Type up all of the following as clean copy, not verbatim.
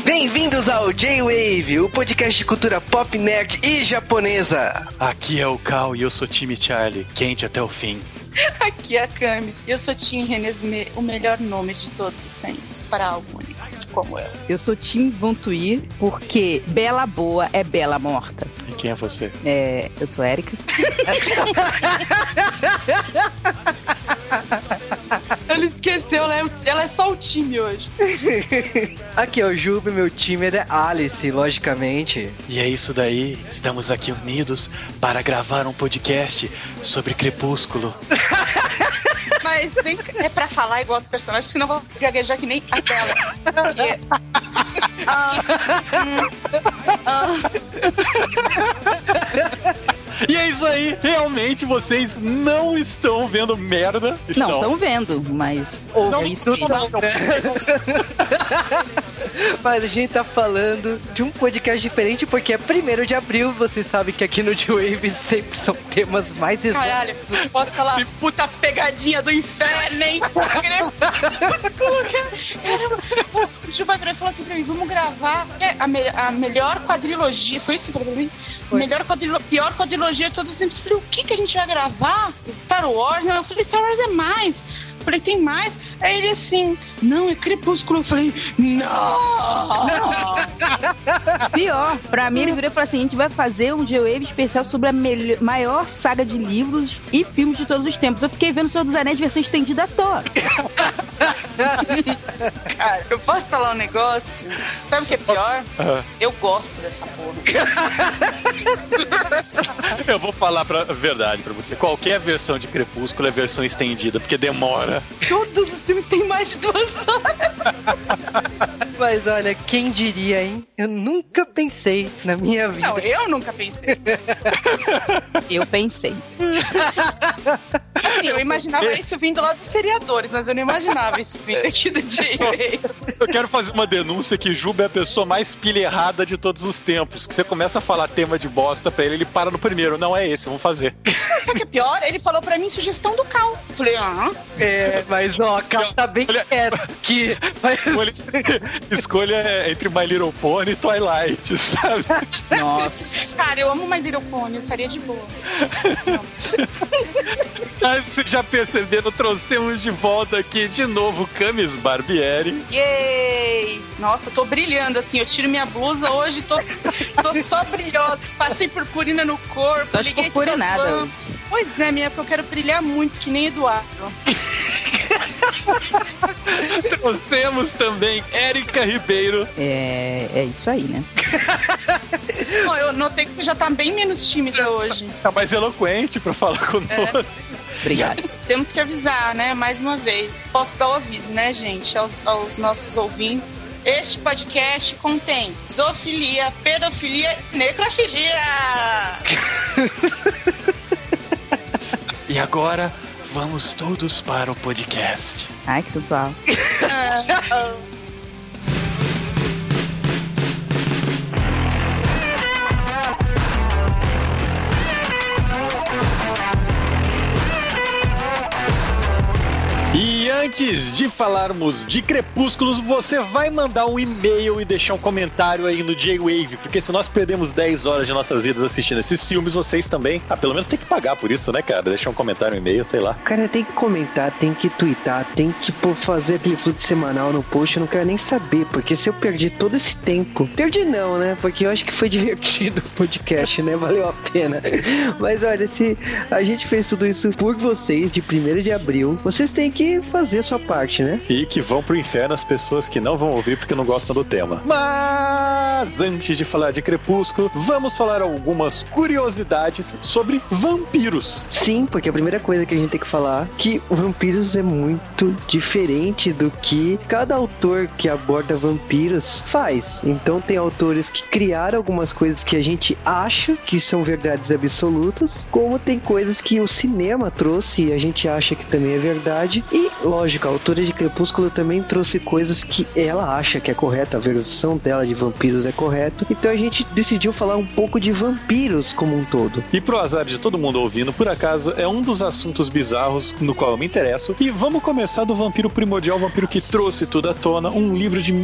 Bem-vindos ao J-Wave, o podcast de cultura pop, nerd e japonesa. Aqui é o Cal e eu sou time Charlie, quente até o fim. Aqui é a Cami e eu sou Tim Renesmee, o melhor nome de todos os tempos para algo único como eu. Eu sou Tim Vontuir, porque Bela Boa é Bela Morta. E quem é você? Eu sou Érica. Ela esqueceu, né? Ela é só o time hoje. Aqui é o Juba, meu time é da Alice, logicamente. E é isso daí, estamos aqui unidos para gravar um podcast sobre Crepúsculo. Mas é pra falar igual os personagens, porque senão eu vou gaguejar que nem a dela. E é isso aí, realmente vocês não estão vendo merda. Não, estão vendo, mas... Não, isso não. Mas a gente tá falando de um podcast diferente porque é 1º de abril. Vocês sabem que aqui no J-Wave sempre são temas mais exatos. Caralho, posso falar puta pegadinha do inferno, hein? Caramba, o Gil vai virar e falar assim pra mim, vamos gravar a melhor quadrilogia. Foi isso que você falou pra mim? Pior quadrilogia de todos os tempos. Eu falei, o que a gente vai gravar? Star Wars? Não, eu falei, Star Wars é mais. Eu falei, tem mais? Aí ele assim, não, é Crepúsculo. Eu falei, não! Pior, pra mim ele virou e falou assim, a gente vai fazer um J-Wave especial sobre a maior saga de livros e filmes de todos os tempos. Eu fiquei vendo o Senhor dos Anéis versão estendida à toa. Cara, eu posso falar um negócio? Sabe o que é pior? Eu gosto dessa porra. Eu vou falar a verdade pra você. Qualquer versão de Crepúsculo é versão estendida, porque demora. Todos os filmes têm mais de 2 horas. Mas olha, quem diria, hein? Eu nunca pensei na minha vida. Não, eu nunca pensei. Eu pensei. Assim, eu imaginava isso vindo lá dos seriadores, mas eu não imaginava isso vindo aqui do J-Wave. Eu quero fazer uma denúncia que Juba é a pessoa mais pilha errada de todos os tempos. Que você começa a falar tema de bosta pra ele para no primeiro. Não é esse, vamos fazer. Sabe o que é pior? Ele falou pra mim sugestão do Cal. Eu falei, mas ó, Cal tá bem quieto aqui. Escolha entre My Little Pony e Twilight, sabe? Nossa. Cara, eu amo My Little Pony, eu faria de boa. Mas vocês já perceberam, trouxemos de volta aqui de novo Camis Barbieri. Yay! Nossa, eu tô brilhando assim, eu tiro minha blusa hoje, tô só brilhosa. Passei purpurina no corpo, só liguei purpurinada. Pois é, minha, porque eu quero brilhar muito, que nem Eduardo. Trouxemos também Érica Ribeiro. É isso aí, né? Bom, eu notei que você já tá bem menos tímida hoje. Tá mais eloquente pra falar conosco. Obrigada. Temos que avisar, né, mais uma vez. Posso dar o aviso, né, gente, aos nossos ouvintes. Este podcast contém zoofilia, pedofilia e necrofilia. E agora, vamos todos para o podcast. Ai, que sensual. E antes de falarmos de Crepúsculos, você vai mandar um e-mail e deixar um comentário aí no J-Wave, porque se nós perdemos 10 horas de nossas vidas assistindo esses filmes, vocês também, pelo menos tem que pagar por isso, né, cara? Deixar um comentário, um e-mail, sei lá. O cara tem que comentar, tem que twittar, tem que fazer aquele fluxo semanal no post, eu não quero nem saber, porque se eu perdi todo esse tempo... Perdi não, né? Porque eu acho que foi divertido o podcast, né? Valeu a pena. Mas olha, se a gente fez tudo isso por vocês, de 1º de abril, vocês têm que fazer a sua parte, né? E que vão pro inferno as pessoas que não vão ouvir porque não gostam do tema. Mas antes de falar de Crepúsculo, vamos falar algumas curiosidades sobre vampiros. Sim, porque a primeira coisa que a gente tem que falar é que vampiros é muito diferente do que cada autor que aborda vampiros faz. Então tem autores que criaram algumas coisas que a gente acha que são verdades absolutas, como tem coisas que o cinema trouxe e a gente acha que também é verdade. E, lógico, a autora de Crepúsculo também trouxe coisas que ela acha que é correta. A versão dela de vampiros é correto. Então a gente decidiu falar um pouco de vampiros como um todo. E pro azar de todo mundo ouvindo, por acaso, é um dos assuntos bizarros no qual eu me interesso. E vamos começar do vampiro primordial, o vampiro que trouxe tudo à tona, um livro de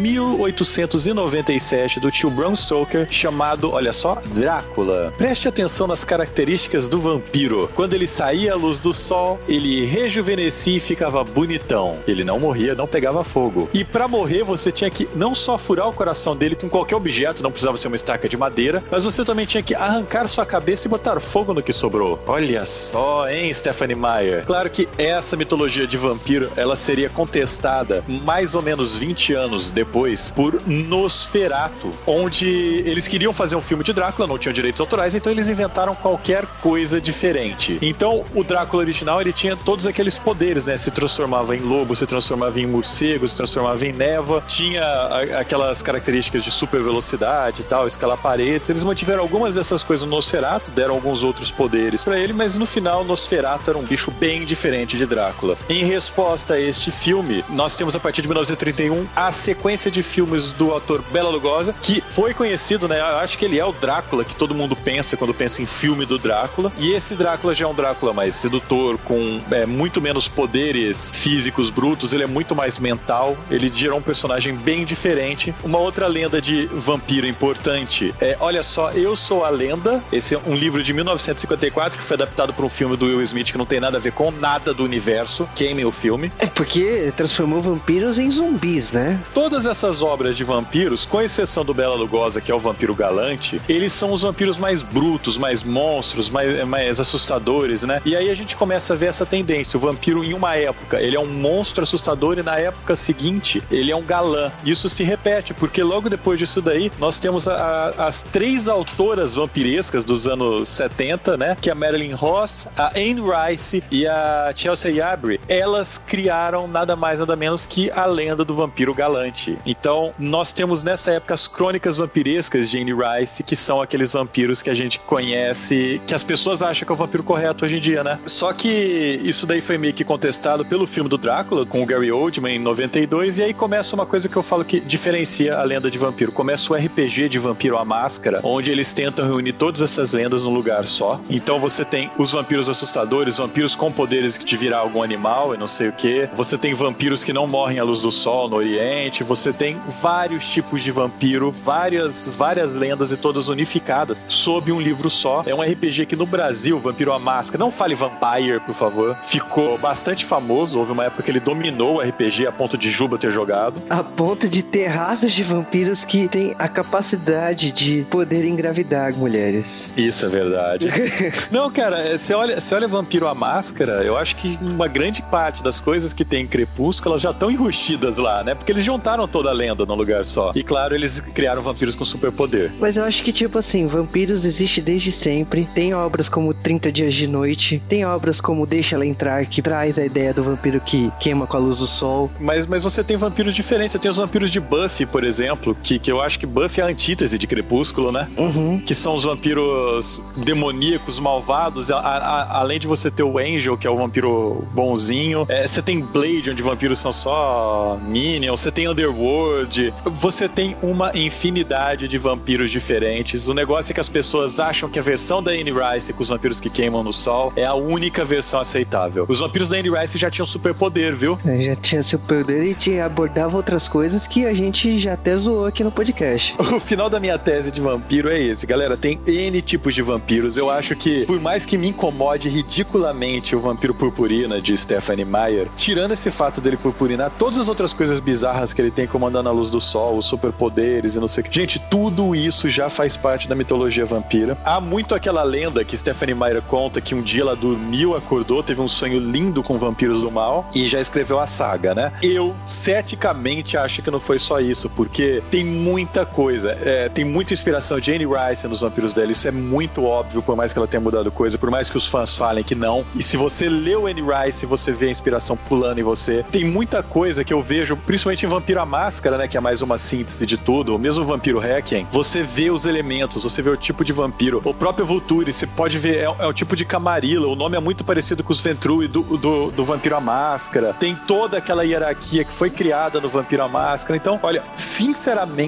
1897 do tio Bram Stoker chamado, olha só, Drácula. Preste atenção nas características do vampiro. Quando ele saía à luz do sol, ele rejuvenescia e ficava bonitão. Ele não morria, não pegava fogo. E pra morrer, você tinha que não só furar o coração dele com qualquer objeto, não precisava ser uma estaca de madeira, mas você também tinha que arrancar sua cabeça e botar fogo no que sobrou. Olha só, hein, Stephenie Meyer? Claro que essa mitologia de vampiro, ela seria contestada mais ou menos 20 anos depois por Nosferatu, onde eles queriam fazer um filme de Drácula, não tinham direitos autorais, então eles inventaram qualquer coisa diferente. Então, o Drácula original, ele tinha todos aqueles poderes, né? Se transformava em lobo, se transformava em morcego, se transformava em névoa, tinha aquelas características de super velocidade e tal, escalar paredes. Eles mantiveram algumas dessas coisas no Nosferatu, deram alguns outros poderes pra ele, mas no final, Nosferatu era um bicho bem diferente de Drácula. Em resposta a este filme, nós temos a partir de 1931 a sequência de filmes do ator Bela Lugosi, que foi conhecido, né? Eu acho que ele é o Drácula que todo mundo pensa quando pensa em filme do Drácula. E esse Drácula já é um Drácula mais sedutor, com muito menos poderes físicos brutos, ele é muito mais mental, ele gerou um personagem bem diferente. Uma outra lenda de vampiro importante é, olha só, Eu Sou a Lenda. Esse é um livro de 1954 que foi adaptado para um filme do Will Smith que não tem nada a ver com nada do universo. Queimem o filme. É porque transformou vampiros em zumbis, né? Todas essas obras de vampiros, com exceção do Bela Lugosi, que é o vampiro galante, eles são os vampiros mais brutos, mais monstros, mais assustadores, né? E aí a gente começa a ver essa tendência. O vampiro, em uma época, ele é um monstro assustador e na época seguinte, ele é um galã. Isso se repete, porque logo depois disso daí, nós temos as três autoras vampirescas dos anos 70, né? Que é a Marilyn Ross, a Anne Rice e a Chelsea Yabry. Elas criaram nada mais, nada menos que a lenda do vampiro galante. Então, nós temos nessa época as crônicas vampirescas de Anne Rice, que são aqueles vampiros que a gente conhece, que as pessoas acham que é o vampiro correto hoje em dia, né? Só que isso daí foi meio que contestado pelo filme do Drácula, com o Gary Oldman em 92, e aí começa uma coisa que eu falo que diferencia a lenda de vampiro. Começa o RPG de Vampiro à Máscara, onde eles tentam reunir todas essas lendas num lugar só. Então você tem os vampiros assustadores, vampiros com poderes de virar algum animal e não sei o que. Você tem vampiros que não morrem à luz do sol no Oriente. Você tem vários tipos de vampiro, várias lendas e todas unificadas sob um livro só. É um RPG que no Brasil, Vampiro à Máscara, não fale Vampire, por favor, ficou bastante famoso. Houve uma época que ele dominou o RPG a ponto de Juba ter jogado. A ponto de ter raças de vampiros que têm a capacidade de poder engravidar mulheres. Isso é verdade. Não, cara, você olha Vampiro à Máscara, eu acho que uma grande parte das coisas que tem em Crepúsculo, elas já estão enrustidas lá, né? Porque eles juntaram toda a lenda num lugar só. E claro, eles criaram vampiros com superpoder. Mas eu acho que, tipo assim, vampiros existe desde sempre. Tem obras como 30 Dias de Noite, tem obras como Deixa Ela Entrar, que traz a ideia do vampiro que queima com a luz do sol. Mas você tem vampiros diferentes. Você tem os vampiros de Buffy, por exemplo, que eu acho que Buffy é a antítese de Crepúsculo, né? Uhum. Que são os vampiros demoníacos, malvados, além de você ter o Angel, que é o vampiro bonzinho. Você tem Blade, onde vampiros são só minions. Você tem Underworld. Você tem uma infinidade de vampiros diferentes. O negócio é que as pessoas acham que a versão da Anne Rice com os vampiros que queimam no sol é a única versão aceitável. Os vampiros da Anne Rice já tinham superpoder, viu? Já tinha superpoder e abordava outras coisas que a gente já até zoou aqui no podcast. O final da minha tese de vampiro é esse, galera. Tem N tipos de vampiros. Eu acho que, por mais que me incomode ridiculamente o vampiro purpurina de Stephenie Meyer, tirando esse fato dele purpurinar, todas as outras coisas bizarras que ele tem, como andar na luz do sol, os superpoderes e não sei o que. Gente, tudo isso já faz parte da mitologia vampira. Há muito aquela lenda que Stephenie Meyer conta que um dia ela dormiu, acordou, teve um sonho lindo com vampiros do mal e já escreveu a saga, né? Eu, ceticamente, acho que não foi só isso, porque tem muita coisa. Tem muita inspiração de Anne Rice nos vampiros dela. Isso é muito óbvio, por mais que ela tenha mudado coisa, por mais que os fãs falem que não. E se você leu Anne Rice, você vê a inspiração pulando em você. Tem muita coisa que eu vejo, principalmente em Vampiro à Máscara, né? Que é mais uma síntese de tudo. O mesmo Vampiro Requiem, você vê os elementos, você vê o tipo de vampiro. O próprio Vulture, você pode ver, é o tipo de Camarilla. O nome é muito parecido com os Ventrue do Vampiro à Máscara. Tem toda aquela hierarquia que foi criada no Vampiro à Máscara. Então, olha, sinceramente, na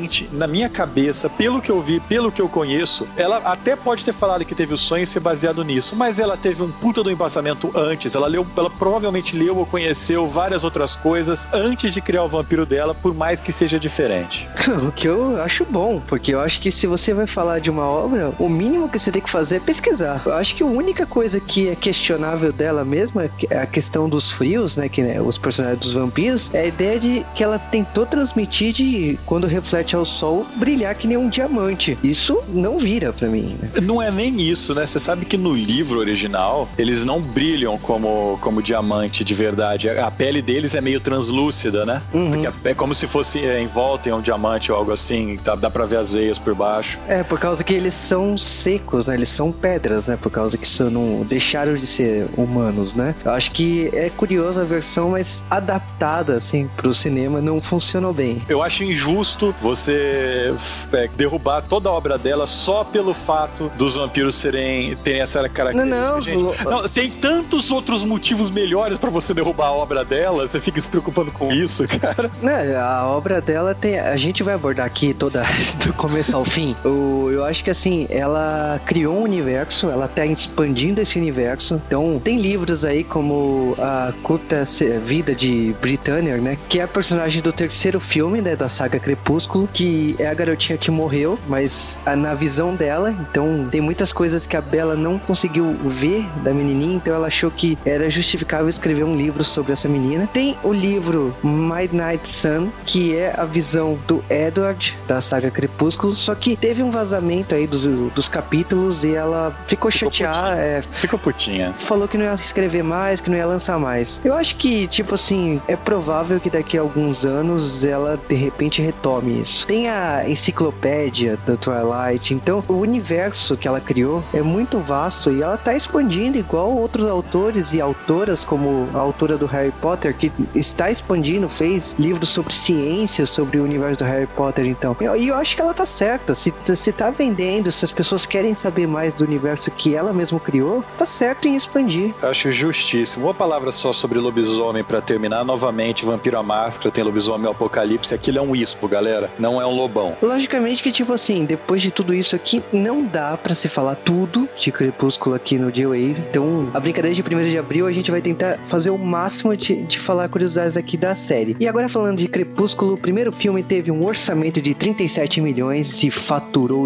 minha cabeça, pelo que eu vi, pelo que eu conheço, ela até pode ter falado que teve o sonho e ser baseado nisso, mas ela teve um puta do embasamento antes. Ela provavelmente leu ou conheceu várias outras coisas antes de criar o vampiro dela, por mais que seja diferente. O que eu acho bom, porque eu acho que se você vai falar de uma obra, o mínimo que você tem que fazer é pesquisar. Eu acho que a única coisa que é questionável dela mesmo é a questão dos frios, né, que né, os personagens dos vampiros, é a ideia de que ela tentou transmitir de, quando reflete ao sol, brilhar que nem um diamante. Isso não vira pra mim, né? Não é nem isso, né? Você sabe que no livro original, eles não brilham como diamante de verdade. A pele deles é meio translúcida, né? Porque é como se fosse envolta em um diamante ou algo assim, dá pra ver as veias por baixo. É, por causa que eles são secos, né? Eles são pedras, né? Por causa que não deixaram de ser humanos, né? Eu acho que é curiosa a versão, mas adaptada, assim, pro cinema não funcionou bem. Eu acho injusto você derrubar toda a obra dela só pelo fato dos vampiros terem essa característica. Não, tem tantos outros motivos melhores pra você derrubar a obra dela, você fica se preocupando com isso, cara. Não, a obra dela tem... A gente vai abordar aqui toda do começo ao fim. Eu acho que, assim, ela criou um universo, ela tá expandindo esse universo. Então, tem livros aí como A Curta Vida de Britannia, né? Que é a personagem do terceiro filme, né? Da saga Crepúsculo, que é a garotinha que morreu, mas na visão dela. Então, tem muitas coisas que a Bella não conseguiu ver da menininha, então ela achou que era justificável escrever um livro sobre essa menina. Tem o livro Midnight Sun, que é a visão do Edward, da saga Crepúsculo, só que teve um vazamento aí dos capítulos e ela ficou chateada. Ficou putinha. Falou que não ia escrever mais, que não ia lançar mais. Eu acho que, tipo assim, é provável que daqui a alguns anos ela, de repente, retome isso. Tem a enciclopédia da Twilight, então o universo que ela criou é muito vasto e ela tá expandindo igual outros autores e autoras, como a autora do Harry Potter, que está expandindo, fez livros sobre ciência, sobre o universo do Harry Potter, então. E eu acho que ela tá certa. Se tá vendendo, se as pessoas querem saber mais do universo que ela mesma criou, tá certo em expandir. Eu acho justíssimo. Uma palavra só sobre lobisomem pra terminar. Novamente, Vampiro à Máscara, tem Lobisomem ao Apocalipse. Aquilo é um ispo, galera. Não é um lobão. Logicamente que, tipo assim, depois de tudo isso aqui, não dá pra se falar tudo de Crepúsculo aqui no J-Wave. Então, a brincadeira de 1º de abril, a gente vai tentar fazer o máximo de falar curiosidades aqui da série. E agora, falando de Crepúsculo, o primeiro filme teve um orçamento de 37 milhões e faturou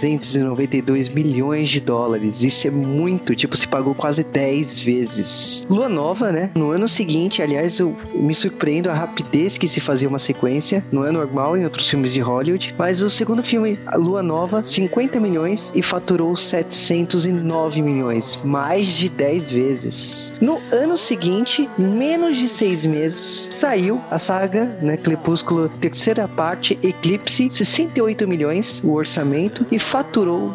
392 milhões de dólares. Isso é muito, tipo, se pagou quase 10 vezes. Lua Nova, né? No ano seguinte, aliás, eu me surpreendo a rapidez que se fazia uma sequência. Não é normal em outros filmes de Hollywood. Mas o segundo filme, Lua Nova, 50 milhões e faturou 709 milhões. Mais de 10 vezes. No ano seguinte, menos de 6 meses, saiu a saga, né? Crepúsculo, terceira parte, Eclipse, 68 milhões o orçamento e faturou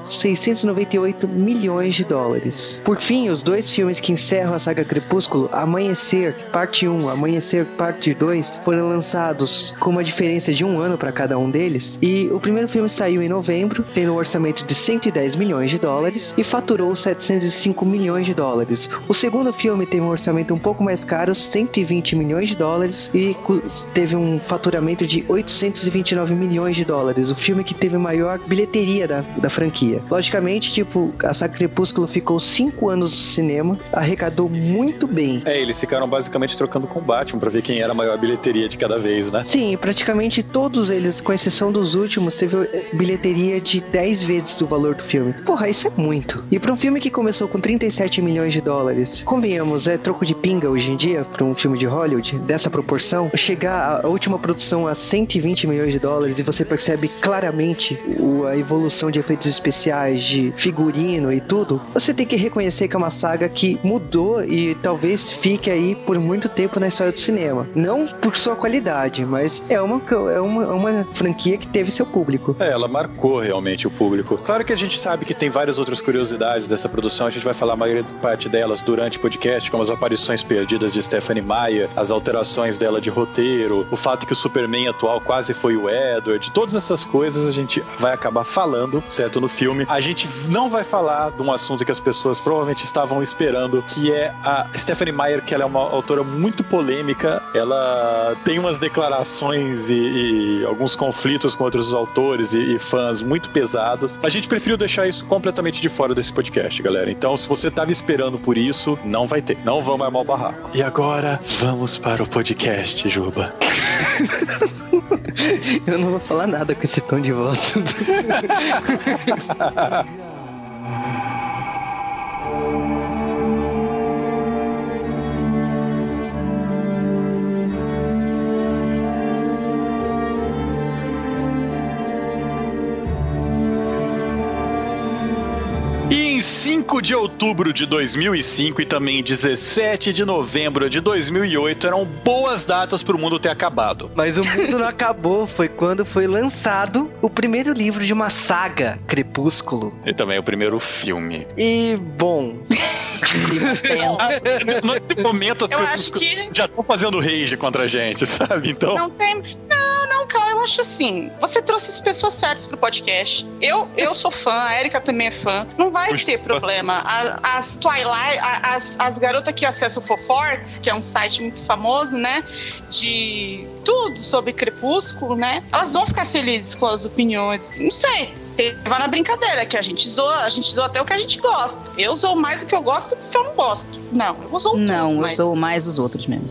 698 milhões de dólares. Por fim, os dois filmes que encerram a saga Crepúsculo, Amanhecer, parte 1, Amanhecer, parte 2, foram lançados com uma diferença de 1 ano para cada um deles. E o primeiro filme saiu em novembro, tendo um orçamento de 110 milhões de dólares e faturou 705 milhões de dólares. O segundo filme teve um orçamento um pouco mais caro, 120 milhões de dólares e teve um faturamento de 829 milhões de dólares. O filme que teve a maior bilheteria da franquia. Logicamente, tipo, a saga Crepúsculo ficou 5 anos no cinema, arrecadou muito bem. Eles ficaram basicamente trocando com o Batman pra ver quem era a maior bilheteria de cada vez, né? Sim, praticamente todos eles, com exceção dos últimos, teve bilheteria de 10 vezes do valor do filme. Porra, isso é muito. E pra um filme que começou com 37 milhões de dólares, convenhamos, é troco de pinga hoje em dia, pra um filme de Hollywood, dessa proporção, chegar a última produção a 120 milhões de dólares e você percebe claramente a evolução de efeitos especiais, de figurino e tudo, você tem que reconhecer que é uma saga que mudou e talvez fique aí por muito tempo na história do cinema. Não por sua qualidade, mas é uma franquia que teve seu público. Ela marcou realmente o público. Claro que a gente sabe que tem várias outras curiosidades dessa produção, a gente vai falar a maior parte delas durante o podcast, como as aparições perdidas de Stephenie Meyer, as alterações dela de roteiro, o fato que o Superman atual quase foi o Edward, todas essas coisas a gente vai acabar falando, certo, no filme. A gente não vai falar de um assunto que as pessoas provavelmente estavam esperando, que é a Stephenie Meyer, que ela é uma autora muito polêmica, ela tem umas declarações e alguns conflitos com outros autores e fãs muito pesados. A gente preferiu deixar isso completamente de fora desse podcast, galera. Então, se você tava esperando por isso, não vai ter. Não vamos armar o barraco. E agora, vamos para o podcast, Juba. Eu não vou falar nada com esse tom de voz. E em 5 de outubro de 2005 e também 17 de novembro de 2008 eram boas datas para o mundo ter acabado. Mas o mundo não acabou, foi quando foi lançado o primeiro livro de uma saga, Crepúsculo. E também o primeiro filme. E, bom... Nesse momento as Crepúsculo já estão fazendo rage contra a gente, sabe? Então... Não tem... Não, cara, eu acho assim, você trouxe as pessoas certas pro podcast. Eu sou fã, a Erika também é fã. Não vai ter problema. As Twilight, as garotas que acessam o Foforts, que é um site muito famoso, né? De tudo sobre Crepúsculo, né? Elas vão ficar felizes com as opiniões. Não sei, vai na brincadeira, que a gente zoa até o que a gente gosta. Eu zoo mais o que eu gosto do que eu não gosto. Não, eu zoo tudo. Não, eu zoo mais os outros mesmo.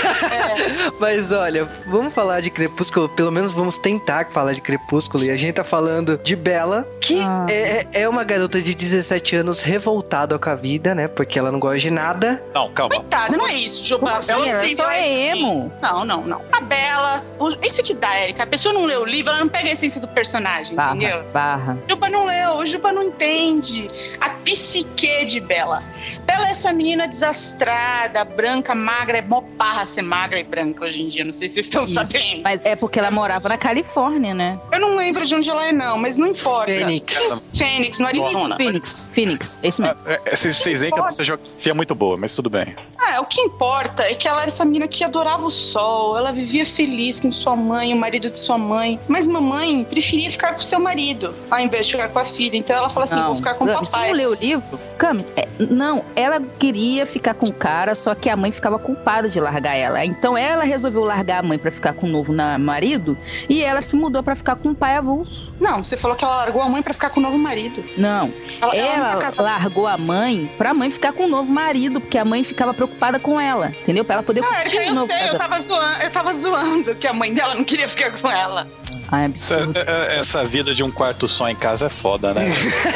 Mas olha, vamos falar de Crepúsculo, pelo menos vamos tentar falar de Crepúsculo. E a gente tá falando de Bella, que é uma garota de 17 anos revoltada com a vida, né? Porque ela não gosta de nada. Não, calma. Coitada, não é isso, Juba. Ela só é emo. Não. A Bella, isso que dá, Erika. A pessoa não lê o livro, ela não pega a essência do personagem, entendeu? Juba não leu, o Juba não entende a psique de Bella. Bella é essa menina desastrada, branca, magra, é mó barra ser magra e branca hoje em dia, não sei se vocês estão sabendo. Mas é porque ela morava na Califórnia, né? Eu não lembro de onde ela é, não, mas não importa. Fênix, no Arizona. Phoenix, esse mesmo. Vocês veem que a nossa geografia é muito boa, mas tudo bem. O que importa é que ela era essa menina que adorava o sol, ela vivia feliz com sua mãe, o marido de sua mãe, mas mamãe preferia ficar com seu marido, ao invés de ficar com a filha. Então ela fala assim, vou ficar com o papai. Você não leu o livro? Camis, não, ela queria ficar com o cara, só que a mãe ficava culpada de largar ela. Então ela resolveu largar a mãe pra ficar com o novo marido e ela se mudou pra ficar com o pai avulso. Não, você falou que ela largou a mãe pra ficar com o novo marido. Não, ela largou a mãe pra mãe ficar com o novo marido, porque a mãe ficava preocupada com ela, entendeu? Pra ela poder curtir o novo casamento. Eu tava zoando que a mãe dela não queria ficar com ela. Ai, absurdo. Essa vida de um quarto só em casa é foda, né?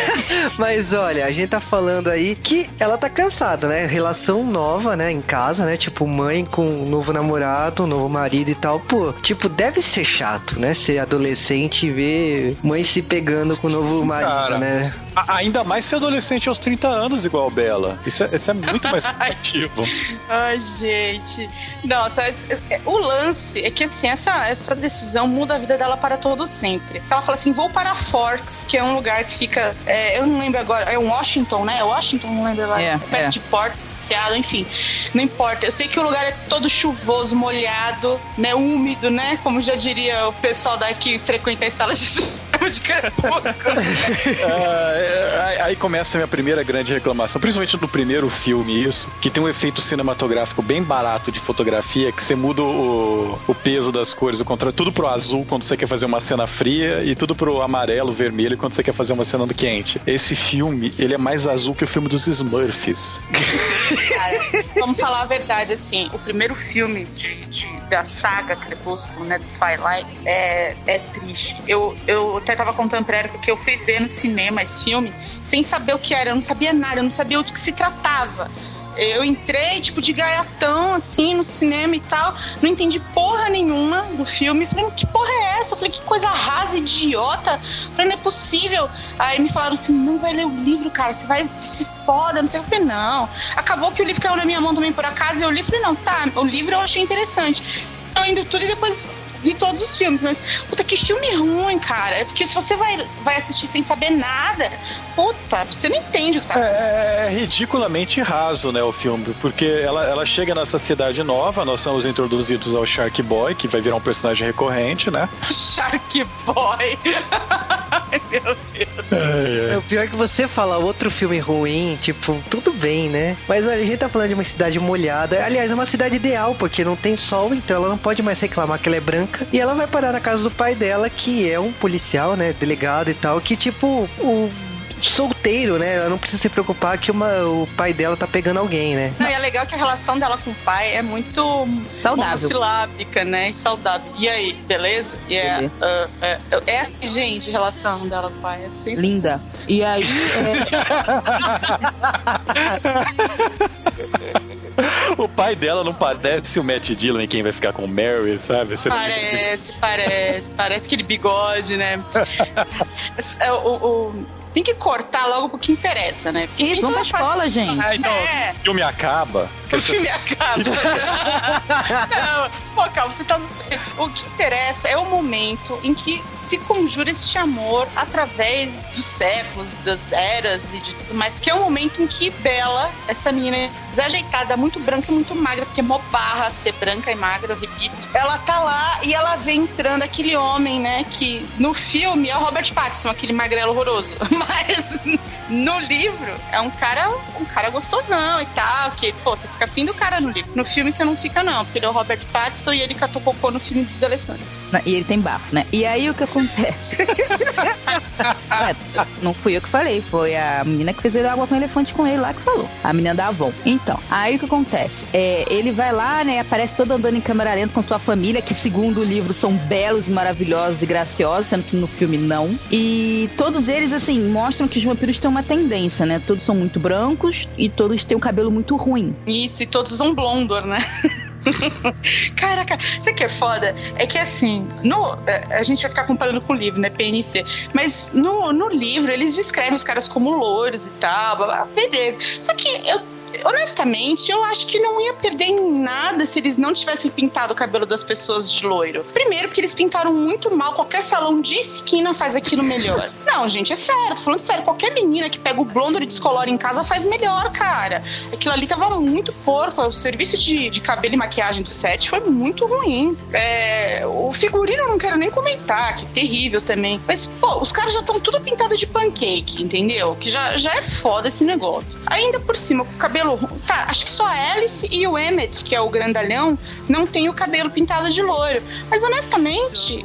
Mas olha, a gente tá falando aí que ela tá cansada, né? Relação nova, né? Em casa, né? Tipo, mãe com um novo namorado, um novo marido e tal. Pô, tipo, deve ser chato, né? Ser adolescente e ver mãe se pegando com o novo marido, cara, né? Ainda mais ser adolescente aos 30 anos, igual Bella. Isso é muito mais cansativo. Ai, gente. Nossa, o lance é que, assim, essa decisão muda a vida dela para todo sempre. Ela fala assim, vou para Forks, que é um lugar que fica... eu não lembro agora, é Washington, né? Washington, não lembro lá. Perto de Portland. Enfim, não importa. Eu sei que o lugar é todo chuvoso, molhado, né, úmido, né? Como já diria o pessoal daqui que frequenta as salas de Crepúsculo. Aí começa a minha primeira grande reclamação, principalmente no primeiro filme, isso, que tem um efeito cinematográfico bem barato de fotografia, que você muda o peso das cores, o contraste, tudo pro azul quando você quer fazer uma cena fria e tudo pro amarelo, vermelho quando você quer fazer uma cena quente. Esse filme, ele é mais azul que o filme dos Smurfs. Cara, vamos falar a verdade, assim, o primeiro filme da saga Crepúsculo, né, do Twilight, é triste. Eu até tava contando pra Erika que eu fui ver no cinema esse filme sem saber o que era, eu não sabia nada, eu não sabia do que se tratava. Eu entrei, tipo, de gaiatão, assim, no cinema e tal. Não entendi porra nenhuma do filme. Falei, que porra é essa? Falei, que coisa rasa, idiota. Falei, não é possível. Aí me falaram assim, não vai ler o livro, cara. Você vai se foda, não sei o que. Eu falei, não. Acabou que o livro caiu na minha mão também por acaso. Eu li e falei, não, tá. O livro eu achei interessante. Eu indo tudo e depois vi todos os filmes, mas puta, que filme ruim, cara. É porque se você vai assistir sem saber nada, puta, você não entende o que tá acontecendo. É ridiculamente raso, né, o filme, porque ela chega nessa cidade nova, nós somos introduzidos ao Shark Boy, que vai virar um personagem recorrente, né? Shark Boy. Ai, meu Deus. O pior é que você falar outro filme ruim, tipo, tudo bem, né? Mas olha, a gente tá falando de uma cidade molhada. Aliás, é uma cidade ideal, porque não tem sol, então ela não pode mais reclamar que ela é branca. E ela vai parar na casa do pai dela, que é um policial, né? Delegado e tal, que tipo, o solteiro, né? Ela não precisa se preocupar que o pai dela tá pegando alguém, né? Não, e é legal que a relação dela com o pai é muito saudável, monossilábica, né? E saudável. E aí, beleza? É assim, gente, a relação dela com o pai é assim. Linda. E aí... O pai dela não parece o Matt Dillon, quem vai ficar com o Mary, sabe? Parece aquele bigode, né? Tem que cortar logo porque interessa, né? Porque isso, vamos pra escola, gente. Então, o filme acaba. O filme acaba. Não, pô, calma, você tá... O que interessa é o momento em que se conjura este amor através dos séculos, das eras e de tudo mais. Que é o momento em que Bella, essa menina desajeitada, muito branca e muito magra, porque é mó barra ser branca e magra, eu repito. Ela tá lá e ela vê entrando aquele homem, né, que no filme é o Robert Pattinson, aquele magrelo horroroso. Mas no livro é um cara gostosão e tal, que, pô, você fica afim do cara no livro. No filme você não fica, não, porque ele é o Robert Pattinson e ele catou cocô no filme dos elefantes. E ele tem bafo, né? E aí o que acontece? Não fui eu que falei, foi a menina que fez ele água com elefante com ele lá que falou. A menina da Avon. Então, aí o que acontece? Ele vai lá, né, aparece todo andando em câmera lenta com sua família, que segundo o livro são belos, maravilhosos e graciosos, sendo que no filme não. E todos eles, assim, mostram que os vampiros têm uma tendência, né? Todos são muito brancos e todos têm um cabelo muito ruim. Isso, e todos usam blondor, né? Caraca, isso aqui é foda. É que assim, a gente vai ficar comparando com o livro, né? PNC. Mas no livro eles descrevem os caras como louros e tal, beleza. Só que honestamente, eu acho que não ia perder em nada se eles não tivessem pintado o cabelo das pessoas de loiro. Primeiro, porque eles pintaram muito mal. Qualquer salão de esquina faz aquilo melhor. Não, gente, é sério. Tô falando sério. Qualquer menina que pega o blondor e descolora em casa faz melhor, cara. Aquilo ali tava muito porco. O serviço de cabelo e maquiagem do set foi muito ruim. O figurino eu não quero nem comentar, que terrível também. Mas, pô, os caras já estão tudo pintado de pancake, entendeu? Que já é foda esse negócio. Ainda por cima, com o cabelo... Tá, acho que só a Alice e o Emmett, que é o grandalhão, não tem o cabelo pintado de loiro. Mas honestamente...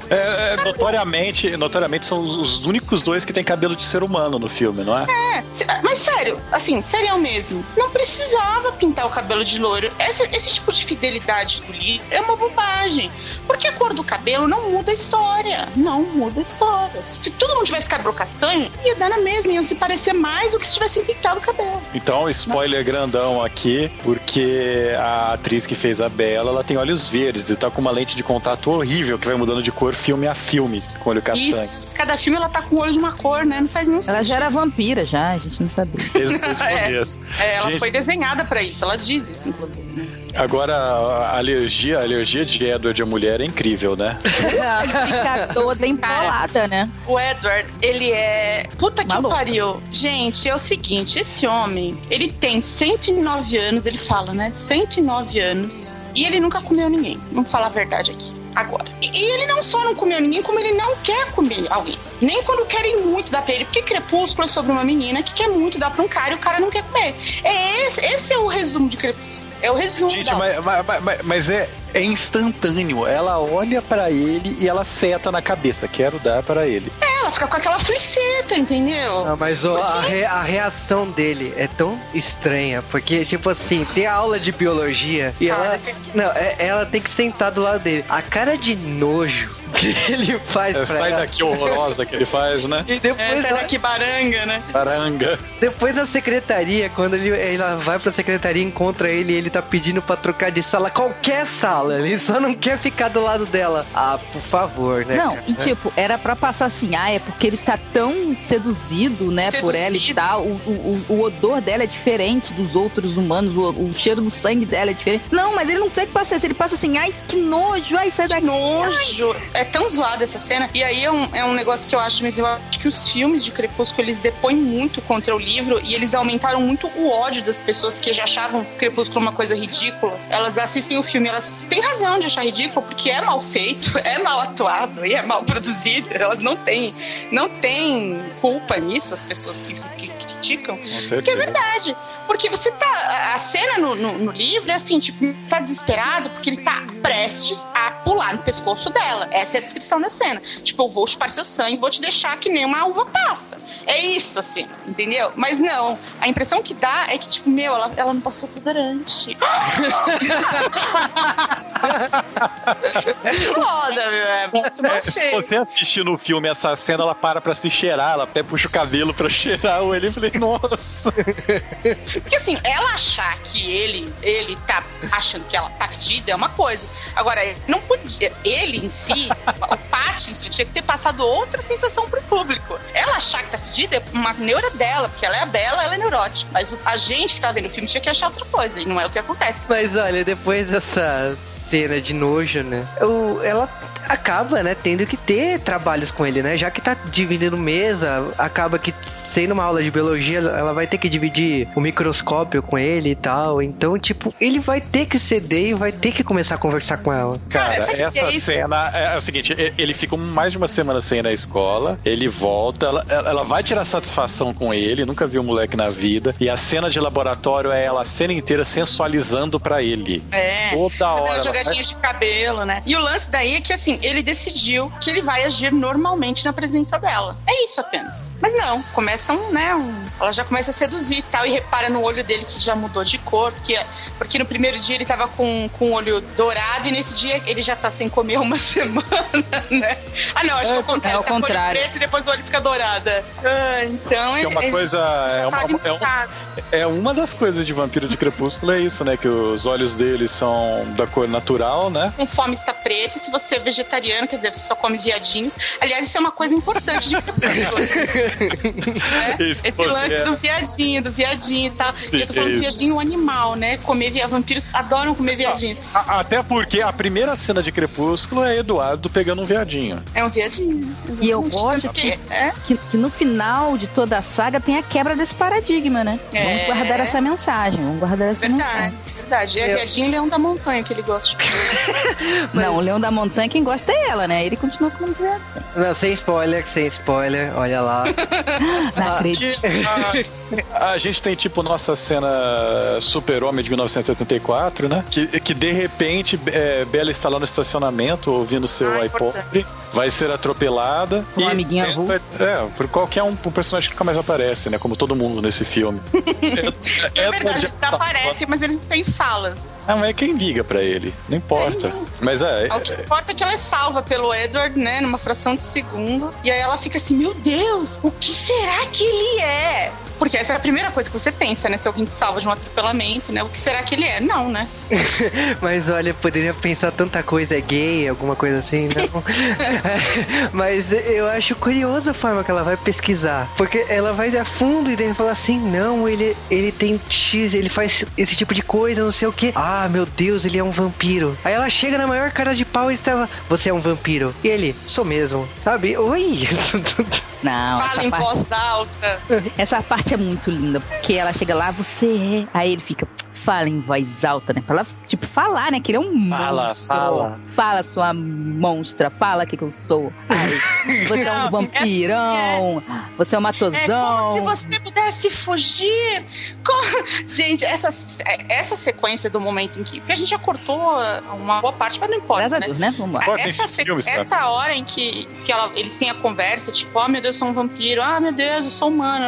Notoriamente são os únicos dois que tem cabelo de ser humano no filme, não é? Mas sério, assim, sério mesmo, não precisava pintar o cabelo de loiro. Esse tipo de fidelidade do livro é uma bobagem. Porque a cor do cabelo não muda a história. Não muda a história. Se todo mundo tivesse cabelo castanho, ia dar na mesma, ia se parecer mais do que se tivessem pintado o cabelo. Então, spoiler grandão aqui, porque a atriz que fez a Bella, ela tem olhos verdes e tá com uma lente de contato horrível que vai mudando de cor filme a filme, com olho castanho. Isso, cada filme ela tá com olho de uma cor, né? Não faz nenhum sentido. Ela já era vampira, a gente não sabia. Desde o começo. Ela foi desenhada pra isso, ela diz isso, inclusive, né? Agora, a alergia de Edward a mulher é incrível, né? Fica toda empolada, né? O Edward, ele é... Puta que pariu. Gente, é o seguinte, esse homem, ele tem 109 anos, ele fala, né? 109 anos. E ele nunca comeu ninguém. Vamos falar a verdade aqui. Agora. E ele não só não comeu ninguém, como ele não quer comer alguém. Nem quando querem muito dar pra ele. Porque Crepúsculo é sobre uma menina que quer muito dar pra um cara e o cara não quer comer. Esse é o resumo de Crepúsculo. É o resumo. Gente, mas é instantâneo. Ela olha pra ele e ela seta na cabeça. Quero dar pra ele. Ela fica com aquela fliceta, entendeu? Não, mas a reação dele é tão estranha. Porque, tipo assim, tem a aula de biologia e ela tem que sentar do lado dele. A cara de nojo que ele faz pra sai ela. Daqui horrorosa que ele faz, né? E depois sai daqui baranga, né? Baranga. Depois na secretaria, quando ela vai pra secretaria, encontra ele e ele tá pedindo pra trocar de sala, qualquer sala. Ele só não quer ficar do lado dela. Ah, por favor, né? Não, e tipo, era pra passar assim, é porque ele tá tão seduzido, né, por ela e tal. O odor dela é diferente dos outros humanos, o cheiro do sangue dela é diferente. Não, mas ele não consegue passar isso, ele passa assim, ai, que nojo, ai, sai daqui. Nojo. é tão zoada essa cena. E aí é um negócio que eu acho, mas eu acho que os filmes de Crepúsculo, eles depõem muito contra o livro e eles aumentaram muito o ódio das pessoas que já achavam Crepúsculo uma coisa ridícula. Elas assistem o filme, elas têm razão de achar ridículo, porque é mal feito, é mal atuado e é mal produzido. Elas não têm culpa nisso, as pessoas que criticam. Porque é verdade. Porque você tá... A cena no livro é assim, tipo, tá desesperado porque ele tá prestes a pular no pescoço dela. Essa é a descrição da cena. Tipo, eu vou chupar seu sangue e vou te deixar que nem uma uva passa. É isso, assim, entendeu? Mas não. A impressão que dá é que, tipo, ela não passou desodorante. É foda, meu. É muito mal feito. Se você assistir no filme essa cena, ela para pra se cheirar, ela puxa o cabelo pra cheirar o ele e falei, nossa. Porque assim, ela achar que ele tá achando que ela tá fedida é uma coisa. Agora, não podia, ele em si, o Pattinson tinha que ter passado outra sensação pro público. Ela achar que tá fedida é uma neura dela, porque ela é a Bella, ela é neurótica. Mas a gente que tá vendo o filme tinha que achar outra coisa, e não é o que acontece. Mas olha, depois dessa cena de nojo, né? Ela acaba, né, tendo que ter trabalhos com ele, né? Já que tá dividindo mesa, acaba que sendo uma aula de biologia, ela vai ter que dividir o microscópio com ele e tal. Então, tipo, ele vai ter que ceder e vai ter que começar a conversar com ela. Cara, essa cena é o seguinte, ele fica mais de uma semana sem ir na escola, ele volta, ela vai tirar satisfação com ele, nunca viu o moleque na vida, e a cena de laboratório é ela a cena inteira sensualizando pra ele. Toda hora. Jogadinhas de cabelo, né? E o lance daí é que, assim, ele decidiu que ele vai agir normalmente na presença dela. É isso apenas. Mas não, ela já começa a seduzir e tal, e repara no olho dele que já mudou de cor, porque no primeiro dia ele tava com o olho dourado, e nesse dia ele já tá sem comer uma semana, né? Ah, não, acho que é o contrário. É o contrário. Olho preto e depois o olho fica dourado. Então... Que é uma coisa... É uma das coisas de Vampiro de Crepúsculo, é isso, né? Que os olhos dele são da cor natural, né? Com fome está preto, se você é vegetariano, quer dizer, você só come viadinhos. Aliás, isso é uma coisa importante de Crepúsculo. Esse lance do viadinho e tal. E eu tô falando viadinho animal, né? Vampiros adoram comer viadinhos. Até porque a primeira cena de Crepúsculo é Eduardo pegando um viadinho. É um viadinho. E eu gosto que no final de toda a saga tem a quebra desse paradigma, né? Vamos guardar essa mensagem. Verdade. É viadinho e Leão da Montanha que ele gosta de Não, o Leão da Montanha quem gosta é ela, né? Ele continua com os viados. Não, sem spoiler, olha lá. Não acredito. A gente tem tipo nossa cena Super-Homem de 1974, né? Que de repente Bella está lá no estacionamento ouvindo seu iPod, vai ser atropelada. Um amiguinho avulso. Por qualquer um personagem que nunca mais aparece, né? Como todo mundo nesse filme. É verdade, eles aparecem, mas eles não têm falas. Não, é quem liga pra ele. Não importa. Mas o que importa é que ela é salva pelo Edward, né? Numa fração de segundo. E aí ela fica assim, meu Deus, o que será que ele é? Porque essa é a primeira coisa que você pensa, né? Se alguém te salva de um atropelamento, né? O que será que ele é? Não, né? Mas olha, poderia pensar tanta coisa, é gay, alguma coisa assim, não? Mas eu acho curiosa a forma que ela vai pesquisar. Porque ela vai a fundo e daí fala assim, não, ele tem X, ele faz esse tipo de coisa, não sei o quê. Ah, meu Deus, ele é um vampiro. Aí ela chega na maior cara de pau e estava, você é um vampiro. E ele, sou mesmo, sabe? Oi! Não, fala em voz alta. Essa parte é muito linda, porque ela chega lá, você é. Aí ele fica, fala em voz alta, né? Pra ela, tipo, falar, né? Que ele é um monstro. Fala, sua monstra, fala que eu sou. Ai, você é um vampirão, você é um matosão. É como se você pudesse fugir. Gente, essa sequência do momento em que... Porque a gente já cortou uma boa parte, mas não importa, graças a Deus, né? Vamos lá. Essa hora em que eles têm a conversa, tipo, oh, meu Deus, eu sou um vampiro. Ah, meu Deus, eu sou humano.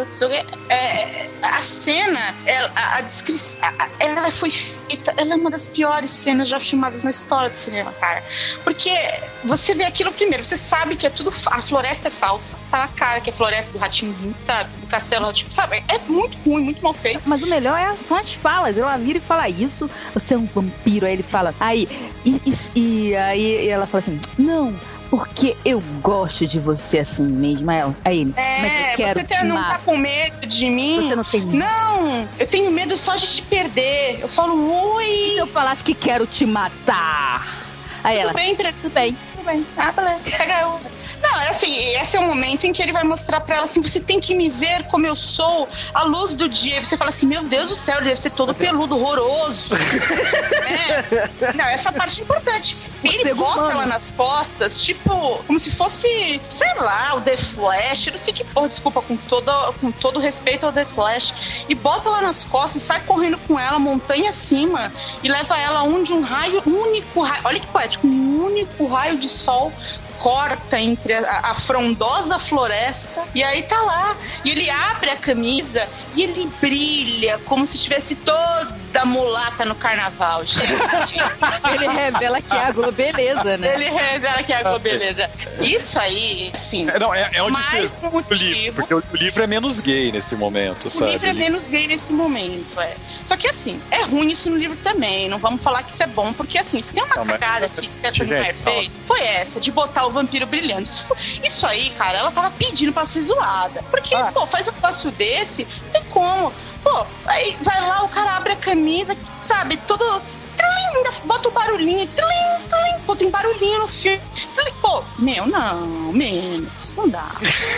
A cena, a descrição, ela foi feita, ela é uma das piores cenas já filmadas na história do cinema, cara. Porque você vê aquilo primeiro, você sabe que é tudo, a floresta é falsa, tá na cara que é a floresta do Ratinho, sabe? Do Castelo Ratinho, sabe? É muito ruim, muito mal feito. Mas o melhor são as falas, ela vira e fala isso, você é um vampiro, aí ele fala, aí ela fala assim, não, porque eu gosto de você assim mesmo. Aí ele, mas eu quero te matar. Você não tá com medo de mim? Você não tem medo? Não, eu tenho medo só de te perder. Eu falo, oi. E se eu falasse que quero te matar? Aí ela, tudo bem. bem. Ah, beleza. Pega eu. Não, é assim, esse é o momento em que ele vai mostrar pra ela assim, você tem que me ver como eu sou, à luz do dia. E você fala assim, meu Deus do céu, ele deve ser todo peludo, horroroso. Não, essa parte é importante. Ele bota ela nas costas, tipo, como se fosse, sei lá, o The Flash, não sei que porra, desculpa, com todo respeito ao The Flash, e bota ela nas costas, sai correndo com ela, montanha acima, e leva ela onde um único raio, olha que poético, um único raio de sol corta entre a frondosa floresta, e aí tá lá, e ele abre a camisa e ele brilha como se estivesse toda mulata no carnaval, gente. Ele revela que é a globeleza, né? Ele revela que é a globeleza. Isso aí, assim, é onde mais o livro, porque o livro é menos gay nesse momento, sabe? O livro é menos gay nesse momento, Só que assim, é ruim isso no livro também, não vamos falar que isso é bom, porque assim, se tem uma cagada que Stephenie Meyer fez, foi essa, de botar o vampiro brilhante. Isso aí, cara, ela tava pedindo pra ser zoada. Porque, pô, faz um negócio desse, não tem como. Pô, aí vai lá, o cara abre a camisa, sabe, todo... Ainda bota o barulhinho, tlim, tlim, pô, tem barulhinho no filme. Tlim, pô, não, menos, não dá.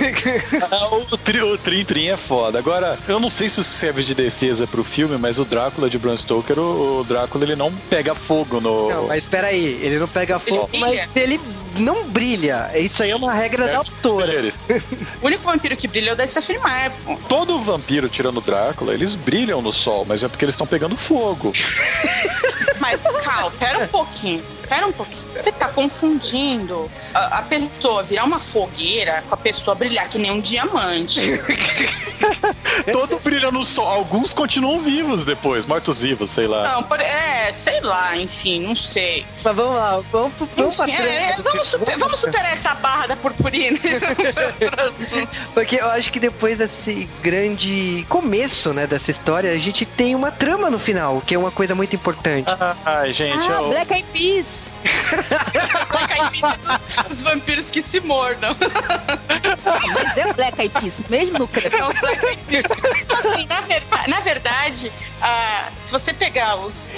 O Trim é foda. Agora, eu não sei se isso serve de defesa pro filme, mas o Drácula de Bram Stoker, o Drácula, ele não pega fogo no... Não, mas peraí, ele não pega fogo, mas ele não brilha. Isso aí é uma regra da autora. O único vampiro que brilha é o da Stephenie Meyer, pô. Todo vampiro, tirando o Drácula, eles brilham no sol, mas é porque eles estão pegando fogo. Mas, calma, pera um pouquinho. Você tá confundindo a pessoa virar uma fogueira com a pessoa brilhar que nem um diamante. Todo brilha no sol. Alguns continuam vivos depois, mortos-vivos, sei lá. Não, sei lá, enfim, não sei. Mas vamos lá, vamos vamos superar essa barra da purpurina. Porque eu acho que depois desse grande começo, né, dessa história, a gente tem uma trama no final, que é uma coisa muito importante. Ai, gente, Black Eyed Peas. Os vampiros que se mordam. Mas é Black Eyed Peas, mesmo no crepúsculo. Assim, na verdade, se você pegar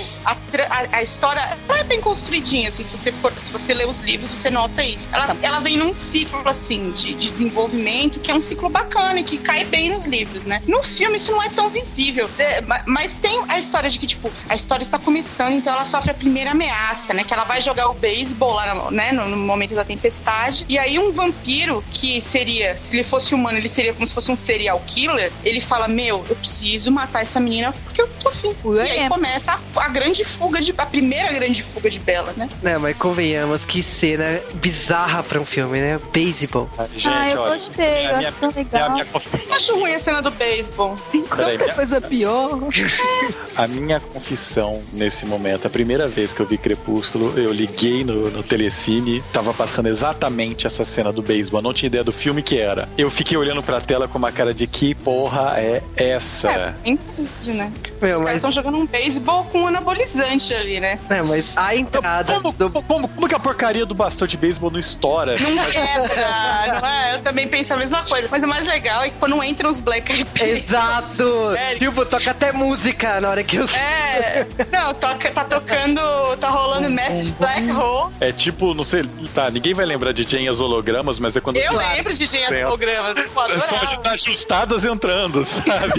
a história, ela é bem construidinha, assim, se você ler os livros, você nota isso. Ela vem num ciclo, assim, de desenvolvimento, que é um ciclo bacana e que cai bem nos livros, né? No filme isso não é tão visível, mas tem a história de que, tipo, a história está começando, então ela sofre a primeira ameaça, né? Que ela vai jogar o beisebol lá, né, no momento da tempestade, e aí um vampiro, que seria, se ele fosse humano, ele seria como se fosse um serial killer, ele fala, eu preciso matar essa menina porque eu tô afim. E aí começa a primeira grande fuga de Bella, né? Não, mas convenhamos, que cena bizarra pra um filme, né? Beisebol. Gente, eu gostei, eu acho tão legal. Eu acho ruim a cena do beisebol. Tem tanta coisa pior. A minha confissão nesse momento, a primeira vez que eu vi Crepúsculo, eu liguei no Telecine, tava passando exatamente essa cena do beisebol, não tinha ideia do filme que era. Eu fiquei olhando pra tela com uma cara de que porra é essa? Entendi, né? Os caras estão jogando um beisebol com um anabolizante ali, né? Mas a entrada... Como que a porcaria do bastão de beisebol não estoura? Não quebra, não é? Eu também penso a mesma coisa. Mas o mais legal é que quando entram os Black Eyed Peas... Exato! Sério? Tipo, toca até música na hora que eu... Não, tá tocando... Tá rolando Massive Black Hole. É tipo, não sei... Tá, ninguém vai lembrar de Jane as hologramas, mas é quando... Eu lembro de Jane as hologramas. São desajustadas entrando, sabe?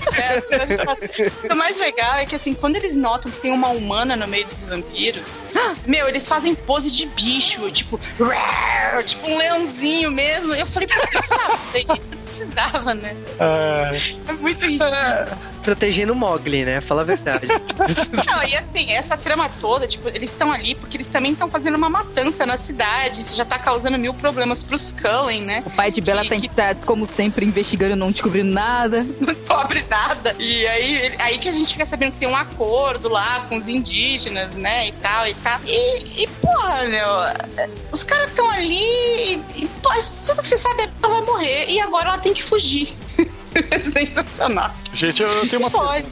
O mais legal é que, assim, quando eles notam que tem uma humana no meio dos vampiros, eles fazem pose de bicho, tipo um leãozinho mesmo. Eu falei, não precisava, né? É muito ridículo. Protegendo o Mowgli, né? Fala a verdade. Não, e assim, essa trama toda, tipo, eles estão ali porque eles também estão fazendo uma matança na cidade. Isso já tá causando 1000 problemas pros Cullen, né? O pai de Bella tá, como sempre, investigando, não descobrindo nada. Não cobre nada. E aí que a gente fica sabendo que tem um acordo lá com os indígenas, né? E tal. E porra, os caras estão ali e tudo que você sabe é que ela vai morrer e agora ela tem que fugir. Sensacional. Gente, eu tenho uma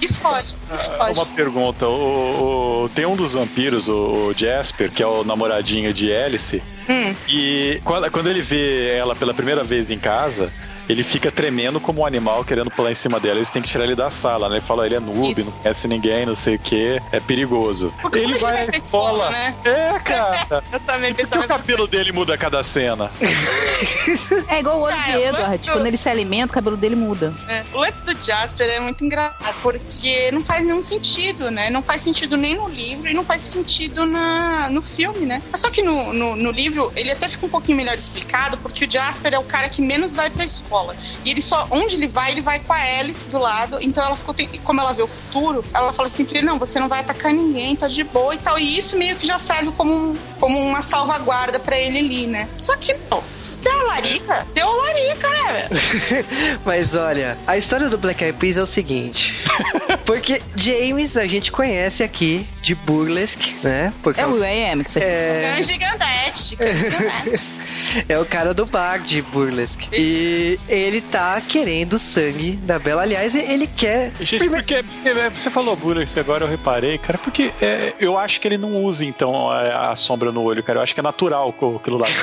uma pergunta. Tem um dos vampiros, o Jasper, que é o namoradinho de Alice. E quando ele vê ela pela primeira vez em casa, ele fica tremendo como um animal querendo pular em cima dela. Eles têm que tirar ele da sala, né? Ele fala, ele é noob, não conhece ninguém, não sei o que, é perigoso. Porque ele vai à escola, né? É, cara. Eu também Por que o cabelo dele muda a cada cena? É igual o olho de Edward, quando ele se alimenta, o cabelo dele muda. O lance do Jasper é muito engraçado, porque não faz nenhum sentido, né? Não faz sentido nem no livro e não faz sentido no filme, né? Só que no livro, ele até fica um pouquinho melhor explicado, porque o Jasper é o cara que menos vai pra escola. E ele só, onde ele vai com a Alice do lado, então ela ficou, como ela vê o futuro, ela fala assim, não, você não vai atacar ninguém, tá de boa e tal. E isso meio que já serve como uma salvaguarda pra ele ali, né? Só que, não, se deu a larica, né, velho? Mas olha, a história do Black Eyed Peas é o seguinte. Porque James a gente conhece aqui de Burlesque, né? Porque é o Will.i.am que você é gigantete. É o cara do bar de Burlesque. E ele tá querendo o sangue da Bella. Aliás, ele quer... Gente, porque você falou Burlesque agora, eu reparei, cara, porque eu acho que ele não usa, então, a sombra no olho, cara. Eu acho que é natural aquilo lá.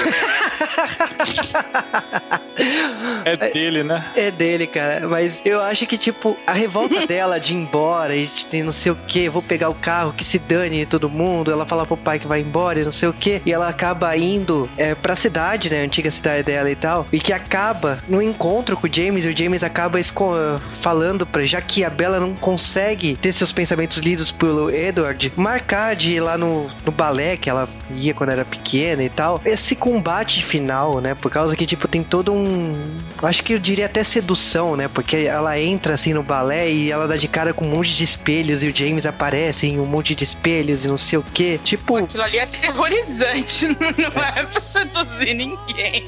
É dele, né? É dele, cara. Mas eu acho que, tipo, a revolta dela de ir embora e de não sei o que, vou pegar o carro, que se dane todo mundo. Ela fala pro pai que vai embora e não sei o que. E ela acaba indo pra cidade, né? A antiga cidade dela e tal. E que acaba no encontro com o James. E o James acaba falando já que a Bella não consegue ter seus pensamentos lidos pelo Edward, marcar de ir lá no balé que ela ia quando era pequena e tal. Esse combate final, né? Por causa que, tipo, tem todo acho que eu diria até sedução, né? Porque ela entra assim no balé e ela dá de cara com um monte de espelhos e o James aparece em um monte de espelhos e não sei o que. Tipo. Aquilo ali é aterrorizante, não é pra seduzir ninguém.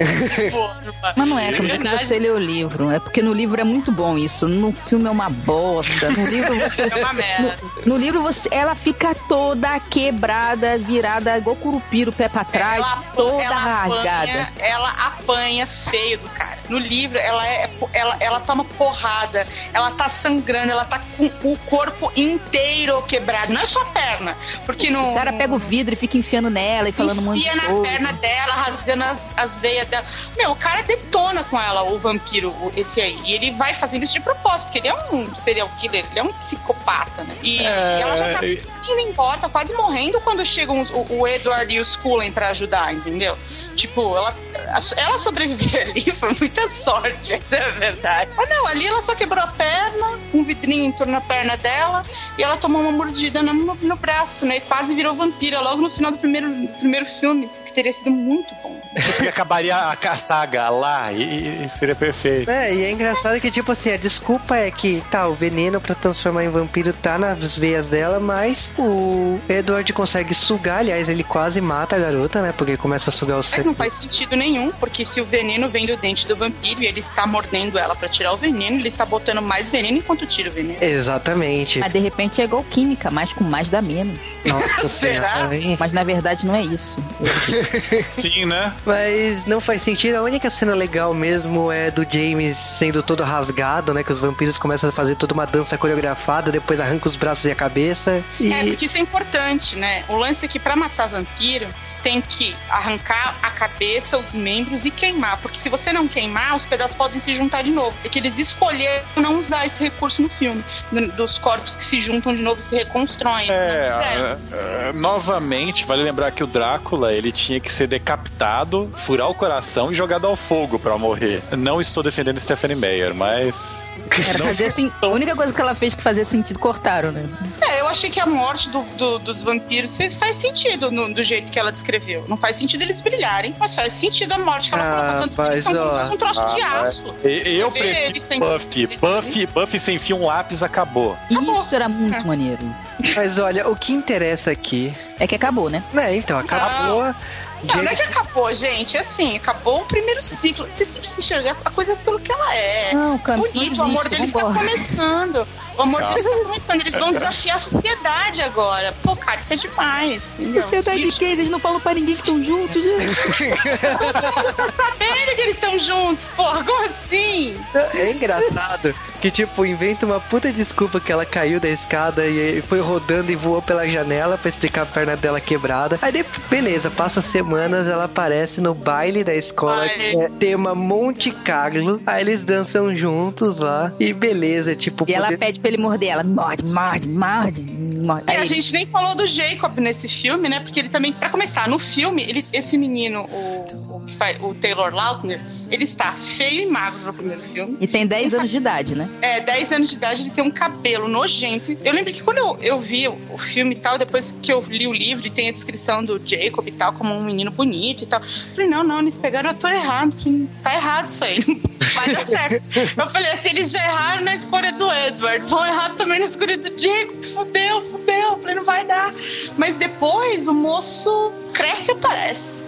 Mas não é, Camisa, que você lê o livro. É porque no livro é muito bom isso. No filme é uma bosta. No livro você. É uma merda. No livro ela fica toda quebrada, virada igual curupira, o pé pra trás, toda rasgada. Ela apanha feio do cara. No livro, ela toma porrada, ela tá sangrando, ela tá com o corpo inteiro quebrado, não é só a perna, porque o cara pega o vidro e fica enfiando nela e falando muito. Enfia na perna dela, rasgando as veias dela. Meu, o cara detona com ela, o vampiro, esse aí, e ele vai fazendo isso de propósito, porque ele é um serial killer, ele é um psicopata, né? E ela já tá indo embora, tá quase morrendo quando chegam o Edward e os Cullen pra ajudar, entendeu? Tipo, ela sobreviver ali foi muita sorte, essa é a verdade. Ah, não, ali ela só quebrou a perna, um vidrinho entrou na perna dela e ela tomou uma mordida no braço, né? E quase virou vampira logo no final do primeiro filme, que teria sido muito bom. E acabaria a saga lá e seria perfeito. E é engraçado que, tipo assim, a desculpa é que o veneno pra transformar em vampiro tá nas veias dela, mas o Edward consegue sugar, aliás, ele quase mata a garota, né? Porque começa a sugar o sangue. Mas não faz sentido nenhum, porque se o veneno vem do dente do vampiro e ele está mordendo ela pra tirar o veneno, ele está botando mais veneno enquanto tira o veneno. Exatamente. Mas de repente é igual química, mais com mais dá menos. Nossa senhora. Mas na verdade não é isso. Sim, né? Mas não faz sentido. A única cena legal mesmo é do James sendo todo rasgado, né? Que os vampiros começam a fazer toda uma dança coreografada, depois arranca os braços e a cabeça. Porque isso é importante, né? O lance é que pra matar vampiro tem que arrancar a cabeça, os membros e queimar, porque se você não queimar, os pedaços podem se juntar de novo. É que eles escolheram não usar esse recurso no filme, dos corpos que se juntam de novo e se reconstroem. Novamente, vale lembrar que o Drácula, ele tinha que ser decapitado, furar o coração e jogado ao fogo pra morrer. Não estou defendendo Stephanie Meyer, mas... Fazer assim, a única coisa que ela fez que fazia sentido, cortaram, né? Eu achei que a morte dos vampiros faz sentido do jeito que ela descreveu. Não faz sentido eles brilharem, mas faz sentido a morte que ela colocou, tanto que eles são como se fosse um troço de aço. Eu prefiro Buffy sem fio, um lápis, acabou. Isso era muito maneiro. Mas olha, o que interessa aqui... É que acabou, né? Então, acabou... Não é que acabou, gente. Assim, acabou o primeiro ciclo. Você tem que enxergar a coisa pelo que ela é. Não, Camis, bonito, o amor dele tá começando. O amor deles tá começando, eles vão desafiar a sociedade agora. Pô, cara, isso é demais, entendeu? Sociedade de quem? Eles não falam pra ninguém que estão juntos, gente. Tá sabendo que eles estão juntos, porra, como assim? É engraçado que, tipo, inventa uma puta desculpa que ela caiu da escada e foi rodando e voou pela janela pra explicar a perna dela quebrada. Aí, beleza, passa semanas, ela aparece no baile da escola, que é tema Monte Carlo. Aí eles dançam juntos lá e beleza, tipo... E ela pede pra ele morder ela. Morde. E a gente nem falou do Jacob nesse filme, né? Porque ele também, pra começar, no filme, esse menino, o Taylor Lautner, ele está feio e magro no primeiro filme. E tem 10 anos de idade, né? 10 anos de idade, ele tem um cabelo nojento. Eu lembro que quando eu vi o filme e tal, depois que eu li o livro e tem a descrição do Jacob e tal, como um menino bonito e tal, eu falei, não, eles pegaram o ator errado. Falei, tá errado isso aí, não vai dar certo. Eu falei assim, eles já erraram na escolha do Edward, vão errar também na escolha do Jacob, fudeu. Eu falei, não vai dar. Mas depois o moço cresce e aparece.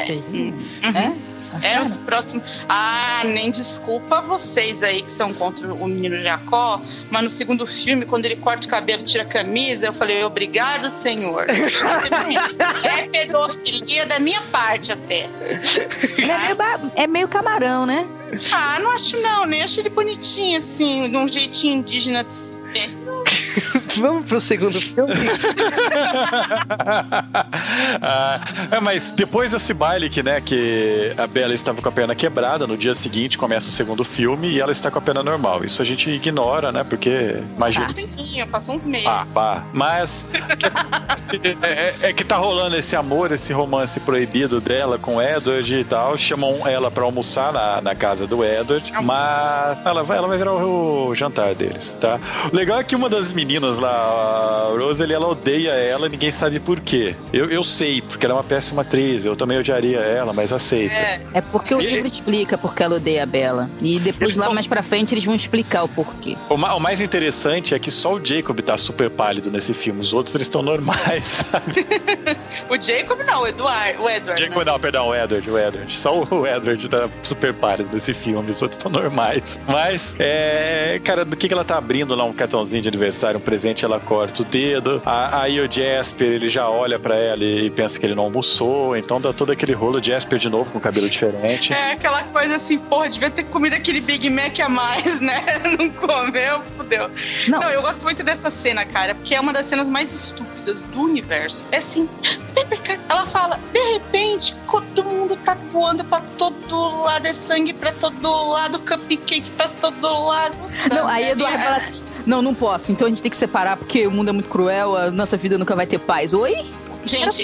Os próximos. Nem desculpa vocês aí que são contra o menino Jacó, mas no segundo filme, quando ele corta o cabelo e tira a camisa, eu falei, obrigado, senhor. É pedofilia da minha parte até. É meio camarão, né? Não acho não, nem acho ele bonitinho assim, de um jeitinho indígena de ser. Vamos pro segundo filme? Mas depois desse baile que a Bella estava com a perna quebrada, no dia seguinte começa o segundo filme e ela está com a perna normal. Isso a gente ignora, né? Porque imagina. Passou uns meses. Mas é que tá rolando esse amor, esse romance proibido dela com o Edward e tal. Chamam ela pra almoçar na casa do Edward, mas ela vai virar o jantar deles, tá? O legal é que uma das meninas lá, a Rosalie, ela odeia ela, ninguém sabe por quê. Eu sei, porque ela é uma péssima atriz, eu também odiaria ela, mas aceita. É porque o livro explica porque ela odeia a Bella. E depois mais pra frente eles vão explicar o porquê. O mais interessante é que só o Jacob tá super pálido nesse filme, os outros eles estão normais, sabe? O Jacob não, o Edward. Jacob, não, perdão, o Edward. Só o Edward tá super pálido nesse filme, os outros estão normais. Mas, cara, do que ela tá abrindo lá um cartãozinho de aniversário, um presente, ela corta o dedo. Aí o Jasper, ele já olha pra ela e pensa que ele não almoçou, então dá todo aquele rolo. Jasper de novo com cabelo diferente. Aquela coisa assim, porra, devia ter comido aquele Big Mac a mais, né? Não comeu, fudeu. Não, eu gosto muito dessa cena, cara, porque é uma das cenas mais estúpidas do universo. É assim, ela fala, de repente, todo mundo tá voando pra todo lado, é sangue pra todo lado, cupcake pra todo lado. Não, aí Eduardo fala assim, não posso, então a gente tem que separar porque o mundo é muito cruel, a nossa vida nunca vai ter paz. Oi? Gente,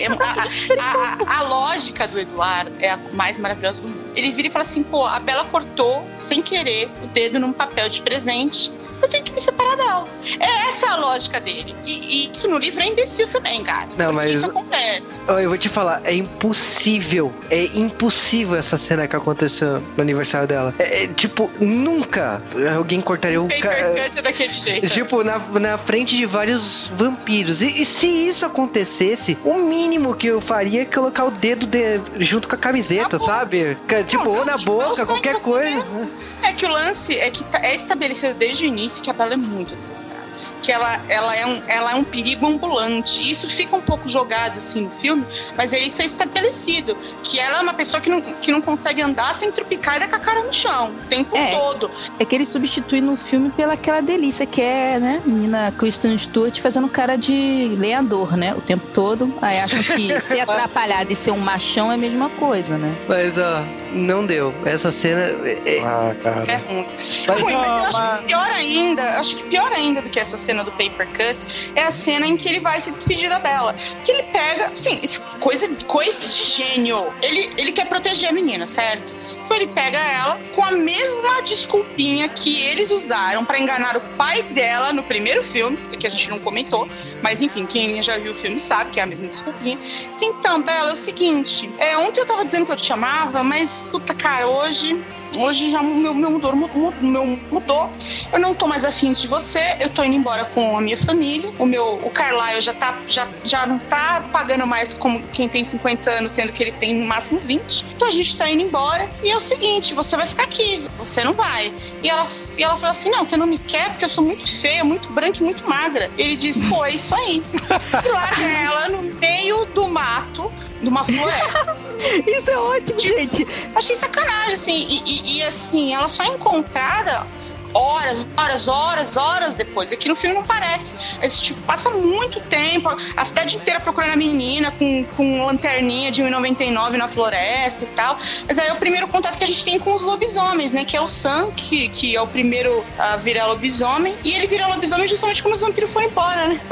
a lógica do Eduardo é a mais maravilhosa do mundo. Ele vira e fala assim, a Bella cortou, sem querer, o dedo num papel de presente. Eu tenho que me separar dela. É essa a lógica dele. E isso no livro é imbecil também, cara. Não, mas isso acontece. Eu vou te falar, é impossível essa cena que aconteceu no aniversário dela. Tipo, nunca alguém cortaria o Paper cut daquele jeito. Tipo, na frente de vários vampiros. E se isso acontecesse, o mínimo que eu faria é colocar o dedo junto com a camiseta, sabe? Tipo, ou na boca, qualquer coisa. É que o lance é que é estabelecido desde o início que a Bella é muito desesperada. Que ela é um perigo ambulante. Isso fica um pouco jogado assim no filme, mas isso é estabelecido. Que ela é uma pessoa que não consegue andar sem tropicar e dar com a cara no chão o tempo todo. É que ele substitui no filme pela aquela delícia que é, né, menina Kristen Stewart fazendo cara de lenhador, né, o tempo todo. Aí acham que ser atrapalhado e ser um machão é a mesma coisa, né? Mas, não deu. Essa cena cara. É ruim. Mas eu acho que pior ainda do que essa cena do Paper Cut é a cena em que ele vai se despedir da Bella. Que ele pega, sim, coisa de gênio. Ele quer proteger a menina, certo? Então ele pega ela com a mesma desculpinha que eles usaram pra enganar o pai dela no primeiro filme, que a gente não comentou, mas enfim, quem já viu o filme sabe que é a mesma desculpinha. Então, Bella, é o seguinte, ontem eu tava dizendo que eu te amava, mas puta, cara, hoje já o meu mudou. Eu não tô mais afim de você. Eu tô indo embora com a minha família. O Carlyle já não tá pagando mais como quem tem 50 anos, sendo que ele tem no máximo 20. Então a gente tá indo embora. E é o seguinte, você vai ficar aqui, você não vai. E ela fala assim, não, você não me quer porque eu sou muito feia, muito branca e muito magra. E ele diz, pô, é isso aí. E larga ela no meio do mato, de uma floresta. Isso é ótimo, gente. Achei sacanagem, assim. E assim, ela só é encontrada horas depois. Aqui no filme não parece. Eles, tipo, passa muito tempo, a cidade inteira procurando a menina com lanterninha de 1,99 na floresta e tal. Mas aí é o primeiro contato que a gente tem com os lobisomens, né? Que é o Sam, que é o primeiro a virar lobisomem. E ele vira lobisomem justamente quando os vampiros foram embora, né?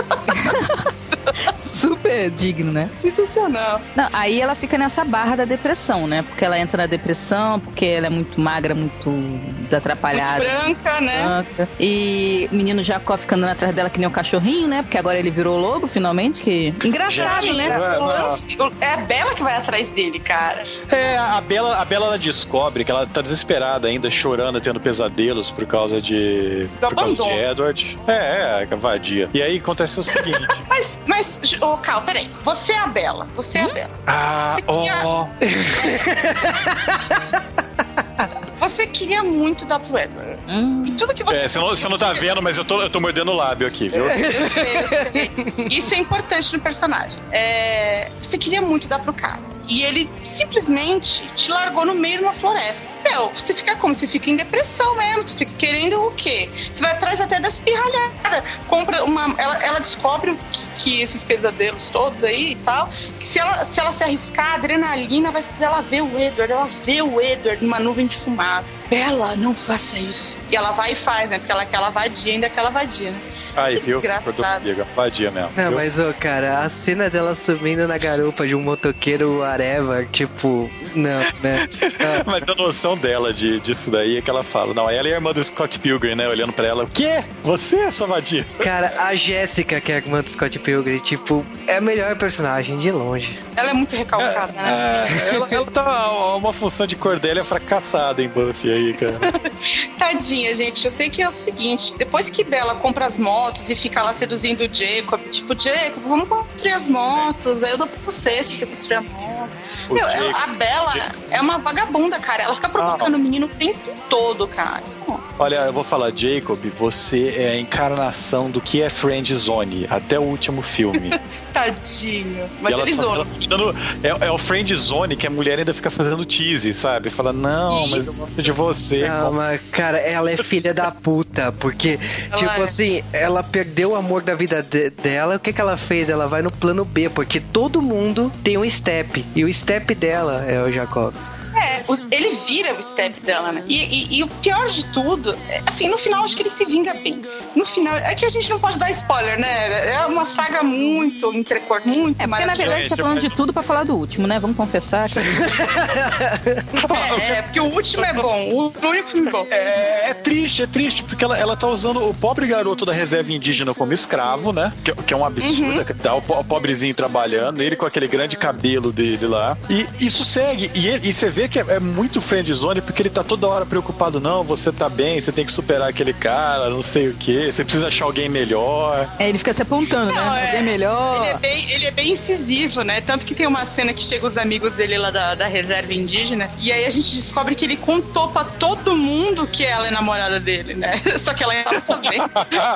Super digno, né? Sensacional. Não, aí ela fica nessa barra da depressão, né? Porque ela entra na depressão, porque ela é muito magra, muito atrapalhada. Muito branca, né? E o menino Jacó fica andando atrás dela que nem um cachorrinho, né? Porque agora ele virou lobo, finalmente. Que engraçado, né? É a Bela que vai atrás dele, cara. É, a Bela ela descobre que ela tá desesperada ainda, chorando, tendo pesadelos por causa de Edward. É, vadia. E aí acontece o seguinte. Mas, Cal, peraí. Você é a Bela. Você é a Bela. Você queria muito dar pro Edward. E tudo que você... Você não tá vendo, mas eu tô mordendo o lábio aqui, viu? Eu sei. Isso é importante no personagem. Você queria muito dar pro cara. E ele simplesmente te largou no meio de uma floresta. Meu, você fica como? Você fica em depressão mesmo. Você fica querendo o quê? Você vai atrás até das pirralhadas. Compra uma... Ela descobre que esses pesadelos todos aí e tal, que se ela se arriscar, a adrenalina vai fazer ela ver o Edward. Ela vê o Edward numa nuvem de fumaça. Bela, não faça isso. E ela vai e faz, né? Porque ela quer vadia, ainda quer vadia, né? Aí, viu? Vadia mesmo. Não, viu? mas, cara, a cena dela subindo na garupa de um motoqueiro whatever, tipo, não, né? Mas a noção dela disso daí é que ela fala, não, ela é a irmã do Scott Pilgrim, né? Olhando pra ela, o quê? Você é sua vadia? Cara, a Jéssica, que é a irmã do Scott Pilgrim, tipo, é a melhor personagem, de longe. Ela é muito recalcada, né? Ela tá uma função de Cordélia fracassada em Buffy aí, cara. Tadinha, gente. Eu sei que é o seguinte, depois que Bella compra as motos e fica lá seduzindo o Jacob, tipo, Jacob, vamos construir as motos, aí eu dou pra você se você construir a moto. Meu, a Bella é uma vagabunda, cara. Ela fica provocando o menino o tempo todo, cara. Olha, eu vou falar, Jacob, você é a encarnação do que é Friend Zone, até o último filme. Tadinho. Mas ele zoa. É o Friend Zone que a mulher ainda fica fazendo tease, sabe? Fala, não, mas eu gosto de você. Não, mas, cara, ela é filha da puta, porque, assim, ela perdeu o amor da vida dela, o que ela fez? Ela vai no plano B, porque todo mundo tem um step, e o step dela é o Jacob. Ele vira o step dela, né? E o pior de tudo, assim, no final acho que ele se vinga bem. No final, é que a gente não pode dar spoiler, né? É uma saga muito entrecortada, muito porque na verdade a gente tá falando de tudo pra falar do último, né? Vamos confessar que... porque o último é bom, o único filme bom. É triste, porque ela tá usando o pobre garoto da reserva indígena como escravo, né? Que é um absurdo, tá? O pobrezinho trabalhando, ele com aquele grande cabelo dele lá. E isso segue, e você vê que é muito friendzone, porque ele tá toda hora preocupado, não, você tá bem, você tem que superar aquele cara, não sei o que, você precisa achar alguém melhor. Ele fica se apontando, né? Alguém melhor. Ele é bem incisivo, né? Tanto que tem uma cena que chega os amigos dele lá da reserva indígena, e aí a gente descobre que ele contou pra todo mundo que ela é namorada dele, né? Só que ela ainda tá sabendo.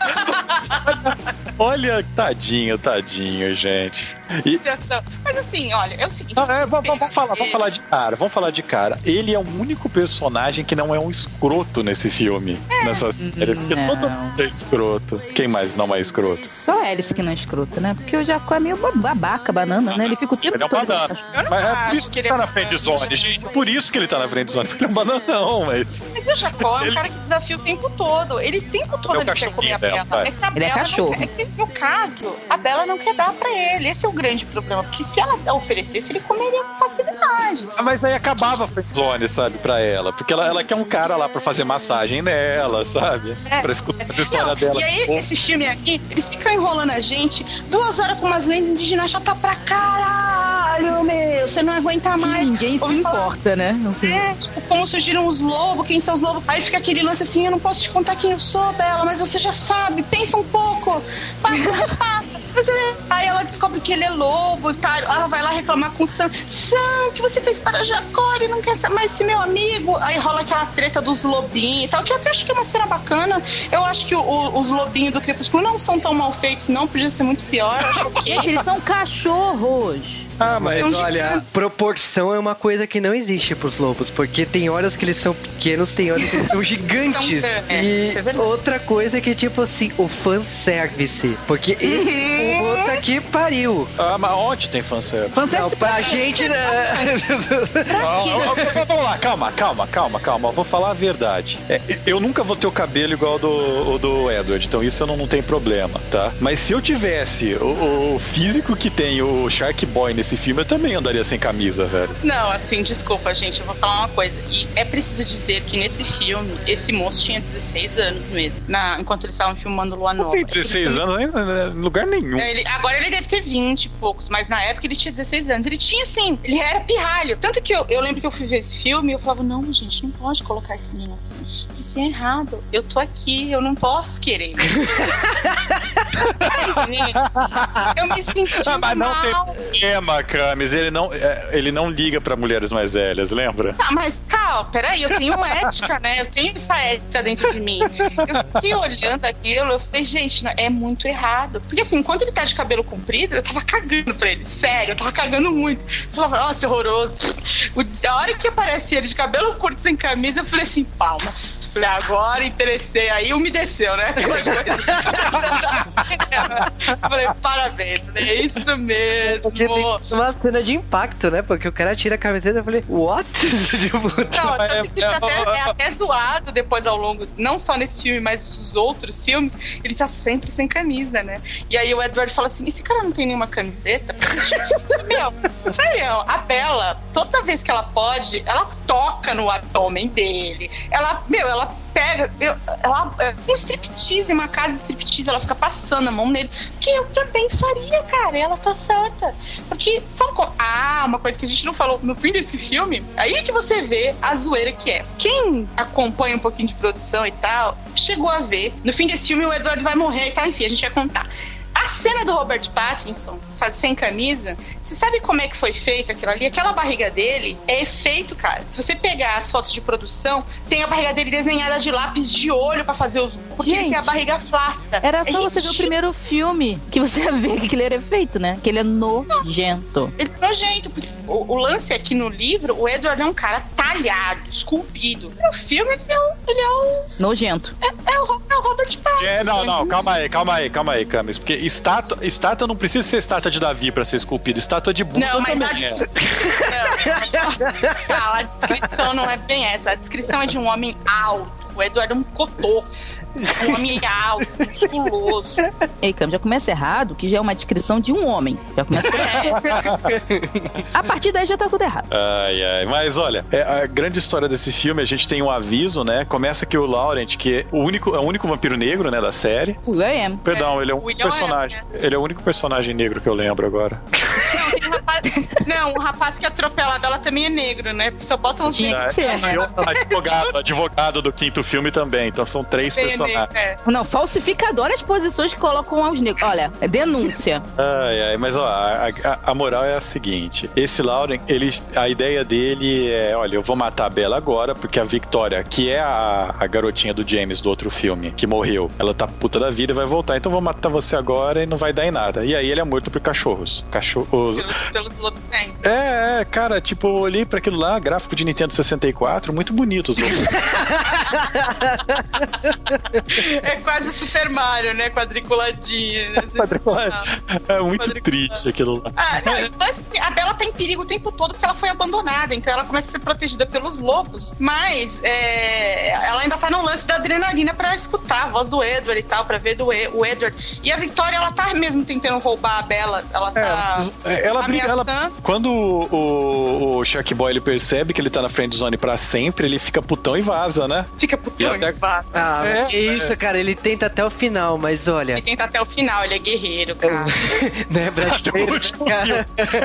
Olha, tadinho, gente. Mas assim, olha, é o seguinte. Vamos falar de cara. Ele é o único personagem que não é um escroto nesse filme. Nessa série. Porque todo mundo é escroto. Quem mais não é escroto? Só Alice que não é escroto, né? Porque o Jacó é meio babaca, banana, né? Ele fica o tempo todo. Mas é por isso que ele tá na friendzone, gente. Por isso que ele tá na friendzone. Ele é um bananão, mas o Jacó é um cara que desafia o tempo todo. Ele o tempo todo ele quer comer a Bella. Ele é cachorro. No caso, a Bella não quer dar pra ele. Esse é o grande problema. Porque se ela oferecesse, ele comeria com facilidade. Mas aí acabava a friendzone, sabe, pra ela. Porque ela quer um cara lá pra fazer massagem nela, sabe? Pra escutar essa história dela. E aí, esse filme aqui, eles ficam enrolando a gente 2 horas com umas lendas indígenas chata pra caralho, meu. Você não aguenta mais. Ninguém se importa, né? Não sei. Tipo, como surgiram os lobos, quem são os lobos. Aí fica aquele lance assim, eu não posso te contar quem eu sou, Bella, mas você já sabe. Pensa um pouco. Passa. Aí ela descobre que ele é lobo e tal. Ela vai lá reclamar com o Sam. Sam, o que você fez para Jacó? Ele não quer mais ser meu amigo. Aí rola aquela treta dos lobinhos e tal, que eu até acho que é uma cena bacana. Eu acho que os lobinhos do Crepúsculo não são tão mal feitos, não. Podia ser muito pior. Eu acho que eles são cachorros. Mas olha, proporção é uma coisa que não existe pros lobos, porque tem horas que eles são pequenos, tem horas que eles são gigantes. E outra coisa é que, tipo assim, o fanservice, porque esse outro aqui pariu. Mas onde tem fanservice? Não, pra gente... Vamos lá, calma. Vou falar a verdade. Eu nunca vou ter o cabelo igual o do Edward, então isso eu não tenho problema, tá? Mas se eu tivesse o físico que tem o Shark Boy nesse filme, eu também andaria sem camisa, velho. Não, assim, desculpa, gente, eu vou falar uma coisa. E é preciso dizer que nesse filme, esse moço tinha 16 anos mesmo, enquanto eles estavam filmando Lua Nova. Não tem 16 anos em lugar nenhum. Agora ele deve ter 20 e poucos, mas na época ele tinha 16 anos. Ele tinha, sim, ele era pirralho. Tanto que eu lembro que eu fui ver esse filme e eu falava, não, gente, não pode colocar esse menino assim. Isso é errado. Eu tô aqui, eu não posso querer. Eu me senti mas mal. Não tem problema, Camis. Ele não liga pra mulheres mais velhas, lembra? Tá, mas calma, peraí, eu tenho ética, né? Eu tenho essa ética dentro de mim. Eu fiquei olhando aquilo, eu falei, gente, é muito errado. Porque assim, enquanto ele tá de cabelo comprido, eu tava cagando pra ele. Sério, eu tava cagando muito. Eu falava, nossa, horroroso. A hora que aparecia ele de cabelo curto sem camisa, eu falei assim, palmas. Falei, agora interessei. Aí umedeceu, né? Aquela coisa. Falei, parabéns. É isso mesmo. Porque tem uma cena de impacto, né? Porque o cara tira a camiseta e eu falei, what? Não, é até zoado depois ao longo, não só nesse filme, mas dos outros filmes, ele tá sempre sem camisa, né? E aí o Edward fala assim, esse cara não tem nenhuma camiseta? Meu, sério, a Bella, toda vez que ela pode, ela toca no abdômen dele. Ela pega, um striptease, uma casa de striptease, ela fica passando a mão nele, que eu também faria, cara, ela tá certa. Porque, uma coisa que a gente não falou no fim desse filme, aí que você vê a zoeira que é. Quem acompanha um pouquinho de produção e tal, chegou a ver, no fim desse filme o Edward vai morrer e tal, enfim, a gente vai contar. A cena do Robert Pattinson, sem camisa, você sabe como é que foi feito aquilo ali? Aquela barriga dele é efeito, cara. Se você pegar as fotos de produção, tem a barriga dele desenhada de lápis de olho pra fazer os... Porque ele tem a barriga flácida. Era só você ver o primeiro filme que você ia ver que aquele era efeito, né? Que ele é nojento. Ele é nojento, porque o lance aqui no livro, o Edward é um cara talhado, esculpido. No filme, ele é o... Nojento. É o Robert Pattinson. Não, calma aí, Camis. Porque estátua não precisa ser estátua de Davi pra ser esculpida. Estátua de Buda não, mas também a descrição não é bem essa. A descrição é de um homem alto. O Edward é um cotô. Um homem alto, musculoso. Ei, Cam, já começa errado, que já é uma descrição de um homem. Já começa A partir daí já tá tudo errado. Ai, mas olha, a grande história desse filme, a gente tem um aviso, né? Começa que o Laurent, que é o único vampiro negro, né, da série. William. Perdão, ele é o único personagem. Ele é o único personagem negro que eu lembro agora. Não, tem um rapaz. Não, o rapaz que é atropelado, ela também é negro, né? Porque só botam uns Tinha que ser, né? Advogado do quinto filme também. Então são 3 personagens. Não, falsificador as posições que colocam aos negros. Olha, é denúncia. Mas ó, a moral é a seguinte: esse Lauren, a ideia dele é: olha, eu vou matar a Bella agora, porque a Victoria, que é a garotinha do James do outro filme, que morreu, ela tá puta da vida e vai voltar, então eu vou matar você agora e não vai dar em nada. E aí ele é morto por cachorros. Pelos lobisomens. Cara, tipo, eu olhei pra aquilo lá, gráfico de Nintendo 64, muito bonito os lobos. É quase Super Mario, né? Quadriculadinho. Né? É muito triste aquilo lá. A Bella tá em perigo o tempo todo porque ela foi abandonada, então ela começa a ser protegida pelos lobos, mas ela ainda tá no lance da adrenalina pra escutar a voz do Edward e tal, pra ver o Edward. E a Victoria, ela tá mesmo tentando roubar a Bella. Ela tá... Ela Quando o Shark Boy ele percebe que ele tá na friend zone pra sempre, ele fica putão e vaza, né? Fica putão e vaza. Que isso, cara, ele tenta até o final, mas olha... Ele tenta até o final, ele é guerreiro, cara. Não é brasileiro, cara.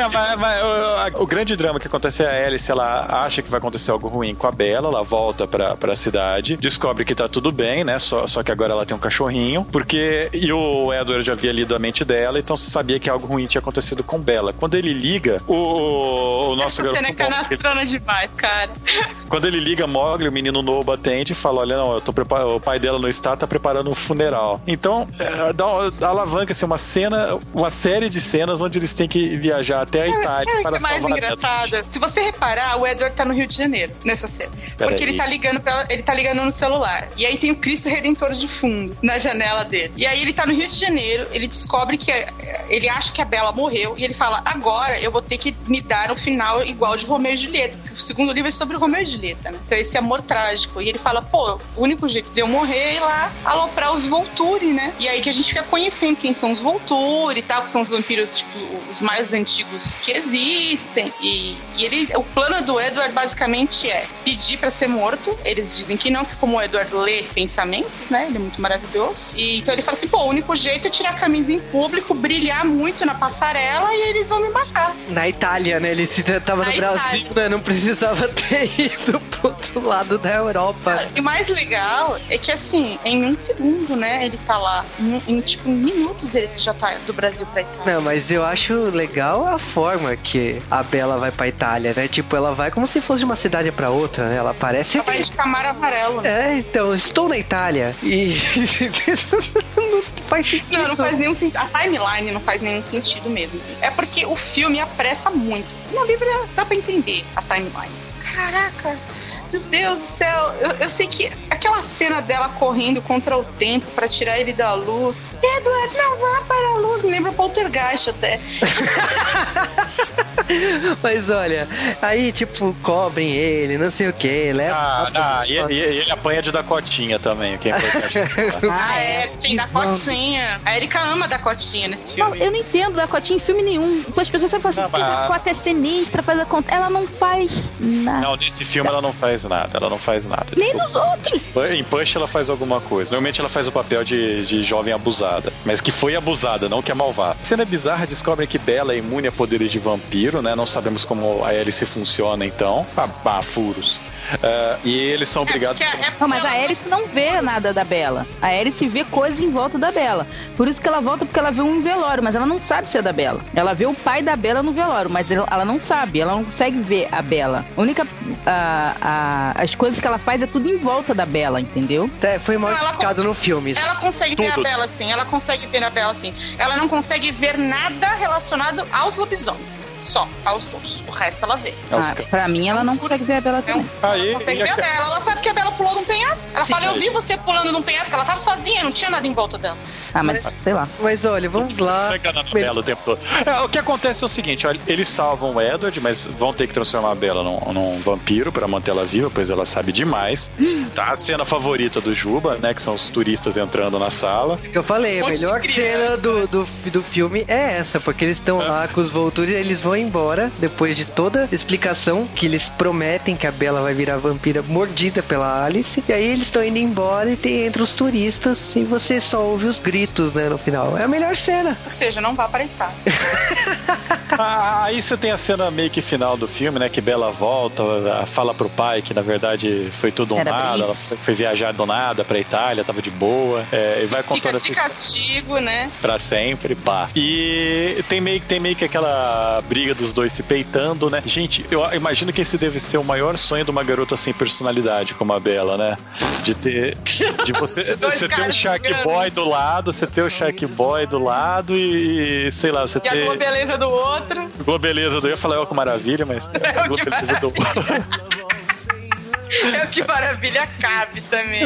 Mas o grande drama que acontece é a Alice, ela acha que vai acontecer algo ruim com a Bella, ela volta pra cidade, descobre que tá tudo bem, né? Só que agora ela tem um cachorrinho, e o Edward já havia lido a mente dela, então sabia que algo ruim tinha acontecido com Bella. Quando ele liga, o nosso garoto... Você é canastrona demais, cara. Quando ele liga, Mowgli, o menino novo atende e fala, olha, não, o pai dela não está, tá preparando um funeral. Então, alavanca-se uma série de cenas onde eles têm que viajar até a Itália para salvar a Bella. Se você reparar, o Edward tá no Rio de Janeiro, nessa cena. Porque ele tá ligando no celular. E aí tem o Cristo Redentor de fundo, na janela dele. E aí ele tá no Rio de Janeiro, ele descobre que ele acha que a Bella morreu, e ele fala, agora eu vou ter que me dar um final igual de Romeu e Julieta, porque o segundo livro é sobre Romeu e Julieta, né? Então esse amor trágico. E ele fala, pô, o único jeito de eu morrer é ir lá aloprar os Volturi, né? E aí que a gente fica conhecendo quem são os Volturi e tal, que são os vampiros, tipo, os mais antigos que existem. E o plano do Edward basicamente é pedir pra ser morto. Eles dizem que não, que como o Edward lê pensamentos, né? Ele é muito maravilhoso. E então ele fala assim, pô, o único jeito é tirar a camisa em público, brilhar muito na passarela e eles vão me matar. Na Itália, né? Ele tava no Brasil, né? Não precisava ter ido pro outro lado da Europa. E o mais legal é que, assim, em um segundo, né? Ele tá lá. Em minutos ele já tá do Brasil pra Itália. Não, mas eu acho legal a forma que a Bella vai pra Itália, né? Tipo, ela vai como se fosse de uma cidade pra outra, né? Ela parece... Ela vai de Camaro amarelo. É, então, estou na Itália e... não faz sentido. Não faz nenhum sentido. A timeline não faz nenhum sentido mesmo, assim. É porque o filme apressa muito. No livro dá pra entender a timeline. Caraca... Meu Deus do céu, eu sei que aquela cena dela correndo contra o tempo pra tirar ele da luz. Edward, não vá para a luz. Me lembra o Poltergeist até. Mas olha, aí tipo, cobrem ele, não sei o que, leva. E ele apanha de Dakotinha também, que é importante. Tem Dakotinha. A Erika ama Dakotinha nesse filme. Não, eu não entendo Dakotinha em filme nenhum. As pessoas sempre falam assim, Dakota é sinistra, faz a conta. Ela não faz nada. Não, nesse filme ela não faz nada, Nem nos outros. Em Push ela faz alguma coisa. Normalmente ela faz o papel de jovem abusada, mas que foi abusada, não que é malvada. A cena bizarra, descobrem que Bella é imune a poderes de vampiro, né? Não sabemos como a Alice funciona, então. Furos. E eles são obrigados... Mas a Alice não vê nada da Bella. A Alice vê coisas em volta da Bella. Por isso que ela volta, porque ela vê um velório, mas ela não sabe se é da Bella. Ela vê o pai da Bella no velório, mas ela não sabe, ela não consegue ver a Bella. A única... as coisas que ela faz é tudo em volta da Bella, entendeu? Foi mal explicado no filme. Ela consegue ver a Bella, sim. Ela consegue ver a Bella, sim. Ela não consegue ver nada relacionado aos lobisomens. Só, aos lobos. O resto ela vê. Pra mim, ela não consegue ver a Bella também. Ela consegue ver a Bella. Ela sabe que a Bella pulou num penhasco. Ela fala, eu vi você pulando num penhasco. Ela tava sozinha, não tinha nada em volta dela. Mas sei lá. Mas olha, vamos lá. O tempo todo. O que acontece é o seguinte, olha, eles salvam o Edward, mas vão ter que transformar a Bella num vampiro pra manter ela viva, pois ela sabe demais. Tá a cena favorita do Juba, né, que são os turistas entrando na sala. Que eu falei, a melhor cena do filme é essa, porque eles estão lá com os Volturi, eles vão embora, depois de toda explicação que eles prometem que a Bella vai virar vampira mordida pela Alice, e aí eles estão indo embora e tem entre os turistas e você só ouve os gritos, né, no final. É a melhor cena. Ou seja, não vá para Itália. Aí você tem a cena meio que final do filme, né, que Bella volta, fala pro pai que na verdade foi tudo um nada, ela foi viajar do nada pra Itália, tava de boa, e vai contando essa história. Fica de castigo, né? Pra sempre, pá. E tem meio que aquela briga dos dois se peitando, né? Gente, eu imagino que esse deve ser o maior sonho de uma garota sem personalidade como a Bella, né? De você ter o Shark Boy do lado, você ter o Shark Boy do lado e sei lá, você ter... E a globeleza do outro. Globeleza do... Eu ia falar que maravilha, mas... globeleza do outro. É o que maravilha cabe também.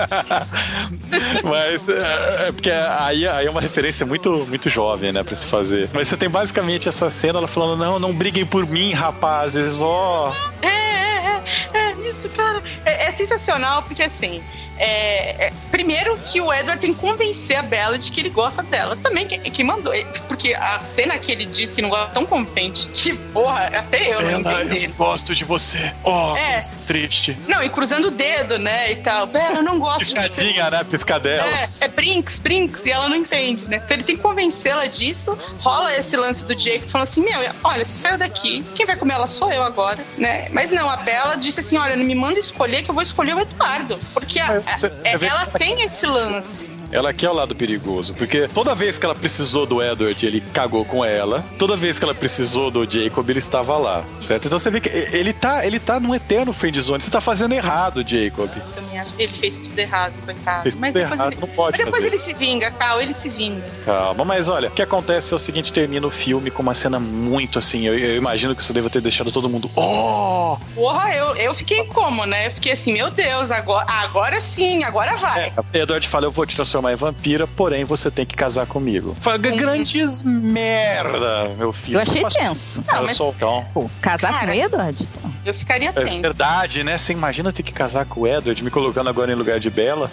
Mas porque aí é uma referência muito, muito jovem, né, pra se fazer. Mas você tem basicamente essa cena, ela falando, não briguem por mim, rapazes, ó. Isso, cara. É sensacional, porque assim, Primeiro que o Edward tem que convencer a Bella de que ele gosta dela. Também que mandou. Porque a cena que ele disse que não gosta tão convincente. Que porra, até eu não entendi. Eu gosto de você. Triste. Não, e cruzando o dedo, né? E tal. Bella, eu não gosto de você. Piscadinha, né? Piscadela. É Brinks, e ela não entende, né? Então ele tem que convencê-la disso. Rola esse lance do Jacob falando assim: olha, você saiu daqui, quem vai comer ela sou eu agora, né? Mas não, a Bella disse assim: olha, não me manda escolher que eu vou escolher o Eduardo. Porque ela tem esse lance. Ela quer o lado perigoso, porque toda vez que ela precisou do Edward, ele cagou com ela. Toda vez que ela precisou do Jacob, ele estava lá, certo? Então você vê que ele tá num eterno friendzone. Você tá fazendo errado, Jacob. Eu também acho que ele fez tudo errado, coitado. Fez tudo errado, não pode fazer. Mas depois ele se vinga, Cal, ele se vinga. Calma, mas olha, o que acontece é o seguinte, termina o filme com uma cena muito assim, eu imagino que isso deva ter deixado todo mundo, Porra, eu fiquei como, né? Eu fiquei assim, meu Deus, agora sim, agora vai. Edward fala, eu vou te transformar em vampira, porém você tem que casar comigo. Grandes merda, meu filho. Eu achei tenso. Não, mas... Pô, casar com o Edward? Eu ficaria tenso. É verdade, né? Você imagina ter que casar com o Edward, me colocando agora em lugar de Bella?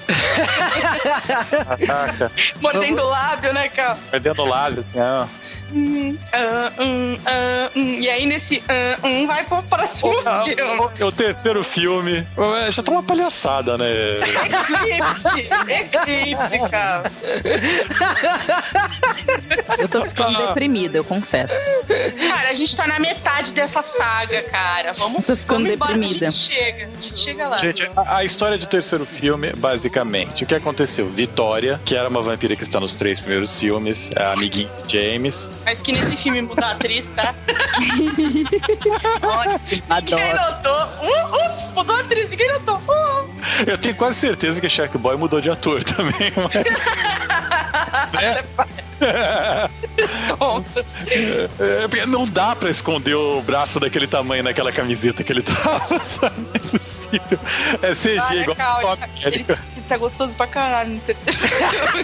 Caraca. Mordendo o lábio, né, cara? Mordendo o lábio, assim, E aí nesse vai pro próximo filme. O terceiro filme já tá uma palhaçada, né? Eclipse, cara. Eu tô ficando deprimida, eu confesso. Cara, a gente tá na metade dessa saga, cara. Vamos deprimida. A gente chega lá. Gente, a história do terceiro filme, basicamente, o que aconteceu? Vitória, que era uma vampira que está nos 3 primeiros filmes, a amiguinha de James. Mas que nesse filme muda a atriz, tá? Ótimo, adoro. Ninguém notou. Ups, mudou a atriz, ninguém notou. Eu tenho quase certeza que Shark Boy mudou de ator também, Porque não dá pra esconder o braço daquele tamanho naquela camiseta que ele tava, sabe? É possível. É CG, igual calma, ele tá gostoso pra caralho no terceiro filme.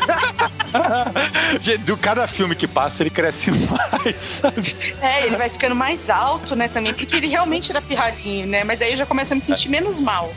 Gente, do cada filme que passa, ele cresce mais, sabe? Ele vai ficando mais alto, né, também, porque ele realmente era pirralhinho, né? Mas daí eu já começo a me sentir menos mal.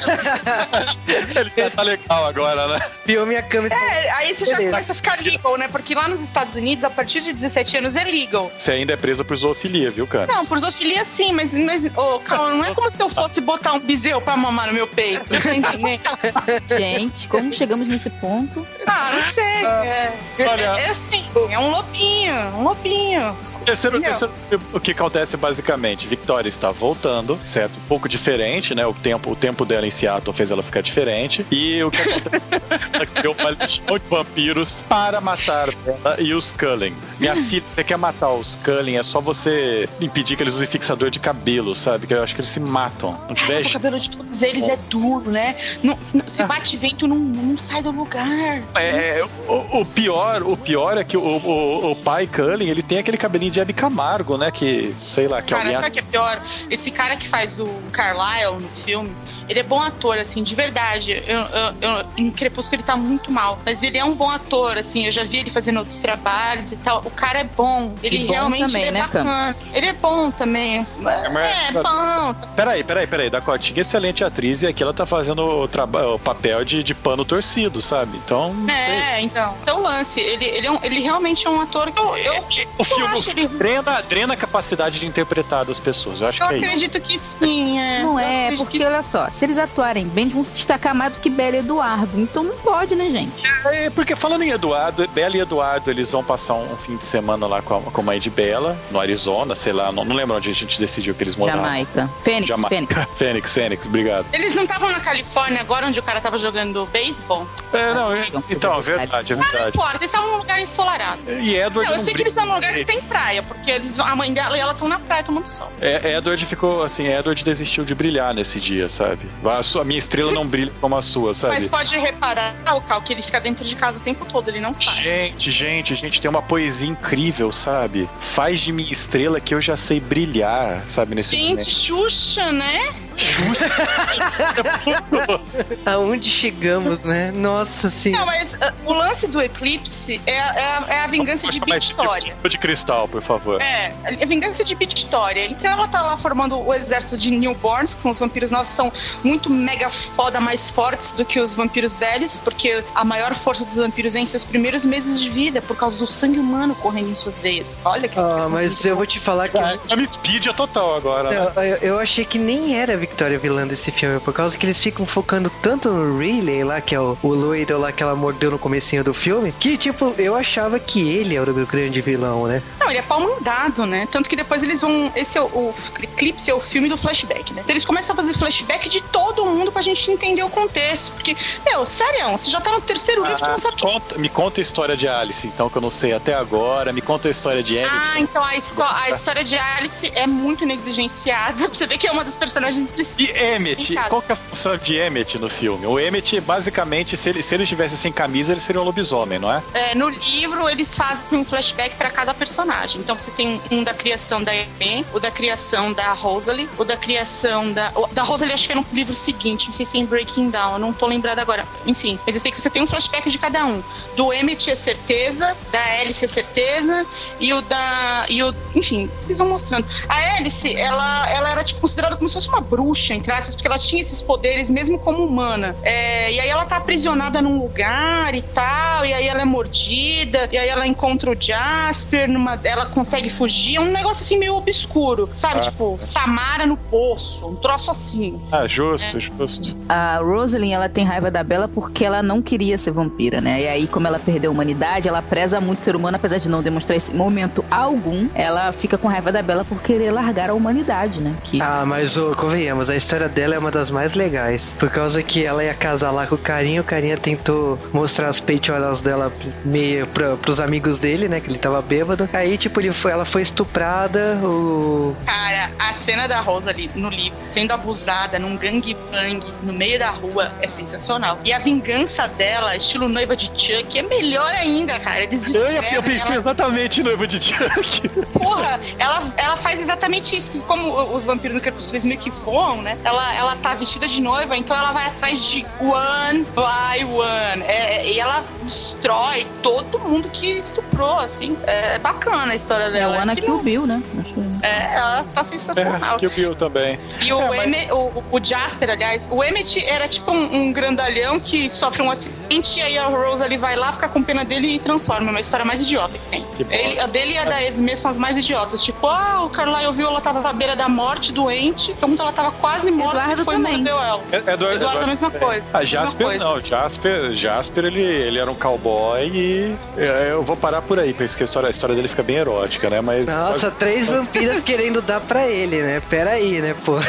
Ele tá legal agora, né? Piou minha câmera. Aí você já começa a ficar legal, né? Porque lá nos Estados Unidos, a partir de 17 anos, é legal. Você ainda é presa por zoofilia, viu, cara? Não, por zoofilia sim, mas calma, não é como se eu fosse botar um bezerro pra mamar no meu peito. Você tá entendendo? Gente, como chegamos nesse ponto? Não sei. Olha, assim, é um lobinho. Terceiro, o que acontece basicamente? Victoria está voltando, certo? Um pouco diferente, né? O tempo dela em Seattle fez ela ficar diferente. E o que acontece? Ela criou uma legião de vampiros para matar ela e os Cullen. Minha filha, você quer matar os Cullen, é só você impedir que eles usem fixador de cabelo, sabe? Que eu acho que eles se matam. Não tiver... O cabelo de todos eles é duro, né? Se bate vento, não sai do lugar. O pior é que o pai Cullen, ele tem aquele cabelinho de Hebe Camargo, né? Que, sei lá, que cara, alguém... sabe o que é pior? Esse cara que faz o Carlyle no filme, ele é bom ator, assim, de verdade. Em Crepúsculo ele tá muito mal, mas ele é um bom ator, assim, eu já vi ele fazendo outros trabalhos e tal. O cara é bom, ele bom realmente também, é bacana. Ele é bom também. Bom. Peraí, Dakotinha, excelente atriz, e aqui ela tá fazendo o papel de pano torcido, sabe? Então, não sei. Então o lance, ele realmente é um ator que o filme drena a capacidade de interpretar das pessoas. Eu acho que é isso. Eu acredito que sim, Não é, porque olha só, se eles atuarem bem, vão se destacar mais do que Bella e Eduardo. Então não pode, né, gente? Porque falando em Eduardo, Bella e Eduardo, eles vão passar um fim de semana lá com a mãe de Bella, no Arizona, sei lá, não lembro onde a gente decidiu que eles moravam. Jamaica. Fênix, obrigado. Eles não estavam na Califórnia agora, onde o cara tava jogando beisebol? Então, é verdade. Mas não importa, eles estavam num lugar ensolarado. E Edward eu sei que eles estão num lugar que tem praia, porque a mãe dela e ela estão na praia tomando sol. Edward ficou assim, Edward desistiu de brilhar nesse dia, sabe? A minha estrela não brilha como a sua, sabe? Mas pode reparar, Cal, que ele fica dentro de casa o tempo todo, ele não sai. Gente, tem uma poesia incrível, sabe? Faz de minha estrela que eu já sei brilhar, sabe? Nesse momento. Xuxa, né? Aonde chegamos, né? Nossa senhora. Não, mas o lance do Eclipse é a vingança de Victoria. Tipo de cristal, por favor. É, a vingança de Victoria. Então ela tá lá formando o exército de newborns, que são os vampiros novos, são muito mega foda, mais fortes do que os vampiros velhos, porque a maior força dos vampiros é em seus primeiros meses de vida, por causa do sangue humano correndo em suas veias. Olha que mas eu vou te falar que... A minha speed é total agora. Não, eu achei que nem era a Victoria vilã desse filme, por causa que eles ficam focando tanto no Riley lá, que é o loiro lá que ela mordeu no comecinho do filme, que tipo, eu achava que ele era o grande vilão, né? Não, ele é pau mandado, né? Tanto que depois eles vão... o Eclipse é o filme do flashback, né? Então eles começam a fazer flashback de todo mundo pra gente entender o contexto. Porque, sério, você já tá no terceiro livro, tu não sabe o que... Me conta a história de Alice, então, que eu não sei até agora. Me conta a história de Emmett. Então a história de Alice é muito negligenciada. Pra você ver que é uma das personagens principais. E Emmett? Qual que é a função de Emmett no filme? O Emmett, basicamente, se ele estivesse sem camisa, ele seria um lobisomem, não é? No livro, eles fazem um flashback pra cada personagem. Então você tem um da criação da Amy, o da criação da Rosalie, o da criação da Rosalie, acho que é no livro seguinte, não sei se é em Breaking Down, eu não tô lembrada agora. Enfim, mas eu sei que você tem um flashback de cada um. Do Emmett é certeza, da Alice é certeza, enfim, eles vão mostrando. A Alice, ela era tipo considerada como se fosse uma bruxa, entre aspas, porque ela tinha esses poderes mesmo como humana. E aí ela tá aprisionada num lugar e tal, e aí ela é mordida, e aí ela encontra o Jasper, ela consegue fugir, é um negócio assim meio obscuro, sabe? Tipo, Samara no poço, um troço assim. Justo. A Rosalind, ela tem raiva da Bella porque ela não queria ser vampira, né? E aí, como ela perdeu a humanidade, ela preza muito o ser humano, apesar de não demonstrar esse momento algum, ela fica com raiva da Bella por querer largar a humanidade, né? Mas convenhamos, a história dela é uma das mais legais, por causa que ela ia casar lá com o carinha tentou mostrar as peitolas dela meio pros amigos dele, né? Que ele tava bêbado. Aí, tipo, ela foi estuprada, Cara, a cena da Rosalie no livro, sendo abusada num gangbang no meio da rua, é sensacional. E a vingança dela, estilo noiva de Chuck, é melhor ainda, cara. Eu pensei exatamente em noiva de Chuck. Porra, ela faz exatamente isso, porque como os vampiros no Crepúsculo eles meio que voam, né? Ela tá vestida de noiva, então ela vai atrás de one by one. E ela destrói todo mundo que estuprou, assim. É bacana a história dela. É o Ana Kill Bill, né? Ela tá sensacional. Kill Bill também. E o Jasper, aliás, o Emmett era tipo um grandalhão que sofre um acidente, e aí a Rosalie vai lá, fica com pena dele e transforma. É uma história mais idiota que tem. A dele e a da Esme são as mais idiotas. Tipo, o Carlyle viu, ela tava à beira da morte, doente, então ela tava quase morta. Eduardo também. Mordeu ela. Eduardo a mesma coisa. Jasper não. Jasper ele era um cowboy e eu vou parar por aí, porque a história dele fica bem erótica, né? Nossa, 3 vampiras querendo dar pra ele, né? Pera aí, né, pô?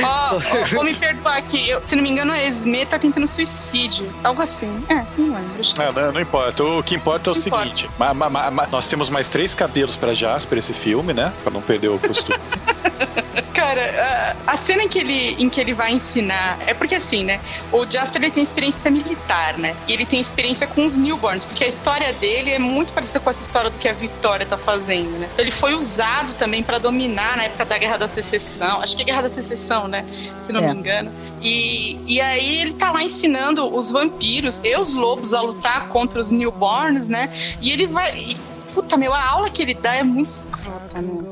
Vou me perdoar aqui. Se não me engano, a Esme tá tentando suicídio. Algo assim. Não lembro. Não importa. O que importa é o seguinte. Nós temos mais 3 cabelos pra Jasper esse filme, né? Pra não perder o costume. Cara, a cena em que ele vai ensinar... É porque assim, né? O Jasper, ele tem experiência militar, né? E ele tem experiência com os newborns, porque a história dele é muito parecida com essa história do que a Victoria tá fazendo, né? Então ele foi usado também pra dominar na época da Guerra da Secessão. Acho que é Guerra da Secessão, né? Se não me engano. E aí ele tá lá ensinando os vampiros e os lobos a lutar contra os newborns, né? E ele vai... Puta, a aula que ele dá é muito escrota, né?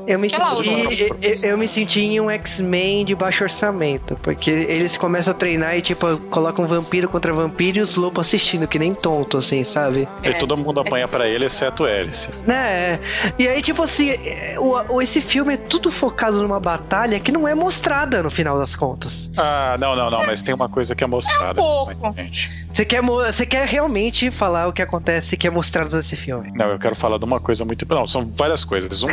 Eu me senti em um X-Men de baixo orçamento, porque eles começam a treinar e, tipo, colocam vampiro contra vampiro e os lobos assistindo, que nem tonto, assim, sabe? E todo mundo apanha pra ele, exceto Alice. Né? E aí, tipo assim, esse filme é tudo focado numa batalha que não é mostrada no final das contas. Não, mas tem uma coisa que é mostrada. Você quer realmente falar o que acontece que é mostrado nesse filme? Não, eu quero falar de uma coisa muito... Não, são várias coisas.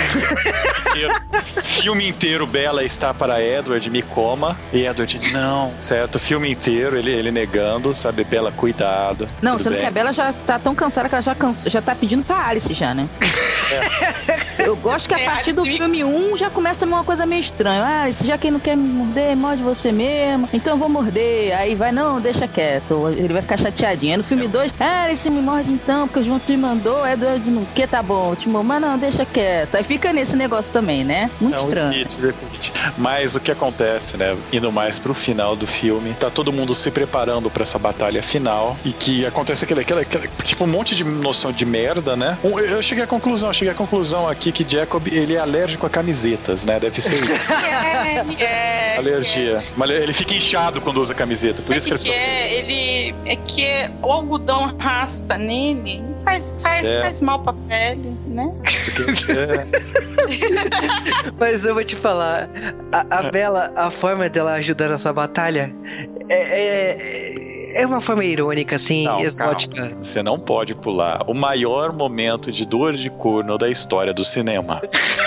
Filme inteiro, Bella está para Edward, me coma. E Edward, não, certo? Filme inteiro, ele negando, sabe? Bella, cuidado. Não, sendo que a Bella já tá tão cansada que ela já tá pedindo pra Alice já, né? Eu gosto que a partir do filme 1 já começa também uma coisa meio estranha. Ah, já quem não quer me morder, morde você mesmo. Então eu vou morder. Aí vai, não, deixa quieto. Ele vai ficar chateadinho. Aí no filme 2, ele se me morde então, porque o João te mandou, Edward não quer, tá bom. Mas não, deixa quieto. Aí fica nesse negócio também, né? Muito estranho. Repite. Mas o que acontece, né? Indo mais pro final do filme, tá todo mundo se preparando pra essa batalha final e que acontece aquele tipo, um monte de noção de merda, né? Eu cheguei à conclusão aqui que Jacob, ele é alérgico a camisetas, né? Deve ser isso. Alergia. Mas ele fica inchado quando usa camiseta. Por isso que ele o algodão raspa nele, faz mal pra pele, né? Mas eu vou te falar, a Bella, a forma dela ajudar nessa batalha é uma forma irônica, assim, não, exótica. Calma. Você não pode pular o maior momento de dor de corno da história do cinema.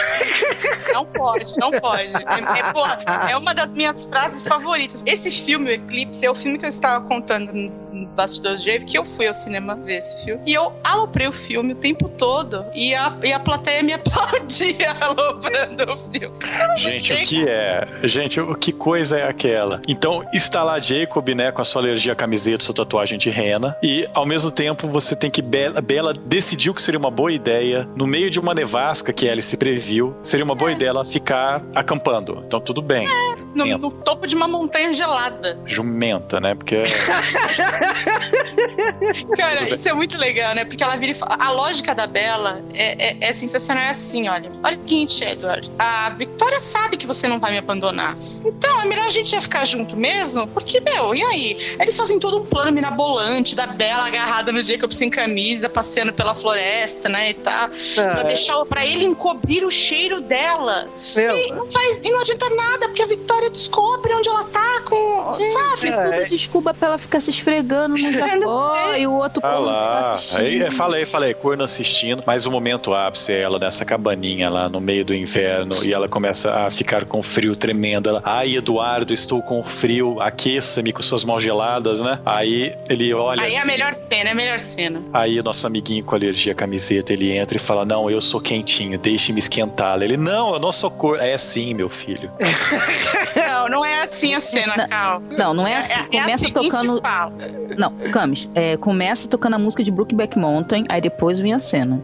Não pode. É uma das minhas frases favoritas. Esse filme, o Eclipse, é o filme que eu estava contando nos bastidores de Wave, que eu fui ao cinema ver esse filme. E eu aloprei o filme o tempo todo. E a plateia me aplaudia aloprando o filme. Gente, que coisa é aquela? Então, está lá Jacob, né, com a sua alergia à camiseta, sua tatuagem de rena. E, ao mesmo tempo, você tem que... Bella decidiu que seria uma boa ideia, no meio de uma nevasca que Alice previu, seria uma boa ideia ela ficar acampando. Então tudo bem. No topo de uma montanha gelada. Jumenta, né? Porque... Cara, isso é muito legal, né? Porque ela vira e fala... A lógica da Bella é sensacional. É assim, olha o seguinte, Edward. A Victoria sabe que você não vai me abandonar. Então, é melhor a gente já ficar junto mesmo? Porque, e aí? Eles fazem todo um plano mirabolante da Bella agarrada no Jacob sem camisa, passeando pela floresta, né, e tal. Pra ele encobrir o cheiro dela. E não adianta nada, porque a Victoria descobre onde ela tá com... Gente, sabe? Tudo desculpa pra ela ficar se esfregando no Jacó e o outro corno ficar assistindo. Aí, falei, corno assistindo, mas o momento ápice é ela nessa cabaninha lá no meio do inverno e ela começa a ficar com frio tremendo. Ela, Eduardo, estou com frio, aqueça-me com suas mãos geladas, né? Aí ele olha Aí assim, é a melhor cena. Aí nosso amiguinho com alergia à camiseta, ele entra e fala, não, eu sou quentinho, deixe-me esquentá-la. Ele, não, eu não sou corno. É assim, meu filho. Não é assim a cena, Cal. Não é assim. Começa tocando... Não, Camis, começa tocando a música de Brokeback Mountain, aí depois vem a cena.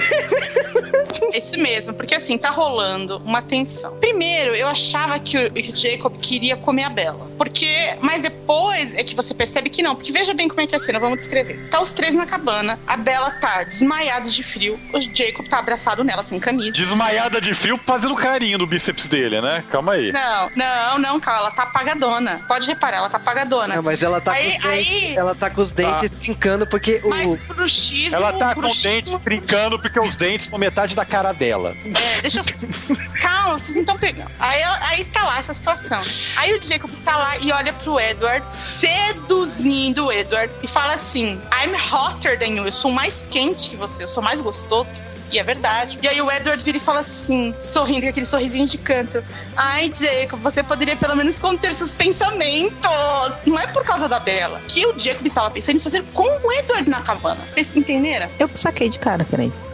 É isso mesmo, porque assim, tá rolando uma tensão. Primeiro, eu achava que o Jacob queria comer a Bella. Mas depois é que você percebe que não. Porque veja bem como é que é a cena, vamos descrever. Tá os três na cabana, a Bella tá desmaiada de frio, o Jacob tá abraçado nela, sem camisa. Desmaiada de frio, fazendo carinho no bíceps dele, né? Calma aí. Não, calma, ela tá apagadona. Pode reparar, ela tá apagadona. Não, mas ela tá ela tá com os dentes trincando porque Mas pro X... Ela tá com os dentes trincando porque os dentes são metade da cara dela. Deixa eu... Calma, vocês não estão pegando. Aí tá lá essa situação. Aí o Jacob tá lá e olha pro Edward, seduzindo o Edward, e fala assim, I'm hotter than you, eu sou mais quente que você, eu sou mais gostoso que você. E é verdade. E aí o Edward vira e fala assim, sorrindo com aquele sorrisinho de canto, ai, Jacob, você poderia pelo menos conter seus pensamentos. Não é por causa da Bella que o Jacob estava pensando em fazer com o Edward na cabana. Vocês entenderam? Eu saquei de cara, pra isso.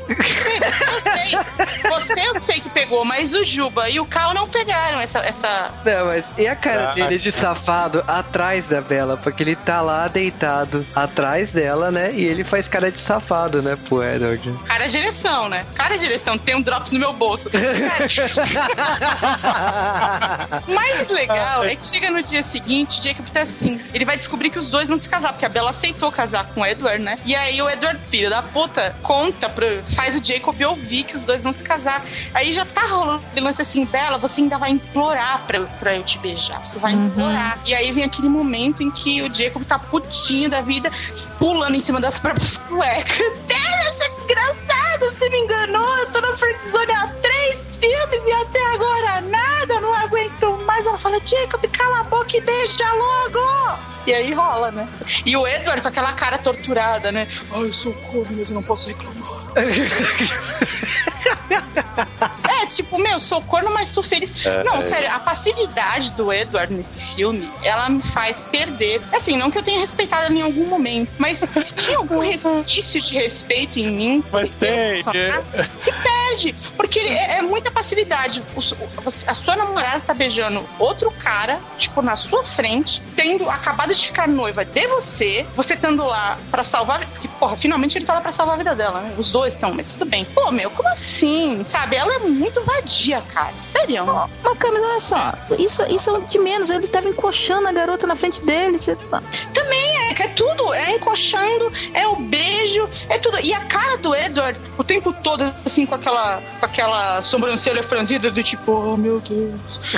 Eu sei que pegou, mas o Juba e o Cal não pegaram essa... Não, mas e a cara dele de safado atrás da Bella? Porque ele tá lá deitado atrás dela, né? E ele faz cara de safado, né, pro Edward. Cara de ereção, né? Cara de ereção, tem um drops no meu bolso. O mais legal é que chega no dia seguinte, o Jacob tá assim, ele vai descobrir que os dois vão se casar, porque a Bella aceitou casar com o Edward, né? E aí o Edward, filho da puta, faz o Jacob ouvir que os dois vão se casar. Aí já tá rolando o lance assim, Bella, você ainda vai implorar pra eu te beijar. Você vai implorar. E aí vem aquele momento em que o Jacob tá putinho da vida, pulando em cima das próprias cuecas. Bella, você é desgraçado, você me enganou, eu tô na friendzone há 3 filmes e até agora nada, não aguento mais. Ela fala, Jacob, cala a boca e beija logo! E aí rola, né? E o Edward com aquela cara torturada, né? Ai, eu sou corno, mas eu não posso reclamar. Tipo, sou corno, mas sou feliz. Sério, a passividade do Edward nesse filme, ela me faz perder. Assim, não que eu tenha respeitado ela em algum momento, mas tinha algum resquício de respeito em mim. Mas tem. Se perde. perde. Porque é muita passividade. A sua namorada tá beijando outro cara, tipo, na sua frente, tendo acabado de ficar noiva de você estando lá pra salvar. Porque, porra, finalmente ele tá lá pra salvar a vida dela, né? Os dois estão, mas tudo bem. Pô, meu, como assim? Sabe? Ela é muito vadia, cara. Sério. Mas, Camis, olha só. Isso é de menos. Ele tava encoxando a garota na frente dele. Também é tudo. É encoxando, é o beijo, é tudo. E a cara do Edward, o tempo todo, assim, com aquela sobrancelha franzida do tipo, oh meu Deus,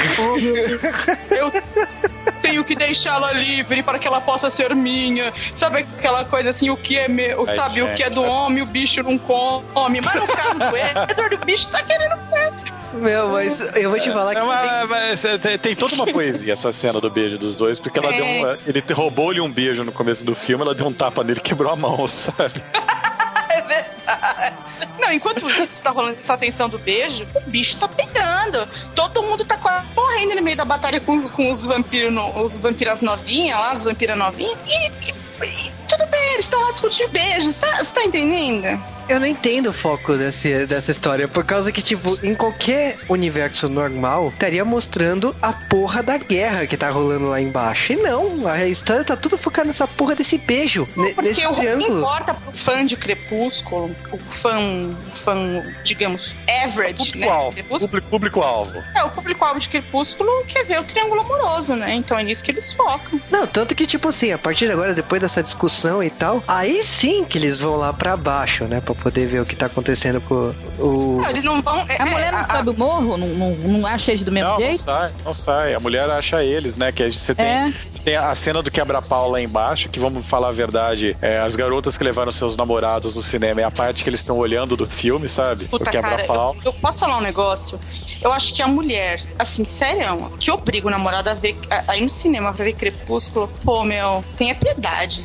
eu tenho que deixá-la livre para que ela possa ser minha. Sabe aquela coisa assim, o que é meu, sabe, gente, o que é do homem, o bicho não come. Mas no caso do Edward, o bicho tá querendo comer. Meu, mas eu vou te falar que tem toda uma poesia essa cena do beijo dos dois, porque ela ele roubou-lhe um beijo no começo do filme, ela deu um tapa nele e quebrou a mão, sabe? É verdade. Não, enquanto isso tá rolando essa tensão do beijo, o bicho tá pegando. Todo mundo tá quase morrendo no meio da batalha com os vampiros, os vampiras novinhas lá, as vampiras novinhas. E tudo bem, eles estão lá discutindo beijos. Você tá entendendo? Eu não entendo o foco dessa história, por causa que, tipo, em qualquer universo normal, estaria mostrando a porra da guerra que tá rolando lá embaixo. E não, a história tá tudo focada nessa porra desse beijo, nesse triângulo. Não importa pro fã de Crepúsculo, o fã, digamos, average, né? Público-alvo. O público-alvo de Crepúsculo quer ver o triângulo amoroso, né? Então é nisso que eles focam. Não, tanto que, tipo assim, a partir de agora, depois dessa discussão e tal, aí sim que eles vão lá pra baixo, né? Pra poder ver o que tá acontecendo com o... Não, eles não vão... A mulher não sabe o morro? Não acha eles do mesmo jeito? Não sai. A mulher acha eles, né? Que você tem a cena do quebra-pau lá embaixo, que, vamos falar a verdade, as garotas que levaram seus namorados no cinema é a parte que eles estão olhando do filme, sabe? Puta, o quebra-pau. Cara, eu posso falar um negócio? Eu acho que a mulher, assim, sério, que obriga o namorado a ir no cinema pra ver Crepúsculo, pô, meu, tenha piedade.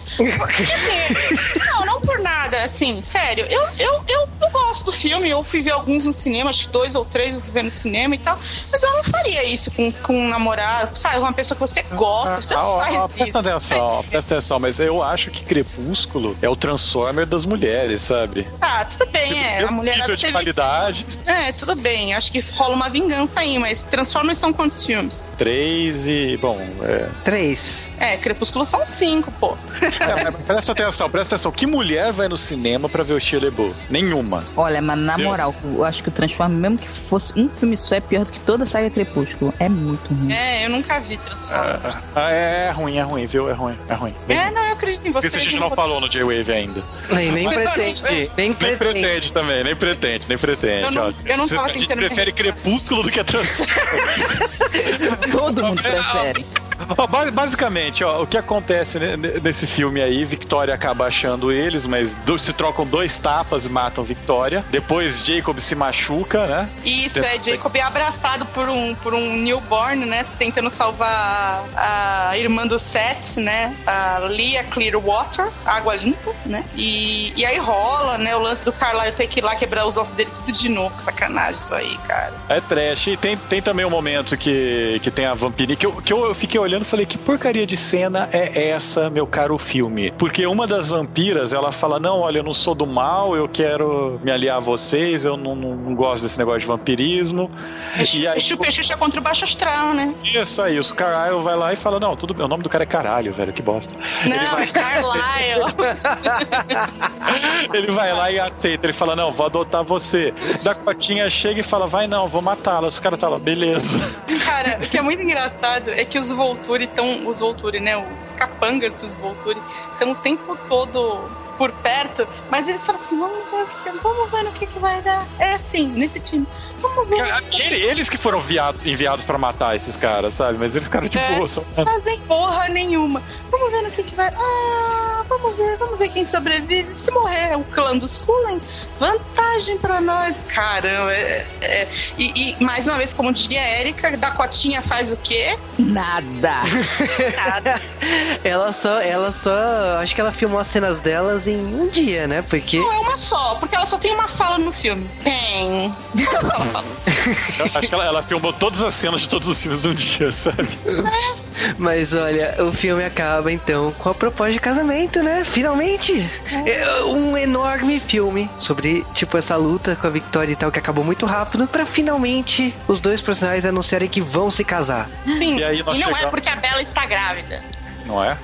Não por nada, assim, sério. Eu gosto do filme, eu fui ver alguns no cinema, acho que 2 ou 3 eu fui ver no cinema e tal, mas eu não faria isso com um namorado, sabe? Uma pessoa que você gosta, você não faz isso. Presta atenção, mas eu acho que Crepúsculo é o Transformer das mulheres, sabe? Ah, tudo bem, a mulher nível de qualidade. Tudo bem, acho que rola uma vingança aí, mas Transformers são quantos filmes? 3 e... bom, 3. Crepúsculo são 5, pô. Mas presta atenção. Que mulher vai no cinema pra ver o Shia LaBeouf? Nenhuma. Olha, mas na moral, eu acho que o Transformers, mesmo que fosse um filme só, é pior do que toda a saga Crepúsculo. É muito ruim. Eu nunca vi Transformers. É ruim, viu? É ruim. Não, eu acredito em você. Por isso a gente não falou no J-Wave ainda. Nem pretende. Nem pretende também, nem pretende. Eu não tava a gente prefere Crepúsculo do que a Transformers. Todo mundo prefere. Basicamente, o que acontece nesse filme aí, Victoria acaba achando eles, mas se trocam 2 tapas e matam Victoria. Depois Jacob se machuca, né? Isso, Jacob é abraçado por um newborn, né? Tentando salvar a irmã do Seth, né? A Leah Clearwater, água limpa, né? E aí rola, né? O lance do Carlyle ter que ir lá quebrar os ossos dele tudo de novo. Sacanagem isso aí, cara. É trash. E tem também um momento que tem a vampirinha, que eu fiquei olhando e falei, que porcaria de cena é essa, meu caro filme? Porque uma das vampiras, ela fala, não, olha, eu não sou do mal, eu quero me aliar a vocês, eu não gosto desse negócio de vampirismo. E aí, Xuxa contra o baixo astral, né? Isso aí, o Carlyle vai lá e fala, não, tudo bem, o nome do cara é caralho, velho, que bosta. Não, Carlyle. Ele vai lá e aceita, ele fala, não, vou adotar você. Dakotinha chega e fala, vai não, vou matá-la. Os caras tá lá, beleza. Cara, o que é muito engraçado é que os Volturi, né, os capangas dos Volturi estão o tempo todo por perto, mas eles falam assim, vamos ver no que vai dar. É assim, nesse time. Vamos ver. Eles que foram enviados pra matar esses caras, sabe? Mas eles ficaram tipo... Não fazem porra nenhuma. Vamos ver no que vai... vamos ver quem sobrevive. Se morrer é o clã dos Cullen, vantagem pra nós. Caramba, E mais uma vez, como diria a Erika, Dakotinha faz o quê? Nada. Ela só... Acho que ela filmou as cenas delas em um dia, né? Porque... Não é uma só, porque ela só tem uma fala no filme. Tem. Eu acho que ela filmou todas as cenas de todos os filmes de um dia, sabe? Mas olha, o filme acaba então com a proposta de casamento, né? Finalmente! É um enorme filme sobre, tipo, essa luta com a Victoria e tal, que acabou muito rápido, pra finalmente os dois personagens anunciarem que vão se casar. Sim, E aí não chegamos... é porque a Bella está grávida. Não é?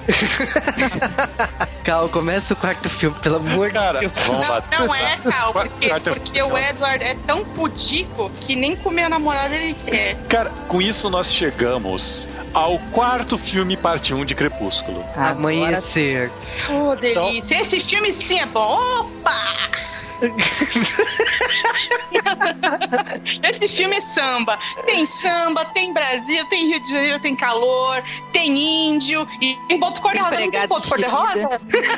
Cal, começa o quarto filme, pelo amor de Deus. Vamos lá. Não é, Cal, porque o Edward é tão pudico que nem comer a namorada ele quer. Cara, com isso nós chegamos ao quarto filme, parte 1 de Crepúsculo. Amanhecer. Oh, delícia. Esse filme sim é bom. Opa! Esse filme é samba, tem Brasil, tem Rio de Janeiro, tem calor, tem índio e tem boto cor-de-rosa. Não tem boto cor-de-rosa?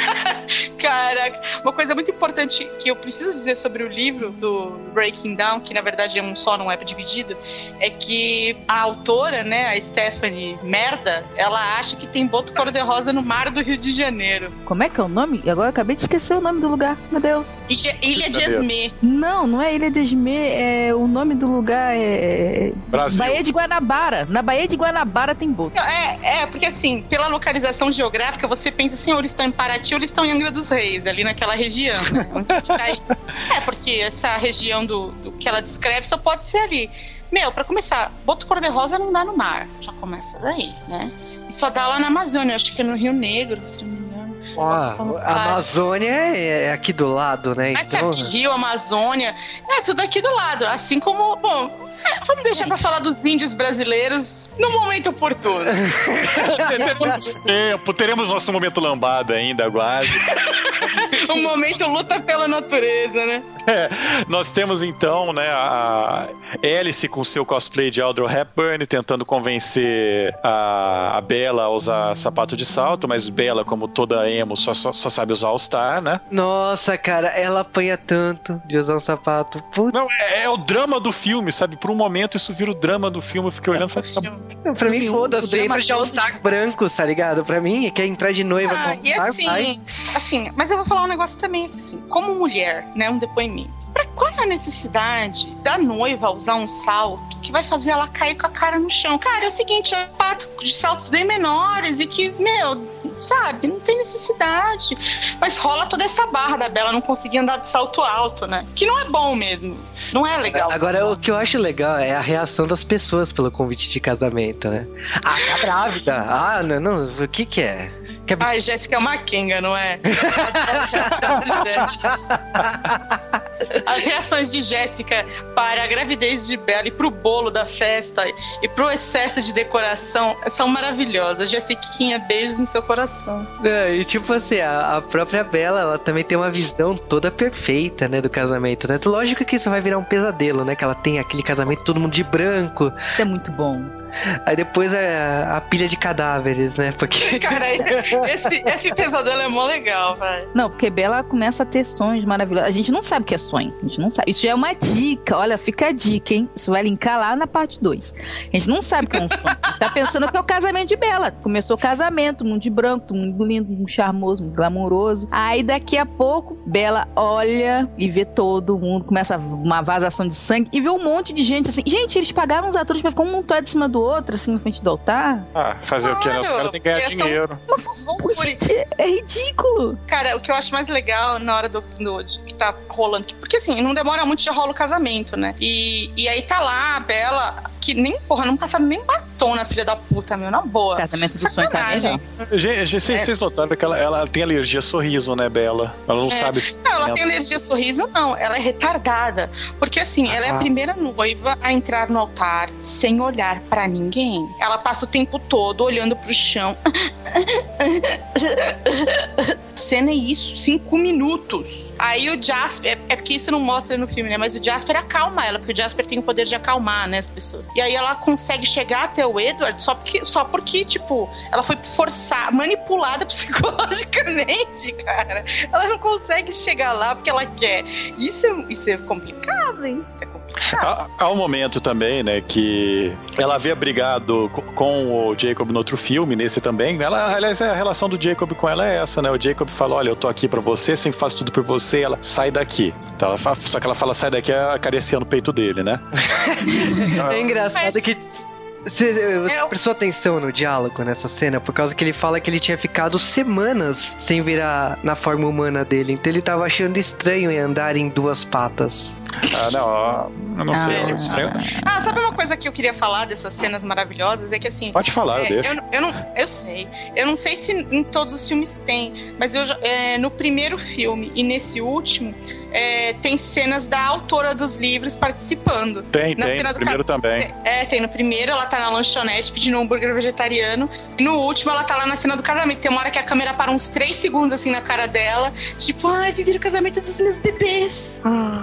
Caraca, uma coisa muito importante que eu preciso dizer sobre o livro do Breaking Down, que na verdade é um só, não é dividido, é que a autora, né, a Stephanie Merda, ela acha que tem boto cor-de-rosa no mar do Rio de Janeiro. Como é que é o nome? Agora eu acabei de esquecer o nome do lugar, meu Deus. Ilha de Esmê. Não é Ilha de Esmê, o nome do lugar é... Brasil. Baía de Guanabara. Na Baía de Guanabara tem boto. Porque assim, pela localização geográfica, você pensa assim, ou eles estão em Paraty ou eles estão em Angra dos Reis, ali naquela região, né? Onde fica aí. Porque essa região do que ela descreve só pode ser ali. Pra começar, boto cor-de-rosa não dá no mar. Já começa daí, né? E só dá lá na Amazônia, acho que é no Rio Negro, se não me engano. A Amazônia é aqui do lado, né? Mas então... aqui, Rio, Amazônia, é tudo aqui do lado. Assim como, vamos deixar pra falar dos índios brasileiros no momento oportuno. Teremos tempo, teremos nosso momento lambada ainda, aguarde. O momento luta pela natureza, né? Nós temos então, né, a Alice com seu cosplay de Audrey Hepburn tentando convencer a Bella a usar sapato de salto, mas Bella, como toda emo, só sabe usar All-Star, né? Nossa, cara, ela apanha tanto de usar um sapato. Puta. Não, é o drama do filme, sabe? Por um momento isso vira o drama do filme, eu fiquei olhando e falei... Pra mim, foda-se, entra de All-Star brancos, tá ligado? Pra mim, quer entrar de noiva com All-Star, assim, mas eu vou falar um negócio também, assim, como mulher, né, um depoimento. Qual é a necessidade da noiva usar um salto que vai fazer ela cair com a cara no chão? Cara, é o seguinte, é um pato de saltos bem menores e que, sabe, não tem necessidade. Mas rola toda essa barra da Bella não conseguir andar de salto alto, né? Que não é bom mesmo. Não é legal. Agora, o que eu acho legal é a reação das pessoas pelo convite de casamento, né? Tá grávida. Não, o que é? Ai, Jéssica Maquenga, não é? As reações de Jéssica para a gravidez de Bella e pro bolo da festa e pro excesso de decoração são maravilhosas. Jessiquinha, beijos no seu coração. E tipo assim, a própria Bella, ela também tem uma visão toda perfeita, né, do casamento, né? Lógico que isso vai virar um pesadelo, né? Que ela tem aquele casamento todo mundo de branco. Isso é muito bom. Aí depois a pilha de cadáveres, né? Porque... Cara, esse pesadelo é mó legal, velho. Não, porque Bella começa a ter sonhos maravilhosos. A gente não sabe o que é sonho. A gente não sabe. Isso já é uma dica. Olha, fica a dica, hein? Isso vai linkar lá na parte 2. A gente não sabe o que é um sonho. A gente tá pensando que é o casamento de Bella. Começou o casamento, mundo de branco, mundo lindo, mundo charmoso, muito glamouroso. Aí daqui a pouco, Bella olha e vê todo mundo. Começa uma vazação de sangue e vê um monte de gente assim. Gente, eles pagaram os atores pra ficar um montado em cima do outro, assim, na frente do altar. Fazer o quê, né? Os caras têm que ganhar dinheiro. Gente, é ridículo. Cara, o que eu acho mais legal na hora do que tá rolando, porque assim, não demora muito, já rola o casamento, né? E aí tá lá a Bella, que nem, não passaram nem batom na filha da puta, meu, na boa. Casamento do sonho tá melhor. Gente, vocês notaram que ela tem alergia a sorriso, né, Bella? Ela não sabe se... Não, ela tem alergia a sorriso, não. Ela é retardada. Porque assim, ela é a primeira noiva a entrar no altar sem olhar pra ninguém. Ela passa o tempo todo olhando pro chão. Cena é isso, 5 minutos. Aí o Jasper, é porque isso não mostra no filme, né? Mas o Jasper acalma ela, porque o Jasper tem o poder de acalmar, né, as pessoas. E aí ela consegue chegar até o Edward só porque tipo, ela foi manipulada psicologicamente, cara. Ela não consegue chegar lá porque ela quer. Isso é complicado, hein? Isso é complicado. Há um momento também, né, que ela havia brigado com o Jacob no outro filme, nesse também. Aliás, a relação do Jacob com ela é essa, né? O Jacob fala, olha, eu tô aqui pra você, sempre faço tudo por você, ela sai daqui. Então, só que ela fala, sai daqui, acariciando o peito dele, né? É engraçado que Você prestou atenção no diálogo nessa cena? Por causa que ele fala que ele tinha ficado semanas sem virar na forma humana dele. Então ele tava achando estranho em andar em duas patas. Eu não sei. Sabe uma coisa que eu queria falar dessas cenas maravilhosas? É que assim... Pode falar, eu sei. Eu não sei se em todos os filmes tem, mas no primeiro filme e nesse último, tem cenas da autora dos livros participando. Tem, no primeiro também. Tem no primeiro, ela tá na lanchonete pedindo um hambúrguer vegetariano, e no último ela tá lá na cena do casamento. Tem uma hora que a câmera para uns 3 segundos assim na cara dela, tipo, viver o casamento dos meus bebês.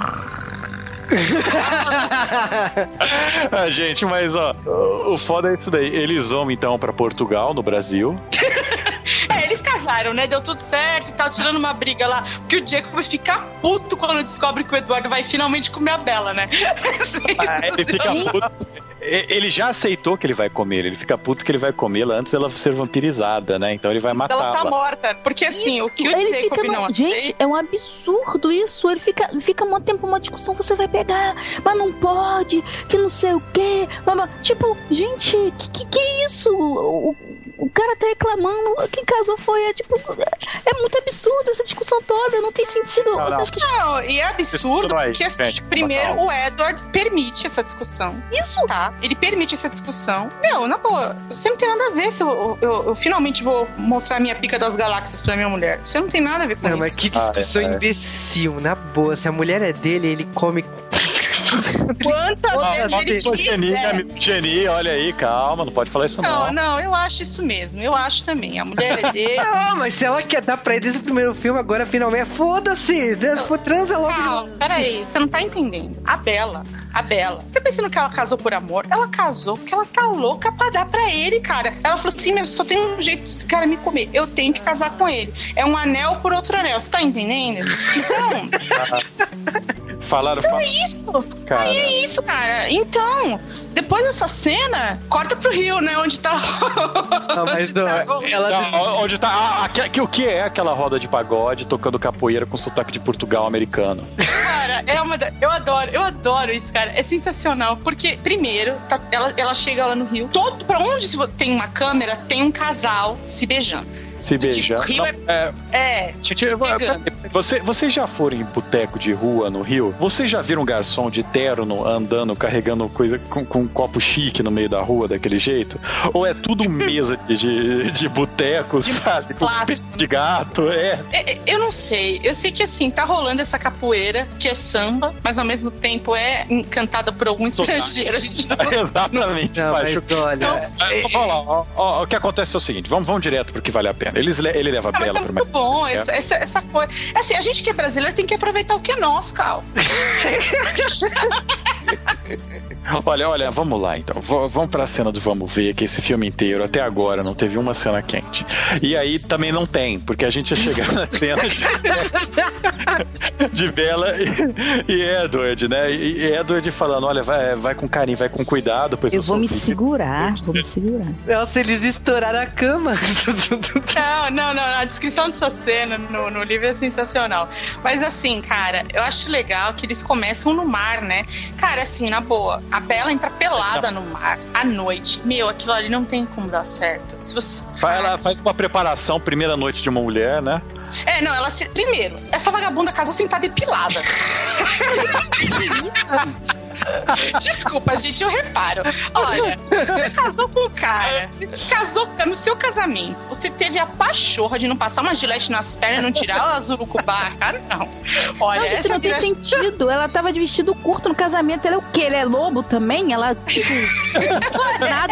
Gente, mas o foda é isso daí. Eles vão então pra Portugal, no Brasil. Eles casaram, né? Deu tudo certo e tal, tirando uma briga lá. Porque o Jacob vai ficar puto quando descobre que o Eduardo vai finalmente comer a Bella, né? Ele fica puto. Ele já aceitou que ele vai comer, ele fica puto que ele vai comê-la antes dela ser vampirizada, né? Então ele vai matá-la. Ela tá morta, porque assim, isso, o que o Jacob não aceita... Gente, é um absurdo isso, ele fica muito tempo numa discussão, você vai pegar, mas não pode, que não sei o quê, tipo, gente, que é isso? O cara tá reclamando, quem casou foi, é muito absurdo essa discussão toda, não tem sentido. Não, e é absurdo porque, assim, primeiro o Edward permite essa discussão. Isso! Tá, ele permite essa discussão. Na boa, você não tem nada a ver se eu finalmente vou mostrar minha pica das galáxias pra minha mulher. Você não tem nada a ver com isso. Não, mas que discussão imbecil, na boa. Se a mulher é dele, ele come... Quantas vezes ele quiser. Geni, olha aí, calma, não pode falar isso não. Não, eu acho isso mesmo, eu acho também, a mulher é dele. Não, mas se ela quer dar pra ele desde o primeiro filme, agora finalmente, foda-se, transa logo. Calma, peraí, você não tá entendendo. A Bella, você pensando que ela casou por amor? Ela casou porque ela tá louca pra dar pra ele, cara. Ela falou assim, mas só tem um jeito desse cara me comer, eu tenho que casar com ele. É um anel por outro anel, você tá entendendo? Então... Falaram. É isso! Aí é isso, cara. Então, depois dessa cena, corta pro Rio, né? Onde tá. Não, mas onde tá. O que é aquela roda de pagode tocando capoeira com sotaque de Portugal americano? Cara, eu adoro isso, cara. É sensacional. Porque, primeiro, ela chega lá no Rio. Pra onde tem uma câmera, tem um casal se beijando. Se beijar. Vocês já foram em boteco de rua no Rio? Vocês já viram um garçom de terno andando, carregando coisa com um copo chique no meio da rua daquele jeito? Ou é tudo mesa de boteco, sabe? Com peixe de gato, Eu não sei. Eu sei que assim, tá rolando essa capoeira, que é samba, mas ao mesmo tempo é encantada por algum estrangeiro. A gente não... Exatamente. Não, mas olha... O que acontece é o seguinte, vamos direto pro que vale a pena. Ele leva a Bella pro muito bom, essa coisa. Assim, a gente que é brasileiro tem que aproveitar o que é nosso, Cal. Olha, vamos lá então. Vamos pra cena do Vamos Ver, que esse filme inteiro, até agora, não teve uma cena quente. E aí também não tem, porque a gente ia chegar na cena de Bella e Edward, né? E Edward falando, olha, vai com carinho, vai com cuidado. Pois eu vou me segurar. Nossa, eles estouraram a cama. Não, a descrição dessa cena no livro é sensacional. Mas assim, cara, eu acho legal que eles começam no mar, né? Cara, assim, na boa, a Bella entra pelada no mar à noite. Aquilo ali não tem como dar certo. Se você... Ela faz uma preparação, primeira noite de uma mulher, né? Primeiro, essa vagabunda casou sem estar depilada. Desculpa, gente, eu reparo. Olha, você casou com o cara, no seu casamento, você teve a pachorra de não passar uma gilete nas pernas e não tirar a zurucubá, cara, não. Olha, não, gente, não tem sentido. Ela tava de vestido curto no casamento, ela é o quê? Ela é lobo também? Ela, nada.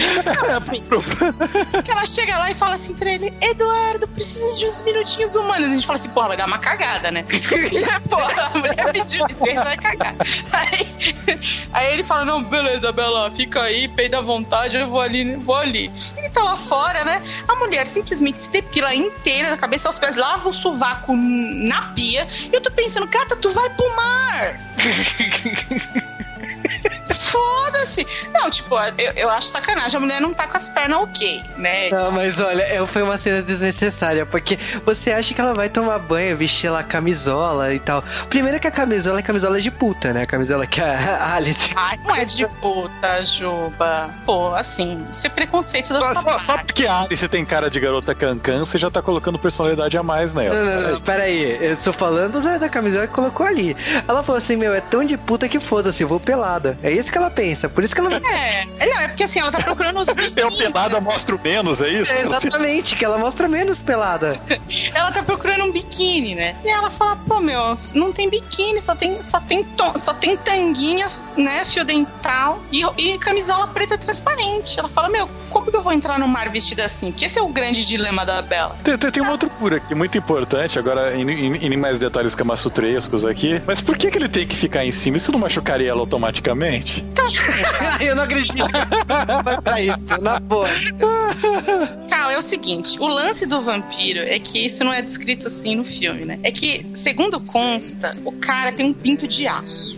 Que ela chega lá e fala assim pra ele, Eduardo, precisa de uns minutinhos humanos. A gente fala assim, porra, vai dar uma cagada, né? Porra, a mulher pediu licença, vai cagar. Aí ele fala, não, beleza, Bella, fica aí, peida à vontade, eu vou ali. Ele tá lá fora, né? A mulher simplesmente se depila inteira, da cabeça aos pés, lava o sovaco na pia, e eu tô pensando, gata, tu vai pro mar! foda-se. Não, tipo, eu acho sacanagem. A mulher não tá com as pernas ok, né? Não, mas olha, foi uma cena desnecessária, porque você acha que ela vai tomar banho, vestir lá camisola e tal. Primeiro que a camisola é camisola de puta, né? A camisola que a Alice... Ai, não é de puta, Juba. Pô, assim, isso é preconceito da sua parte. Só porque a Alice tem cara de garota cancan, você já tá colocando personalidade a mais nela. Não, peraí. Eu tô falando da camisola que colocou ali. Ela falou assim, é tão de puta que foda-se, eu vou pelada. É isso que ela pensa, por isso que ela... Não, é porque assim, ela tá procurando os biquíni. Eu pelada mostro menos, é isso? Exatamente, que ela mostra menos pelada. Ela tá procurando um biquíni, né? E ela fala, pô, meu, não tem biquíni, só tem tanguinha, né, fio dental e camisola preta transparente. Ela fala, meu, como que eu vou entrar no mar vestida assim? Porque esse é o grande dilema da Bella. Tem um outro puro aqui, muito importante, agora em mais detalhes camassutrescos aqui, mas por que ele tem que ficar em cima? Isso não machucaria ela automaticamente? Eu não acredito que vai pra isso, na boa. Cal, é o seguinte, o lance do vampiro é que isso não é descrito assim no filme, né? É que, segundo consta, o cara tem um pinto de aço.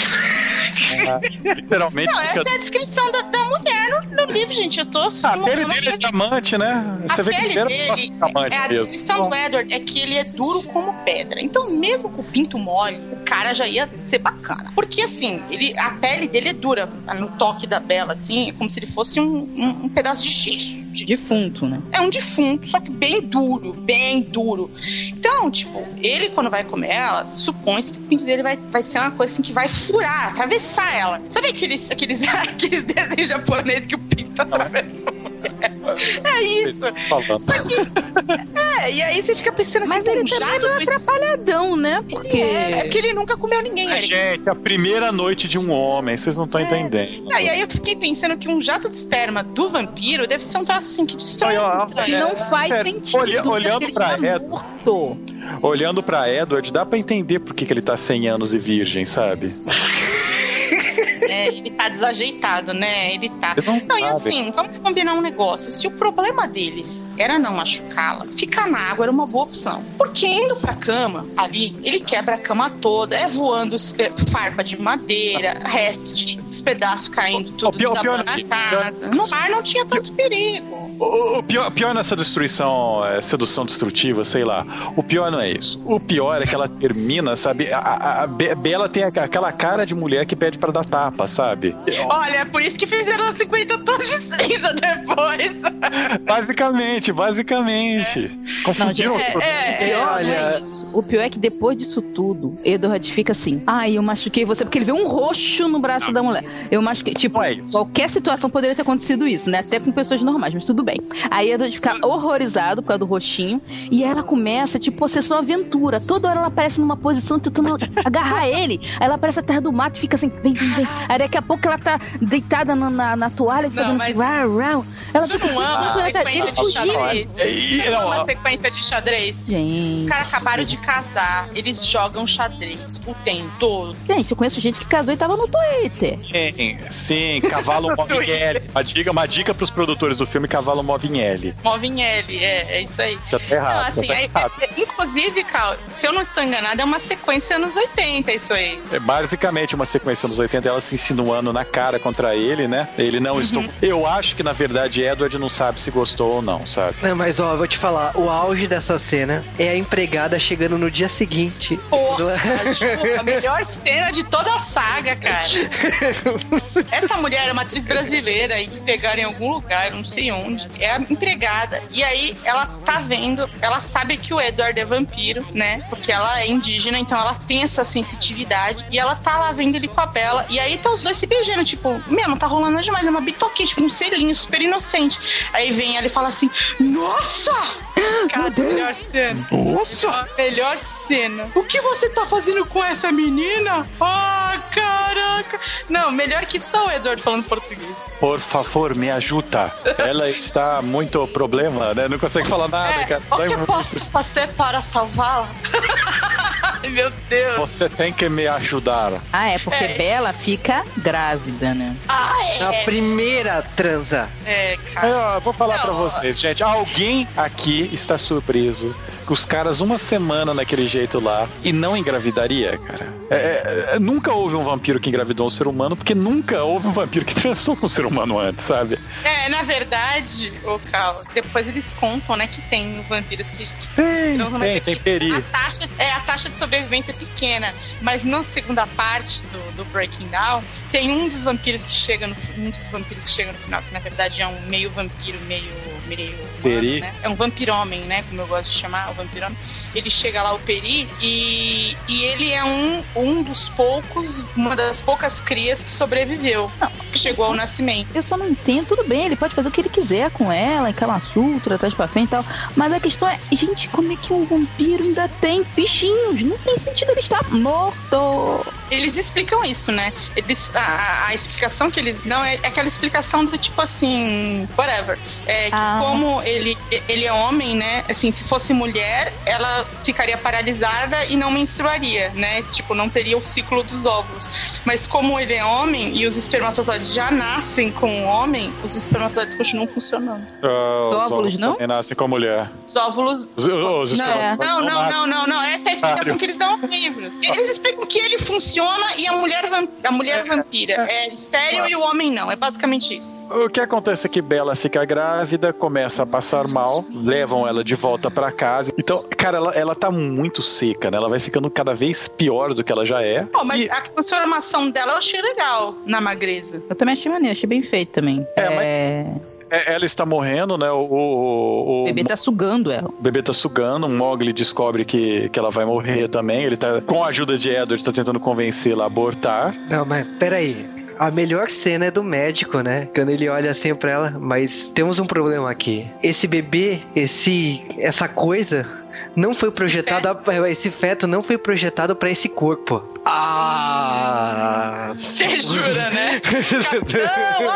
Literalmente. Não, essa é a descrição da mulher no livro, gente. Eu tô... A pele dele é diamante, né? Você vê que dele é a descrição do Edward é que ele é duro como pedra. Então, mesmo com o pinto mole, o cara já ia ser bacana. Porque, assim, a pele dele é dura. No toque da Bella, assim, é como se ele fosse um pedaço de gesso. Defunto, né? É um defunto, só que bem duro, bem duro. Então, tipo, ele quando vai comer ela, supõe-se que o pinto dele vai ser uma coisa assim que vai furar, atravessar ela. Sabe aqueles desenhos japoneses que o pinto atravessa a mulher? É isso. Só que... e aí você fica pensando assim... Mas ele também não é atrapalhadão, né? Porque... É porque ele nunca comeu ninguém. Gente, a primeira noite de um homem, vocês não estão entendendo. E aí eu fiquei pensando que um jato de esperma do vampiro deve ser um traço assim que destrói que não faz sentido. Olhando pra Edward, olhando pra Edward, dá pra entender por que ele tá 100 anos e virgem, sabe? Ele tá desajeitado, né? Ele tá... Não, e assim, vamos combinar um negócio. Se o problema deles era não machucá-la, ficar na água era uma boa opção. Porque indo pra cama, ali, ele quebra a cama toda, voando farpa de madeira, resto dos pedaços caindo, tudo na casa. No mar não tinha tanto perigo. O pior nessa destruição, sedução destrutiva, sei lá. O pior não é isso. O pior é que ela termina, sabe? A Bella tem aquela cara de mulher que pede pra dar tapa, sabe? Olha, é por isso que fizeram 50 tons de cinza depois. Basicamente. Confundiram os O pior é que depois disso tudo, Edward fica assim, eu machuquei você, porque ele vê um roxo no braço da mulher. Eu machuquei, tipo, qualquer situação poderia ter acontecido isso, né? Até com pessoas normais, mas tudo bem. Aí Edward fica horrorizado por causa do roxinho, e ela começa, tipo, possessão aventura. Toda hora ela aparece numa posição tentando agarrar ele. Aí ela aparece atrás do mato e fica assim, vem. Aí daqui a pouco ela tá deitada na toalha, fazendo assim, rau. Ela fica ele fugir. Uma sequência de xadrez. Gente. Os caras acabaram de casar, eles jogam xadrez o tempo todo. Gente, eu conheço gente que casou e tava no Twitter. Sim, cavalo move em L. Uma dica pros produtores do filme, cavalo move em L. Move em L, é isso aí. Já tá errado. Não, assim, inclusive, Cal, se eu não estou enganada, é uma sequência anos 80 isso aí. É basicamente uma sequência anos 80, ela se insinuando na cara contra ele, né? Ele não estou... Eu acho que, na verdade, Edward não sabe se gostou ou não, sabe? Não, mas ó, eu vou te falar, o auge dessa cena é a empregada chegando no dia seguinte. Porra, a melhor cena de toda a saga, cara. Essa mulher é uma atriz brasileira aí que pegaram em algum lugar, não sei onde. É a empregada. E aí ela tá vendo, ela sabe que o Edward é vampiro, né? Porque ela é indígena, então ela tem essa sensitividade. E ela tá lá vendo ele com a Bella. E aí tá os dois se beijando, tipo, não tá rolando demais, é uma bitoquinha, tipo um selinho super inocente. Aí vem ela e fala assim, nossa! Cara, melhor cena. Nossa! Melhor cena. O que você tá fazendo com essa menina? Caraca! Não, melhor que só o Edward falando português. Por favor, me ajuda. Ela está muito problema, né? Não consegue falar nada, cara. O que eu posso fazer para salvá-la? Ai, meu Deus. Você tem que me ajudar. Ah, é porque Bella fica grávida, né? A primeira transa. Cara. Eu vou falar pra vocês, gente. Alguém aqui está surpreso que os caras uma semana naquele jeito lá e não engravidaria, cara? Nunca houve um vampiro que engravidou um ser humano, porque nunca houve um vampiro que transou com um ser humano antes, sabe? Na verdade, Cal, depois eles contam, né, que tem vampiros que transam, tem peri. A taxa de sobrevivência é pequena, mas na segunda parte do Breaking Down, tem um dos vampiros que chega no final, que na verdade é um meio vampiro, meio Peri. humano, né? É um vampiromem, né, como eu gosto de chamar, o vampiromem. Ele chega lá, o Peri, e ele é uma das poucas crias que sobreviveu, que chegou ao nascimento. Eu só não entendo, tudo bem, ele pode fazer o que ele quiser com ela, em Kama Sutra, atrás pra frente e tal, mas a questão é, gente, como é que um vampiro ainda tem bichinhos? Não tem sentido, ele está morto. Eles explicam isso, né? A explicação que eles dão é aquela explicação do tipo assim, whatever. Como ele é homem, né? Assim, se fosse mulher, ela ficaria paralisada e não menstruaria, né? Tipo, não teria o ciclo dos óvulos. Mas como ele é homem e os espermatozoides já nascem com o homem, os espermatozoides continuam funcionando. Os óvulos não? Nascem com a mulher. Os óvulos... Os espermatozoides não. Essa é a explicação que eles dão nos livros. Eles explicam que ele funciona e a mulher vampira é estéril e o homem não. É basicamente isso. O que acontece é que Bella fica grávida, começa a passar mal, levam ela de volta pra casa. Então, cara, ela tá muito seca, né? Ela vai ficando cada vez pior do que ela já é. Mas a transformação dela eu achei legal na magreza. Eu também achei maneiro, achei bem feito também. Mas ela está morrendo, né? O bebê tá sugando ela. O bebê tá sugando, o Mowgli descobre que ela vai morrer também. Ele tá, com a ajuda de Edward, tá tentando convencê-la a abortar. Não, mas peraí. A melhor cena é do médico, né? Quando ele olha assim pra ela, mas temos um problema aqui. Esse bebê, essa coisa não foi projetado, esse feto não foi projetado pra esse corpo. Você jura, né? Capitão,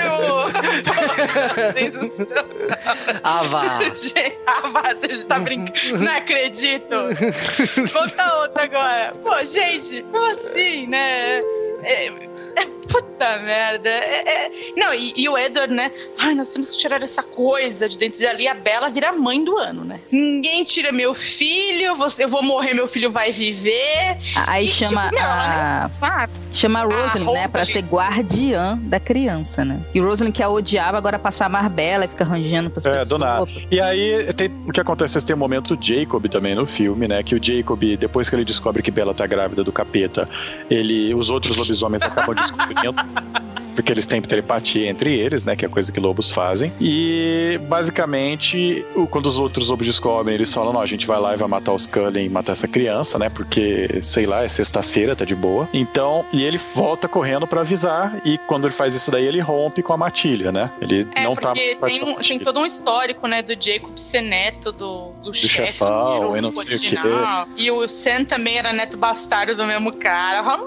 óbvio! Vá. Você já tá brincando. Não acredito. Conta outra agora. Pô, gente, como assim, né? Puta merda. Não, e o Edward, né? Nós temos que tirar essa coisa de dentro dali. A Bella vira a mãe do ano, né? Ninguém tira meu filho, eu vou morrer, meu filho vai viver. Aí chama chama a Rosalind, né? Pra ser guardiã da criança, né? E o Rosalind, que a odiava, agora passa a amar Bella e fica rangendo pras pessoas. Do nada. E aí, o que acontece? Tem um momento do Jacob também no filme, né? Que o Jacob, depois que ele descobre que Bella tá grávida do capeta, os outros lobisomens acabam descobrindo, porque eles têm telepatia entre eles, né, que é coisa que lobos fazem, e basicamente quando os outros lobos descobrem, eles falam, não, a gente vai lá e vai matar os Cullen e matar essa criança, né, porque, sei lá, é sexta-feira, tá de boa. Então, e ele volta correndo pra avisar, e quando ele faz isso daí, ele rompe com a matilha, né, ele não tá... Porque tem todo um histórico, né, do Jacob ser neto do chefão, e não sei o quê. E o Sam também era neto bastardo do mesmo cara.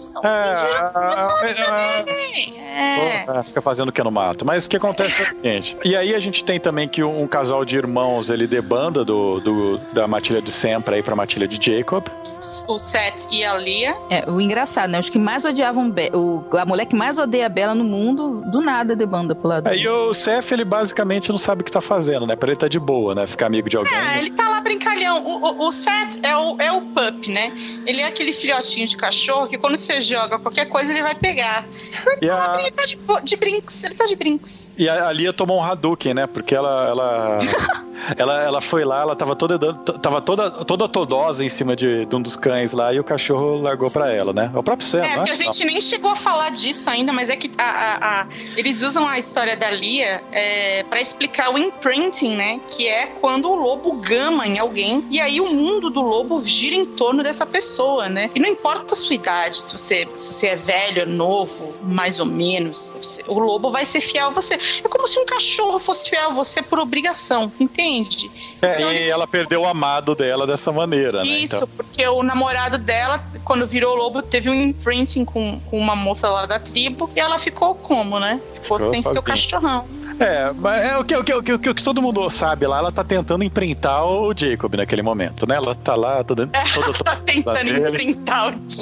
Fica fazendo o que no mato. Mas o que acontece é o seguinte. E aí a gente tem também que um casal de irmãos, ele debanda da matilha de Sam pra ir pra matilha de Jacob. O Seth e a Lia. O engraçado, né? Os que mais odiavam a mulher que mais odeia a Bella no mundo, do nada debanda pro lado. E o Seth, ele basicamente não sabe o que tá fazendo, né? Pra ele tá de boa, né? Ficar amigo de alguém. Ele tá lá brincalhão. O Seth é o pup, né? Ele é aquele filhotinho de cachorro que quando você joga qualquer coisa, ele vai pegar. Ele tá de brinks. Ele tá de brinks. E a Lia tomou um Hadouken, né? Porque ela foi lá, ela tava toda todosa em cima de um dos cães lá, e o cachorro largou pra ela, né? É o próprio Sam, né? Porque a gente nem chegou a falar disso ainda, mas é que eles usam a história da Lia pra explicar o imprinting, né? Que é quando o lobo gama em alguém, e aí o mundo do lobo gira em torno dessa pessoa, né? E não importa a sua idade, se você é velho, é novo, mais ou menos, o lobo vai ser fiel a você. É como se um cachorro fosse fiel a você por obrigação, entende? Então, e ela perdeu o amado dela dessa maneira, né? Isso, Então... porque o namorado dela, quando virou lobo, teve um imprinting com uma moça lá da tribo e ela ficou como, né? Ficou sem seu cachorrão. Mas é o que todo mundo sabe lá, ela tá tentando imprintar o Jacob naquele momento, né? Ela tá lá toda tá tentando imprintar o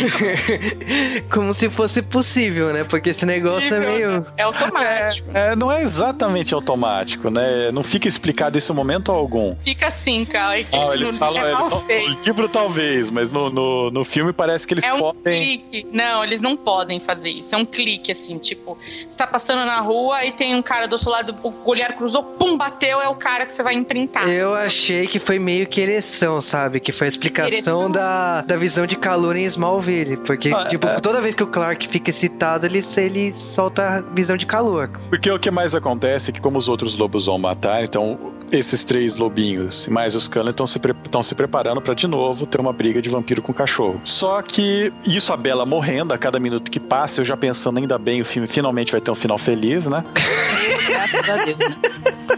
Jacob. Como se fosse possível, né? Porque esse negócio é meio... É automático. Não é exatamente automático, né? Não fica explicado isso em momento algum. Fica assim, cara. Eles falam... No livro talvez, mas no filme parece que eles podem... clique. Não, eles não podem fazer isso. É um clique, assim, tipo... Você tá passando na rua e tem um cara do outro lado, o olhar cruzou, pum, bateu, é o cara que você vai imprintar. Eu achei que foi meio que ereção, sabe? Que foi a explicação da visão de calor em Smallville. Porque, toda vez que o Clark fica excitado, ele solta a visão de calor. Porque o que mais acontece é que, como os outros lobos vão matar, então esses 3 lobinhos mais os Cullen estão se preparando pra de novo ter uma briga de vampiro com cachorro. Só que isso, a Bella morrendo a cada minuto que passa, eu já pensando, ainda bem, o filme finalmente vai ter um final feliz, né? Graças a Deus, né?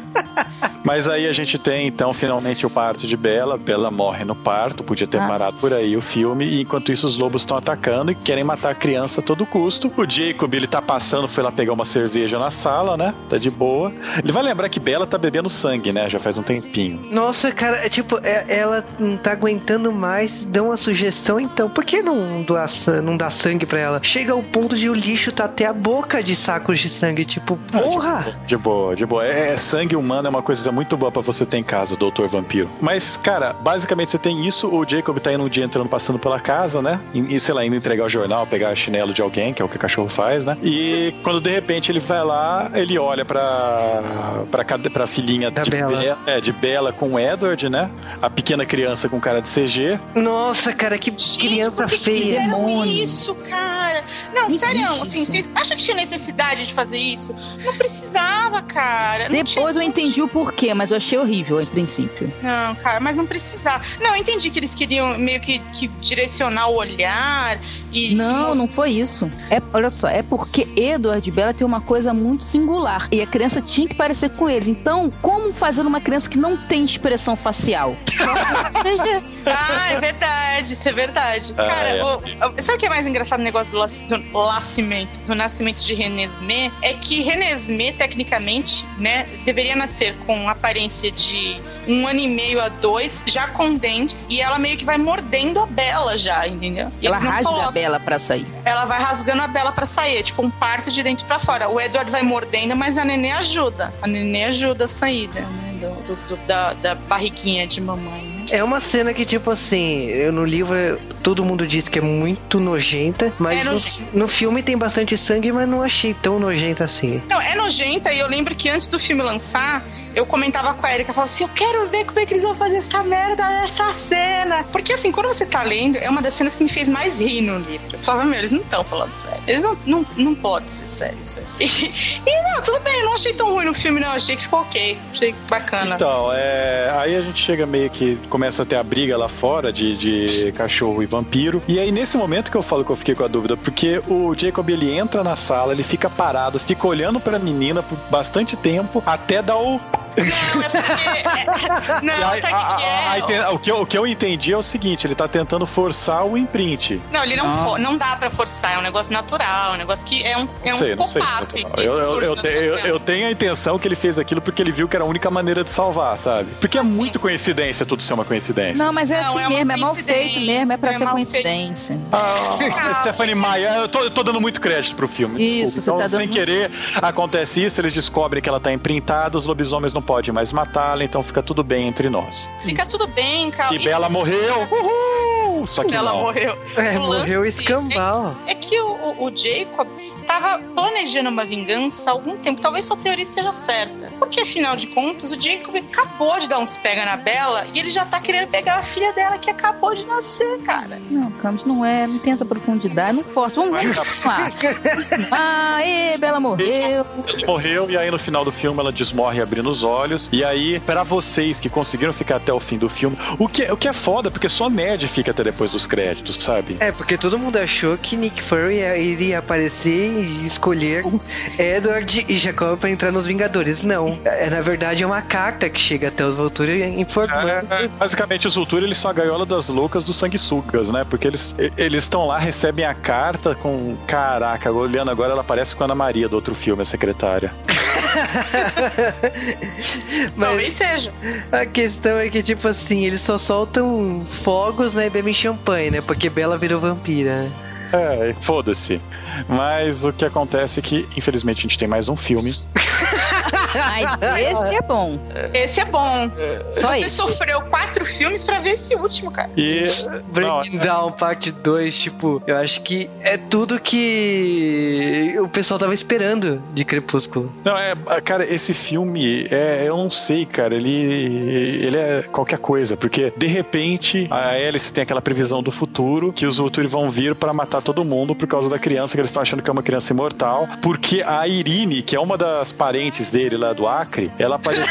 Mas aí a gente tem, então, finalmente o parto de Bella. Bella morre no parto, podia ter parado por aí o filme. E enquanto isso, os lobos estão atacando e querem matar a criança a todo custo. O Jacob, ele tá passando, foi lá pegar uma cerveja na sala, né? Tá de boa. Ele vai lembrar que Bella tá bebendo sangue, né? Já faz um tempinho. Nossa, cara, ela não tá aguentando mais. Dá uma sugestão, então. Por que não dá sangue pra ela? Chega ao ponto de o lixo tá até a boca de sacos de sangue. Tipo, porra! De boa. Sangue humano é uma coisa muito boa pra você ter em casa, Doutor Vampiro. Mas, cara, basicamente você tem isso, o Jacob tá indo um dia passando pela casa, né? E, sei lá, indo entregar o jornal, pegar chinelo de alguém, que é o que o cachorro faz, né? E quando de repente ele vai lá, ele olha pra filhinha de Bella com o Edward, né? A pequena criança com cara de CG. Nossa, cara, que criança feia. Demônio. Isso, cara. Não, sério, assim, vocês acham que tinha necessidade de fazer isso? Não precisava, cara. Depois eu entendi o porquê, mas eu achei horrível, em princípio. Não, cara, mas não precisava. Não, eu entendi que eles queriam meio que direcionar o olhar e... Não foi isso. Olha só, é porque Edward e Bella tem uma coisa muito singular e a criança tinha que parecer com eles. Então, como fazer uma criança que não tem expressão facial? Seja... Ah, é verdade, isso é verdade. Cara, sabe o que é mais engraçado no negócio do nascimento de Renesmee? É que Renesmee, tecnicamente, né, deveria nascer com aparência de 1 ano e meio a 2, já com dentes, e ela meio que vai mordendo a Bella já, entendeu? E ela rasga a Bella pra sair. Ela vai rasgando a Bella pra sair, tipo um parto de dentro pra fora. O Edward vai mordendo, mas a Nenê ajuda. A Nenê ajuda a saída, né? Da barriguinha de mamãe, né? É uma cena que, tipo assim, no livro todo mundo diz que é muito nojenta, mas no filme tem bastante sangue, mas não achei tão nojenta assim. Não, é nojenta, e eu lembro que antes do filme lançar, eu comentava com a Erika, falava assim, eu quero ver como é que eles vão fazer essa merda dessa cena. Porque assim, quando você tá lendo, é uma das cenas que me fez mais rir no livro. Eu falava, meu, eles não estão falando sério. Eles não podem ser sérios isso aqui. E não, tudo bem, eu não achei tão ruim no filme, não. Achei que ficou ok. Achei bacana. Então, aí a gente chega meio que começa a ter a briga lá fora de cachorro e vampiro. E aí, nesse momento que eu falo que eu fiquei com a dúvida, porque o Jacob, ele entra na sala, ele fica parado, fica olhando pra menina por bastante tempo, até dar o... Não, é porque... Não, sabe o que é? O que eu entendi é o seguinte, ele tá tentando forçar o imprint. Não, ele não dá pra forçar, é um negócio natural, é um negócio que é um pop-up. Eu tenho a intenção que ele fez aquilo porque ele viu que era a única maneira de salvar, sabe? Porque é muito coincidência tudo ser uma coincidência. Não, mas é assim mesmo, é mal feito mesmo, é pra ser coincidência. Stephanie Meyer, eu tô dando muito crédito pro filme. Isso, desculpa. você tá dando... Sem querer, acontece isso, eles descobrem que ela tá imprintada, os lobisomens não podem mais matá-la, então fica tudo bem entre nós. Fica tudo bem, cara. E Bella morreu! Uhul! Só que ela não. Morreu. Morreu escambau. É que o Jacob tava planejando uma vingança há algum tempo. Talvez sua teoria esteja certa. Porque, afinal de contas, o Jacob acabou de dar uns pega na Bella e ele já tá querendo pegar a filha dela que acabou de nascer, cara. Não, Camus, não tem essa profundidade. Não força. Vamos lá. Bella morreu. Morreu, e aí no final do filme ela desmorre abrindo os olhos. E aí, pra vocês que conseguiram ficar até o fim do filme, o que é foda, porque só nerd fica até depois dos créditos, sabe? É, porque todo mundo achou que Nick Fury iria aparecer e escolher Edward e Jacob pra entrar nos Vingadores. Não. Na verdade, é uma carta que chega até os Volturi informando. Basicamente, os Volturi, eles são a gaiola das loucas dos sanguessugas, né? Porque eles estão lá, recebem a carta com... Caraca, olhando agora, ela parece com a Ana Maria do outro filme, a secretária. Mas Talvez seja. a questão é que, tipo assim, eles só soltam fogos, né, e bebem champanhe, né? Porque Bella virou vampira, né? Foda-se. Mas o que acontece é que, infelizmente, a gente tem mais um filme. Mas esse é bom. Esse é bom. Só Você esse. sofreu 4 filmes pra ver esse último, cara. E... Breaking Down, parte 2, tipo, eu acho que é tudo que o pessoal tava esperando de Crepúsculo. Cara, esse filme, eu não sei, cara, ele é qualquer coisa, porque, de repente, a Alice tem aquela previsão do futuro, que os Volturi vão vir pra matar todo mundo por causa da criança, que eles estão achando que é uma criança imortal, porque a Irene, que é uma das parentes dele lá do Acre, ela apareceu...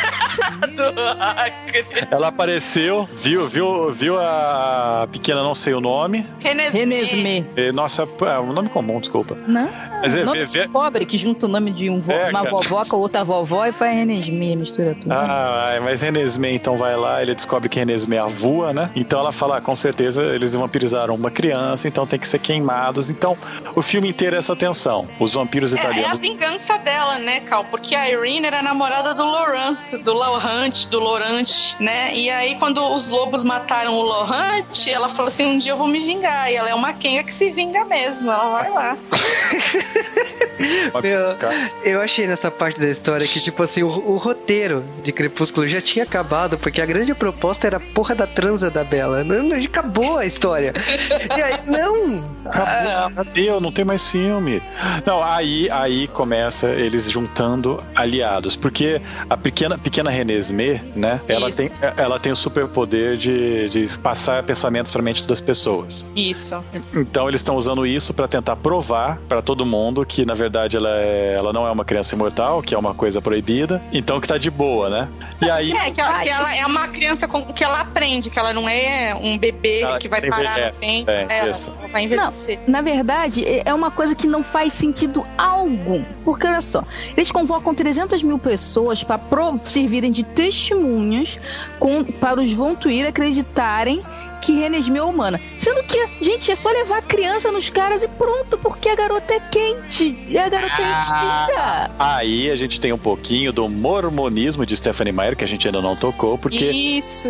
Ela apareceu, viu a pequena, não sei o nome. Renesmee. Nossa, é um nome comum, desculpa. Não? Mas nome pobre que junta o nome de uma cara. vovó com a outra vovó e faz Renesmee, mistura tudo. Mas Renesmee então vai lá, ele descobre que Renesmee avua, né? Então ela fala, com certeza eles vampirizaram uma criança, então tem que ser queimados. Então o filme inteiro é essa tensão. Os vampiros italianos... É a vingança dela, né, Cal? Porque a Irene era namorada do Laurent, né? E aí quando os lobos mataram o Laurent, ela falou assim, um dia eu vou me vingar. E ela é uma quenga que se vinga mesmo, ela vai lá. Eu achei nessa parte da história que, tipo assim, o roteiro de Crepúsculo já tinha acabado, porque a grande proposta era a porra da transa da Bella. Não, acabou a história. E aí, não! Cadê? Não tem mais filme. Não, aí começa eles juntando aliados, porque a pequena Renesmee, né? Ela tem o superpoder de passar pensamentos pra mente das pessoas. Isso. Então eles estão usando isso pra tentar provar pra todo mundo que, na verdade, ela não é uma criança imortal, que é uma coisa proibida, então que tá de boa, né? E aí... que ela é uma criança que ela aprende, que ela não é um bebê que vai parar no tempo. Ela vai envelhecer. Não, na verdade, é uma coisa que não faz sentido algum. Porque, olha só, eles convocam 300 mil pessoas para servirem de testemunhas para os Volturi acreditarem que Renesmee é humana. Sendo que, gente, é só levar a criança nos caras e pronto, porque a garota é quente. E a garota é antiga. Aí a gente tem um pouquinho do mormonismo de Stephenie Meyer, que a gente ainda não tocou, porque... Isso.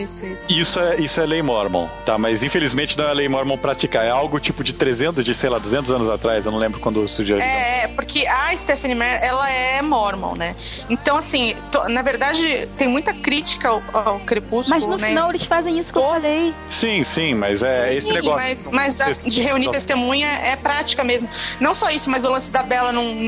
Isso é lei mormon, tá? Mas infelizmente não é lei mormon praticar. É algo tipo de 200 anos atrás. Eu não lembro quando surgiu. Porque a Stephenie Meyer, ela é mormon, né? Então, assim, na verdade, tem muita crítica ao Crepúsculo, mas no final eles fazem isso que eu falei. Sim, mas esse negócio... Mas de reunir testemunha é prática mesmo. Não só isso, mas o lance da Bella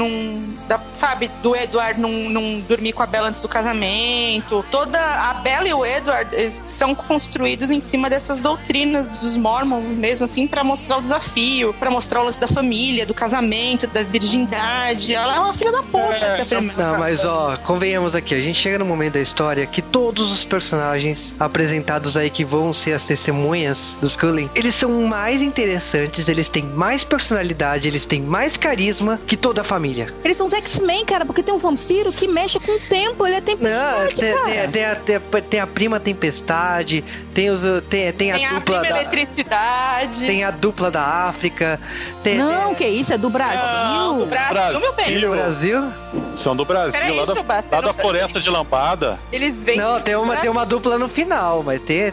sabe, do Edward não dormir com a Bella antes do casamento. Toda a Bella e o Edward, eles são construídos em cima dessas doutrinas dos Mormons mesmo, assim, pra mostrar o desafio, pra mostrar o lance da família, do casamento, da virgindade. Ela é uma filha da puta. Não, mas convenhamos aqui, a gente chega no momento da história que todos os personagens apresentados aí que vão ser as testemunhas dos Cullen, eles são mais interessantes, eles têm mais personalidade, eles têm mais carisma que toda a família. Eles são os X-Men, cara, porque tem um vampiro que mexe com o tempo, ele é tempestade, tem a prima Tempestade, tem a dupla da eletricidade, tem a dupla da África, que isso, é do Brasil. Não, do Brasil, meu bem. Do Brasil? São do Brasil, lá da Floresta de Lampada. Eles vêm. Não, tem uma dupla no final, mas tem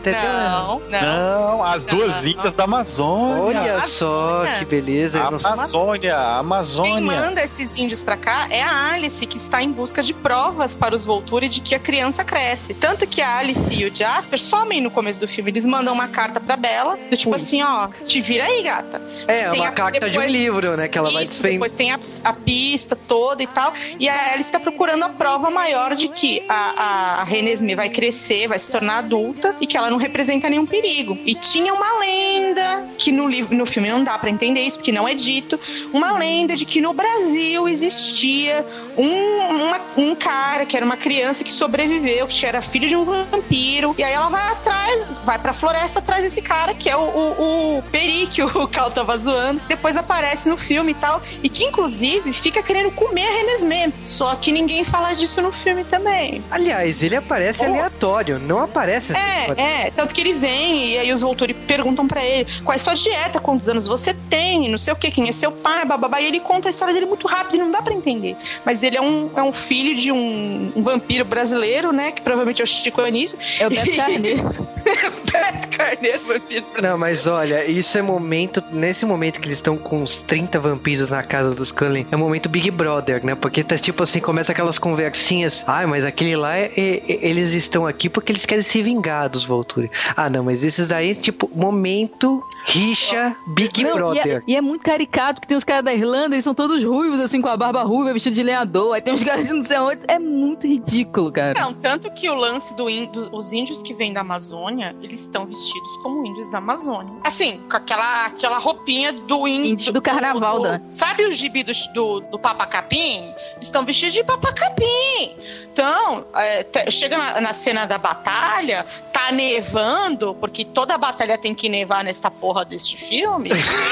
Não, as duas índias da Amazônia. Olha só que beleza. Amazônia. Quem manda esses índios pra cá é a Alice, que está em busca de provas para os Volturi de que a criança cresce. Tanto que a Alice e o Jasper somem no começo do filme. Eles mandam uma carta pra Bella, do tipo assim, te vira aí, gata. É uma carta de um livro, né, que ela vai desfender. Depois tem a pista toda e tal. E ela está procurando a prova maior de que a Renesmee vai crescer, vai se tornar adulta e que ela não representa nenhum perigo. E tinha uma lenda, que no filme não dá pra entender isso, porque não é dito, uma lenda de que no Brasil existia um cara que era uma criança que sobreviveu, que era filho de um vampiro, e aí ela vai pra floresta atrás desse cara, que é o Peri, que o Cal tava zoando, depois aparece no filme e tal, e que inclusive fica querendo comer a Renesmee, só que ninguém fala disso no filme também. Aliás, ele aparece aleatório, não aparece assim. Tanto que ele vem e aí os Volturi perguntam pra ele qual é a sua dieta, quantos anos você tem, não sei o que, quem é seu pai, bababá, e ele conta a história dele muito rápido e não dá pra entender. Mas ele é um filho de um vampiro brasileiro, né, que provavelmente é o Chico Anísio. É o Beto Carneiro. Beto Carneiro, vampiro. Não, mas olha, isso é nesse momento que eles estão com uns 30 vampiros na casa dos Cullen, é o momento Big Brother, né, porque tá tipo assim, começa aquelas conversinhas, mas aquele lá, eles estão aqui porque eles querem se vingar dos Volturi. Não, mas esses daí, tipo, momento rixa Big Brother. E é muito caricato, que tem os caras da Irlanda, eles são todos ruivos, assim, com a barba ruiva, vestido de lenhador, aí tem uns caras de não sei onde, é muito ridículo, cara. Não, tanto que o lance os índios que vêm da Amazônia, eles estão vestidos como índios da Amazônia. Assim, com aquela roupinha do índio do carnaval, sabe o gibi do Papacapim? Eles estão vestidos de Papacapim. Então, chega na cena da batalha, tá nevando, porque toda a batalha tem que nevar nesta porra deste filme.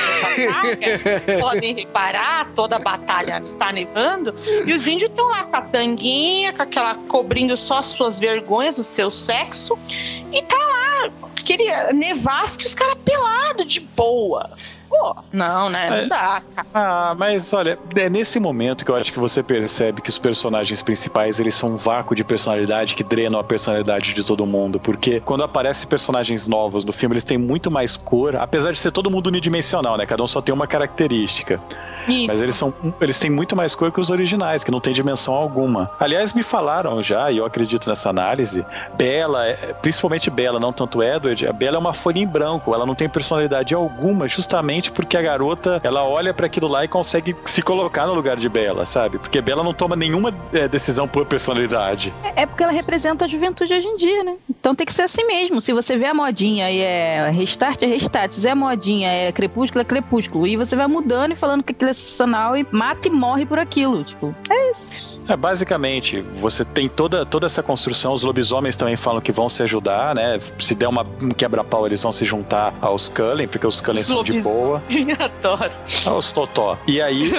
Podem reparar, toda a batalha tá nevando, e os índios estão lá com a tanguinha, com aquela cobrindo só as suas vergonhas, o seu sexo, e tá lá, queria nevasque que os caras pelados de boa. Pô, não, né? Não dá, cara. Mas olha, é nesse momento que eu acho que você percebe que os personagens principais, eles são um vácuo de personalidade que drenam a personalidade de todo mundo, porque quando aparecem personagens novos no filme, eles têm muito mais cor, apesar de ser todo mundo unidimensional, né? Cada um só tem uma característica. Isso. Mas eles têm muito mais cor que os originais, que não tem dimensão alguma. Aliás, me falaram já, e eu acredito nessa análise, Bella, principalmente Bella, não tanto Edward, a Bella é uma folha em branco, ela não tem personalidade alguma, justamente porque a garota, ela olha pra aquilo lá e consegue se colocar no lugar de Bella, sabe? Porque Bella não toma nenhuma decisão por personalidade. É porque ela representa a juventude hoje em dia, né? Então tem que ser assim mesmo. Se você vê a modinha e é restart, é restart. Se você vê a modinha, é crepúsculo, é crepúsculo. E você vai mudando e falando que aquilo é sensacional e mata e morre por aquilo. Tipo, é isso. Basicamente, você tem toda essa construção. Os lobisomens também falam que vão se ajudar, né? Se der um quebra-pau, eles vão se juntar aos Cullen, porque os Cullen são de boa. Adoro. Os Totó. E aí...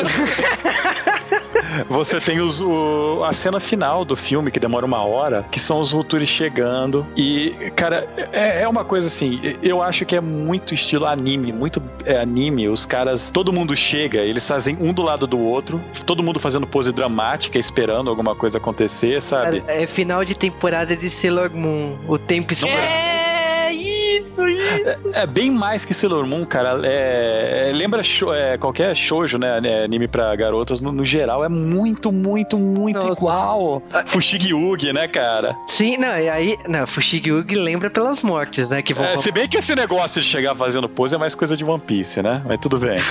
Você tem a cena final do filme, que demora 1 hora, que são os Volturi chegando. E, cara, é uma coisa assim, eu acho que é muito estilo anime, muito anime. Os caras, todo mundo chega, eles fazem um do lado do outro, todo mundo fazendo pose dramática, esperando alguma coisa acontecer, sabe? É final de temporada de Sailor Moon. O tempo espera. Isso. É bem mais que Sailor Moon, cara. Lembra qualquer shoujo, né? Anime pra garotas, no geral, é muito igual. Fushigi-Ugi, né, cara? Sim, não, e aí... Não, Fushigi-Ugi lembra pelas mortes, né? Que vão... Se bem que esse negócio de chegar fazendo pose é mais coisa de One Piece, né? Mas tudo bem.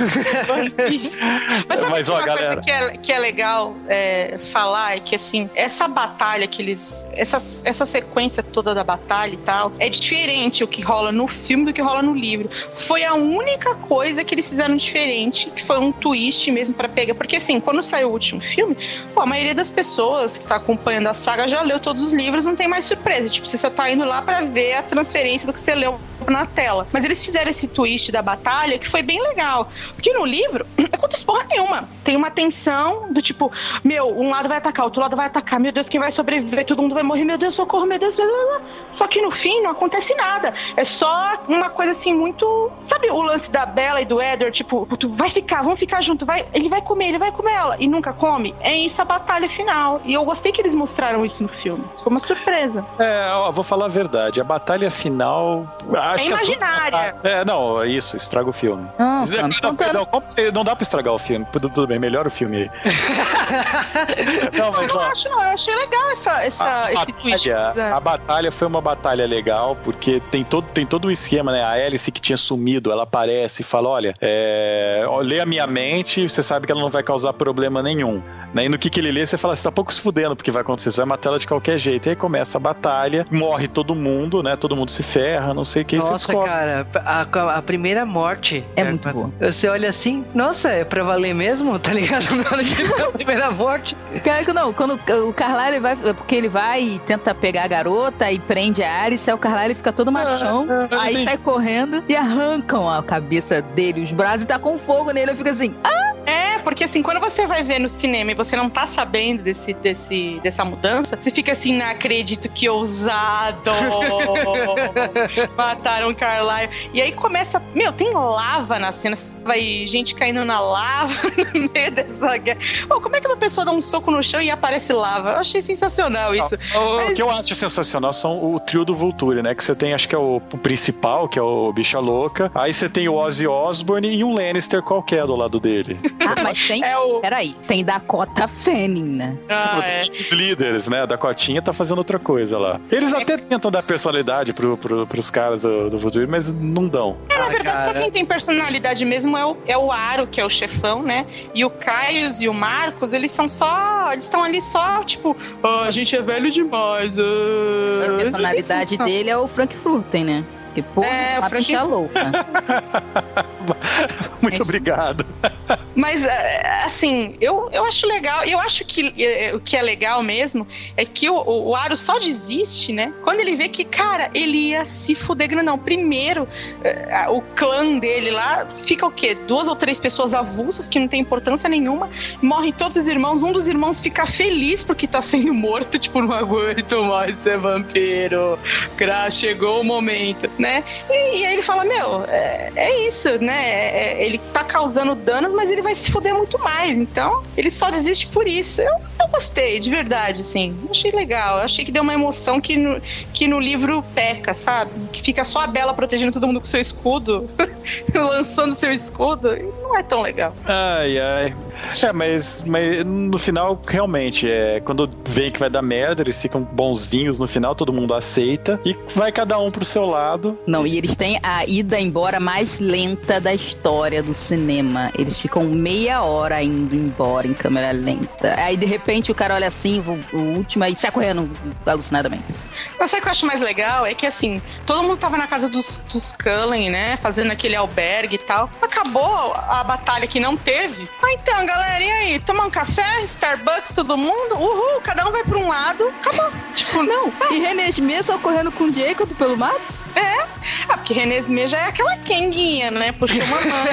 Mas ó, galera... coisa que é legal falar é que, assim, essa batalha que eles... Essa sequência toda da batalha e tal, é diferente o que rola no filme do que rola no livro. Foi a única coisa que eles fizeram diferente, que foi um twist mesmo pra pegar. Porque, assim, quando saiu o último filme, a maioria das pessoas que tá acompanhando a saga já leu todos os livros, não tem mais surpresa. Tipo, você só tá indo lá pra ver a transferência do que você leu na tela. Mas eles fizeram esse twist da batalha que foi bem legal. Porque no livro, não acontece porra nenhuma. Tem uma tensão do tipo, um lado vai atacar, outro lado vai atacar, meu Deus, quem vai sobreviver? Todo mundo vai morrer, meu Deus, socorro, meu Deus, Só que no fim não acontece nada. É só uma coisa assim muito... Sabe o lance da Bella e do Edward? Tipo, vamos ficar junto, ele vai comer ela e nunca come? É isso a batalha final. E eu gostei que eles mostraram isso no filme. Foi uma surpresa. Vou falar a verdade. A batalha final... Acho imaginária. Não, isso, estraga o filme. Não dá pra estragar o filme. Tudo bem, melhora o filme aí. Eu achei legal esse twist. A batalha foi uma batalha batalha legal, porque tem todo o esquema, né? A Alice que tinha sumido, ela aparece e fala, olha, lê a minha mente, você sabe que ela não vai causar problema nenhum. E no que ele lê, você fala, você tá pouco se fudendo porque vai acontecer, você vai matar ela de qualquer jeito. E aí começa a batalha, morre todo mundo, né? Todo mundo se ferra, não sei o que. Nossa, cara, a primeira morte é muito boa. Você olha assim, nossa, é pra valer mesmo? Tá ligado? Na hora que vê a primeira morte. Cara, não, quando o Carlyle vai, porque ele vai e tenta pegar a garota e prende a Alice, aí o Carlyle fica todo machão, aí sai correndo e arrancam a cabeça dele, os braços, e tá com fogo nele, eu fico assim, porque assim, quando você vai ver no cinema e você não tá sabendo dessa mudança, você fica assim, não acredito, que ousado! Mataram o Carlyle. E aí começa, tem lava na cena, vai gente caindo na lava no meio dessa guerra. Como é que uma pessoa dá um soco no chão e aparece lava? Eu achei sensacional isso. O que eu acho sensacional são o trio do Vulture, né? Que você tem, acho que é o principal, que é o Bicha Louca. Aí você tem o Ozzy Osbourne e um Lannister qualquer do lado dele. Mas tem, peraí, tem Dakota Fanning, né? Os líderes, né? A Dakotinha tá fazendo outra coisa lá. Eles até tentam dar personalidade pros caras do Vulture, mas não dão. Na verdade, só quem tem personalidade mesmo é o Aro, que é o chefão, né? E o Caius e o Marcos, eles estão ali só, tipo, a gente é velho demais. A personalidade dele é o Frank Furten, né? Que porra, uma bicha louca. Muito obrigado. Mas, assim, eu acho legal. Eu acho que o que é legal mesmo é que o Aro só desiste, né? Quando ele vê que, cara, ele ia se fuder grandão. Primeiro, o clã dele lá fica o quê? 2 ou 3 pessoas avulsas que não tem importância nenhuma. Morrem todos os irmãos. Um dos irmãos fica feliz porque tá sendo morto. Tipo, não aguento mais ser vampiro. Chegou o momento, né? E aí ele fala, é isso, né? Ele tá causando danos, mas ele vai se fuder muito mais. Então, ele só desiste por isso. Eu gostei, de verdade, assim. Achei legal. Achei que deu uma emoção que no livro peca, sabe? Que fica só a Bella protegendo todo mundo com seu escudo, lançando seu escudo. E não é tão legal. Ai. Mas no final, realmente, quando vem que vai dar merda, eles ficam bonzinhos no final, todo mundo aceita e vai cada um pro seu lado. Não, e eles têm a ida embora mais lenta da história do cinema. Eles ficam meia hora indo embora em câmera lenta. Aí, de repente, o cara olha assim, o último, aí sai correndo alucinadamente. Mas sabe o que eu acho mais legal? É que, assim, todo mundo tava na casa dos Cullen, né? Fazendo aquele albergue e tal. Acabou a batalha que não teve. Então, galera, e aí? Tomar um café? Starbucks, todo mundo? Uhul, cada um vai pra um lado. Acabou. Tipo, não. E René Smith só correndo com o Jacob pelo mato? Porque René Smith já é aquela quenguinha, né? Puxou uma mão.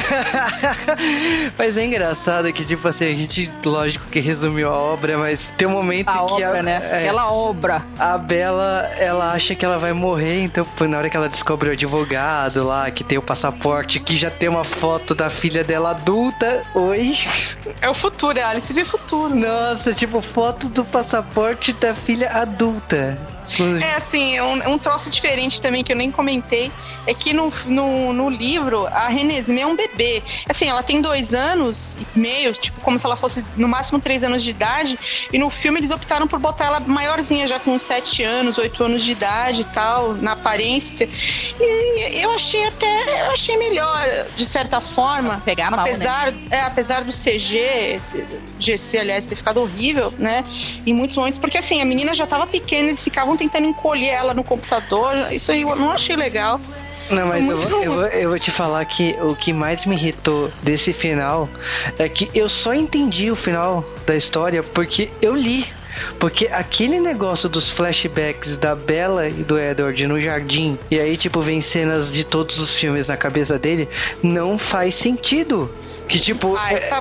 Mas é engraçado que, tipo assim, a gente, lógico que resumiu a obra, mas tem um momento que aquela obra. A Bella, ela acha que ela vai morrer, então na hora que ela descobre o advogado lá, que tem o passaporte, que já tem uma foto da filha dela adulta. Oi? É o futuro, a Alice vê futuro. Nossa, tipo, foto do passaporte da filha adulta. Assim, um troço diferente também que eu nem comentei é que no livro a Renesmee é um bebê. Assim, ela tem 2 anos e meio, tipo, como se ela fosse no máximo 3 anos de idade, e no filme eles optaram por botar ela maiorzinha, já com 7 anos, 8 anos de idade e tal, na aparência. E eu achei melhor, de certa forma. Pegar mal, apesar do GC, aliás, ter ficado horrível, né? Em muitos momentos, porque assim, a menina já tava pequena, eles ficavam tentando encolher ela no computador. Isso aí eu não achei legal. Não, mas eu vou te falar que o que mais me irritou desse final é que eu só entendi o final da história porque eu li. Porque aquele negócio dos flashbacks da Bella e do Edward no jardim, e aí tipo vem cenas de todos os filmes na cabeça dele, não faz sentido. Que tipo...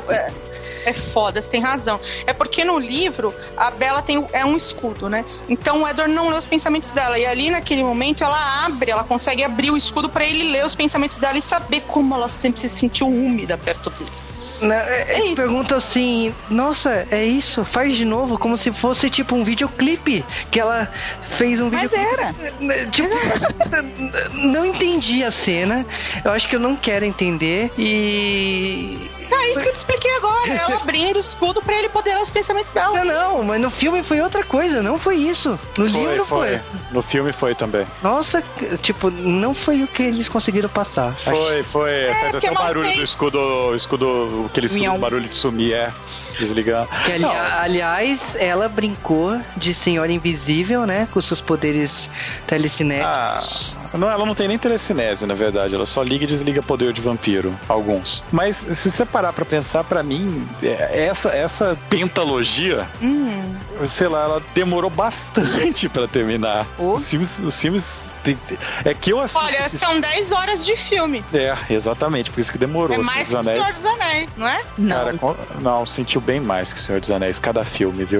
É foda, você tem razão. É porque no livro a Bella é um escudo, né? Então o Edward não lê os pensamentos dela. E ali naquele momento ela consegue abrir o escudo pra ele ler os pensamentos dela e saber como ela sempre se sentiu úmida perto dele. Ele pergunta assim, nossa, é isso? Faz de novo, como se fosse tipo um videoclipe que ela fez um videoclipe. Mas era. Tipo, não entendi a cena. Eu acho que eu não quero entender. E É isso que eu te expliquei agora. Ela abrindo o escudo pra ele poder ler os pensamentos dela. Não, mas no filme foi outra coisa, não foi isso. No livro foi. No filme foi também. Nossa, tipo, não foi o que eles conseguiram passar. Foi. Faz até o barulho do escudo, aquele escudo, barulho de sumir, desligar. Que, aliás, ela brincou de Senhora Invisível, né? Com seus poderes telecinéticos. Não, ela não tem nem telecinese, na verdade. Ela só liga e desliga poder de vampiro. Alguns. Mas, se você parar pra pensar, pra mim, essa pentalogia, sei lá, ela demorou bastante pra terminar. Os filmes é que eu assisto. Olha, são 10 horas de filme. Exatamente, por isso que demorou. É mais que o Senhor dos Anéis, não é? Não. Cara, não, sentiu bem mais que o Senhor dos Anéis, cada filme, viu?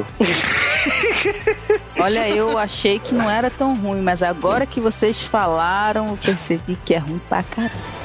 Olha, eu achei que não era tão ruim, mas agora que vocês falaram, eu percebi que é ruim pra caramba.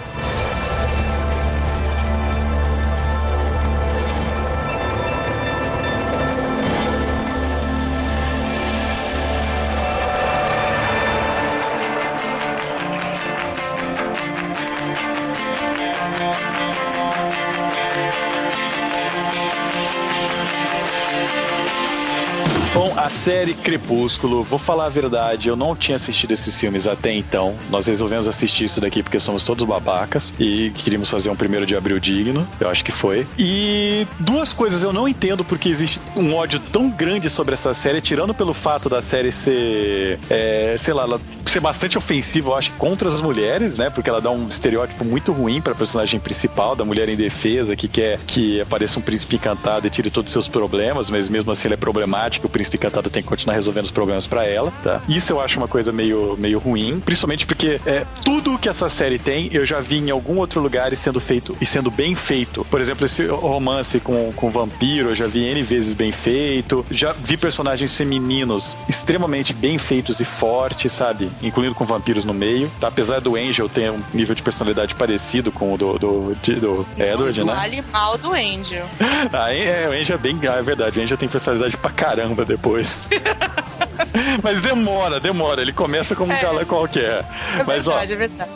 A série Crepúsculo, vou falar a verdade, eu não tinha assistido esses filmes até então. Nós resolvemos assistir isso daqui porque somos todos babacas e queríamos fazer um 1º de abril digno, eu acho que foi. E duas coisas eu não entendo porque existe um ódio tão grande sobre essa série, tirando pelo fato da série ser, sei lá, ela ser bastante ofensiva, eu acho, contra as mulheres, né? Porque ela dá um estereótipo muito ruim pra personagem principal, da mulher indefesa, que quer que apareça um príncipe encantado e tire todos os seus problemas, mas mesmo assim ele é problemático, o príncipe encantado tem que continuar resolvendo os problemas pra ela, tá? Isso eu acho uma coisa meio ruim, principalmente porque tudo que essa série tem, eu já vi em algum outro lugar e sendo feito, e sendo bem feito. Por exemplo, esse romance com vampiro, eu já vi N vezes bem feito, já vi personagens femininos extremamente bem feitos e fortes, sabe? Incluindo com vampiros no meio, tá? Apesar do Angel ter um nível de personalidade parecido com o do Edward, né? Vale mal do Angel. O Angel é bem... é verdade, o Angel tem personalidade pra caramba depois. Mas demora. Ele começa como um galã qualquer. É verdade.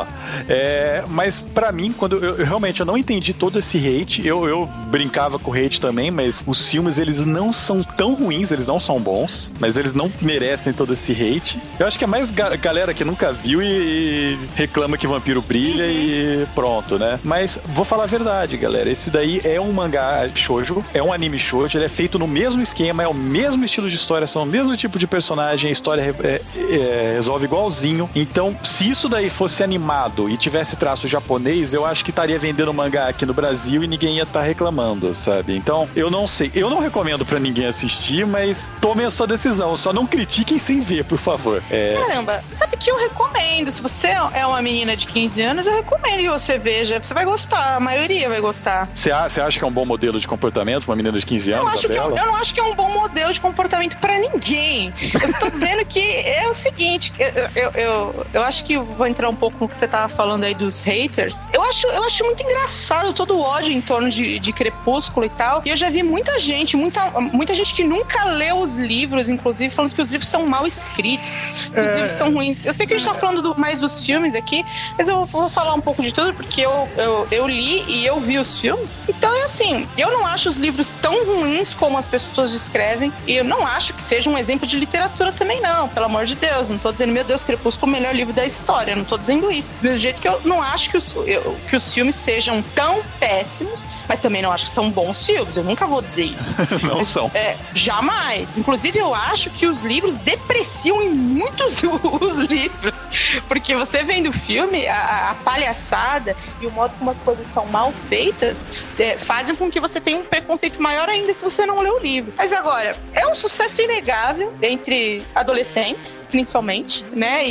Mas pra mim, quando eu realmente não entendi todo esse hate, eu brincava com o hate também, mas os filmes, eles não são tão ruins, eles não são bons, mas eles não merecem todo esse hate. Eu acho que é mais galera que nunca viu e reclama que vampiro brilha e pronto, né? Mas vou falar a verdade, galera, esse daí é um mangá shoujo, é um anime shoujo, ele é feito no mesmo esquema, é o mesmo estilo de história, são o mesmo tipo de personagem, a história resolve igualzinho. Então, se isso daí fosse animado e tivesse traço japonês, eu acho que estaria vendendo mangá aqui no Brasil e ninguém ia estar reclamando, sabe? Então, eu não sei. Eu não recomendo pra ninguém assistir, mas tomem a sua decisão. Só não critiquem sem ver, por favor. Caramba, sabe que eu recomendo. Se você é uma menina de 15 anos, eu recomendo que você veja. Você vai gostar, a maioria vai gostar. Você acha que é um bom modelo de comportamento uma menina de 15 anos, eu não acho que é um bom modelo de comportamento pra ninguém. Eu estou dizendo que é o seguinte, eu acho que vou entrar um pouco no que você tava falando aí dos haters. Eu acho muito engraçado todo o ódio em torno de Crepúsculo e tal. E eu já vi muita gente que nunca leu os livros, inclusive, falando que os livros são mal escritos, que os livros são ruins. Eu sei que a gente tá falando mais dos filmes aqui, mas eu vou falar um pouco de tudo, porque eu li e eu vi os filmes. Então é assim, eu não acho os livros tão ruins como as pessoas descrevem, e eu não acho que seja um exemplo de literatura também, não, pelo amor de Deus. Não tô dizendo, meu Deus, Crepúsculo é o melhor livro da história, não tô dizendo isso. Do mesmo jeito que eu não acho que os filmes sejam tão péssimos, mas também não acho que são bons filmes, eu nunca vou dizer isso. Não são. Jamais. Inclusive, eu acho que os livros depreciam em muitos os livros, porque você vendo o filme, a palhaçada e o modo como as coisas são mal feitas fazem com que você tenha um preconceito maior ainda se você não lê o livro. Mas agora, é um sucesso inegável entre adolescentes, principalmente, né,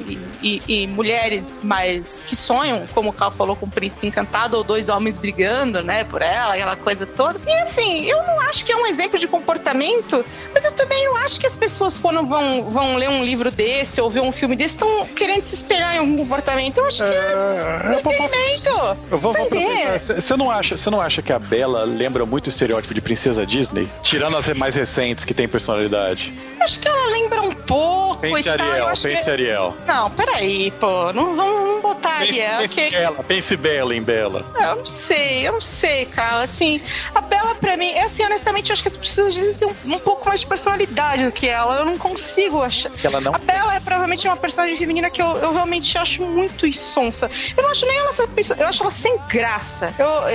e mulheres mais que sonham, como o Cal falou, com o príncipe encantado ou dois homens brigando, né, por ela, aquela coisa toda. E assim, eu não acho que é um exemplo de comportamento, mas eu também não acho que as pessoas, quando vão ler um livro desse ou ver um filme desse, estão querendo se espelhar em algum comportamento. Eu acho que é entretenimento. Eu vou aproveitar. Você não acha que a Bella lembra muito o estereótipo de princesa Disney? Tirando as mais recentes que tem personalidade. Acho que ela lembra um pouco. Pense Ariel. Não, peraí, pô. Não vamos botar área, ok? Pense bela em Bela. Eu não sei, cara. Assim, a Bela pra mim, honestamente, eu acho que as pessoas dizem um pouco mais de personalidade do que ela. Eu não consigo achar. A Bela é provavelmente uma personagem feminina que eu realmente acho muito insonsa. Eu não acho nem ela eu acho ela sem graça.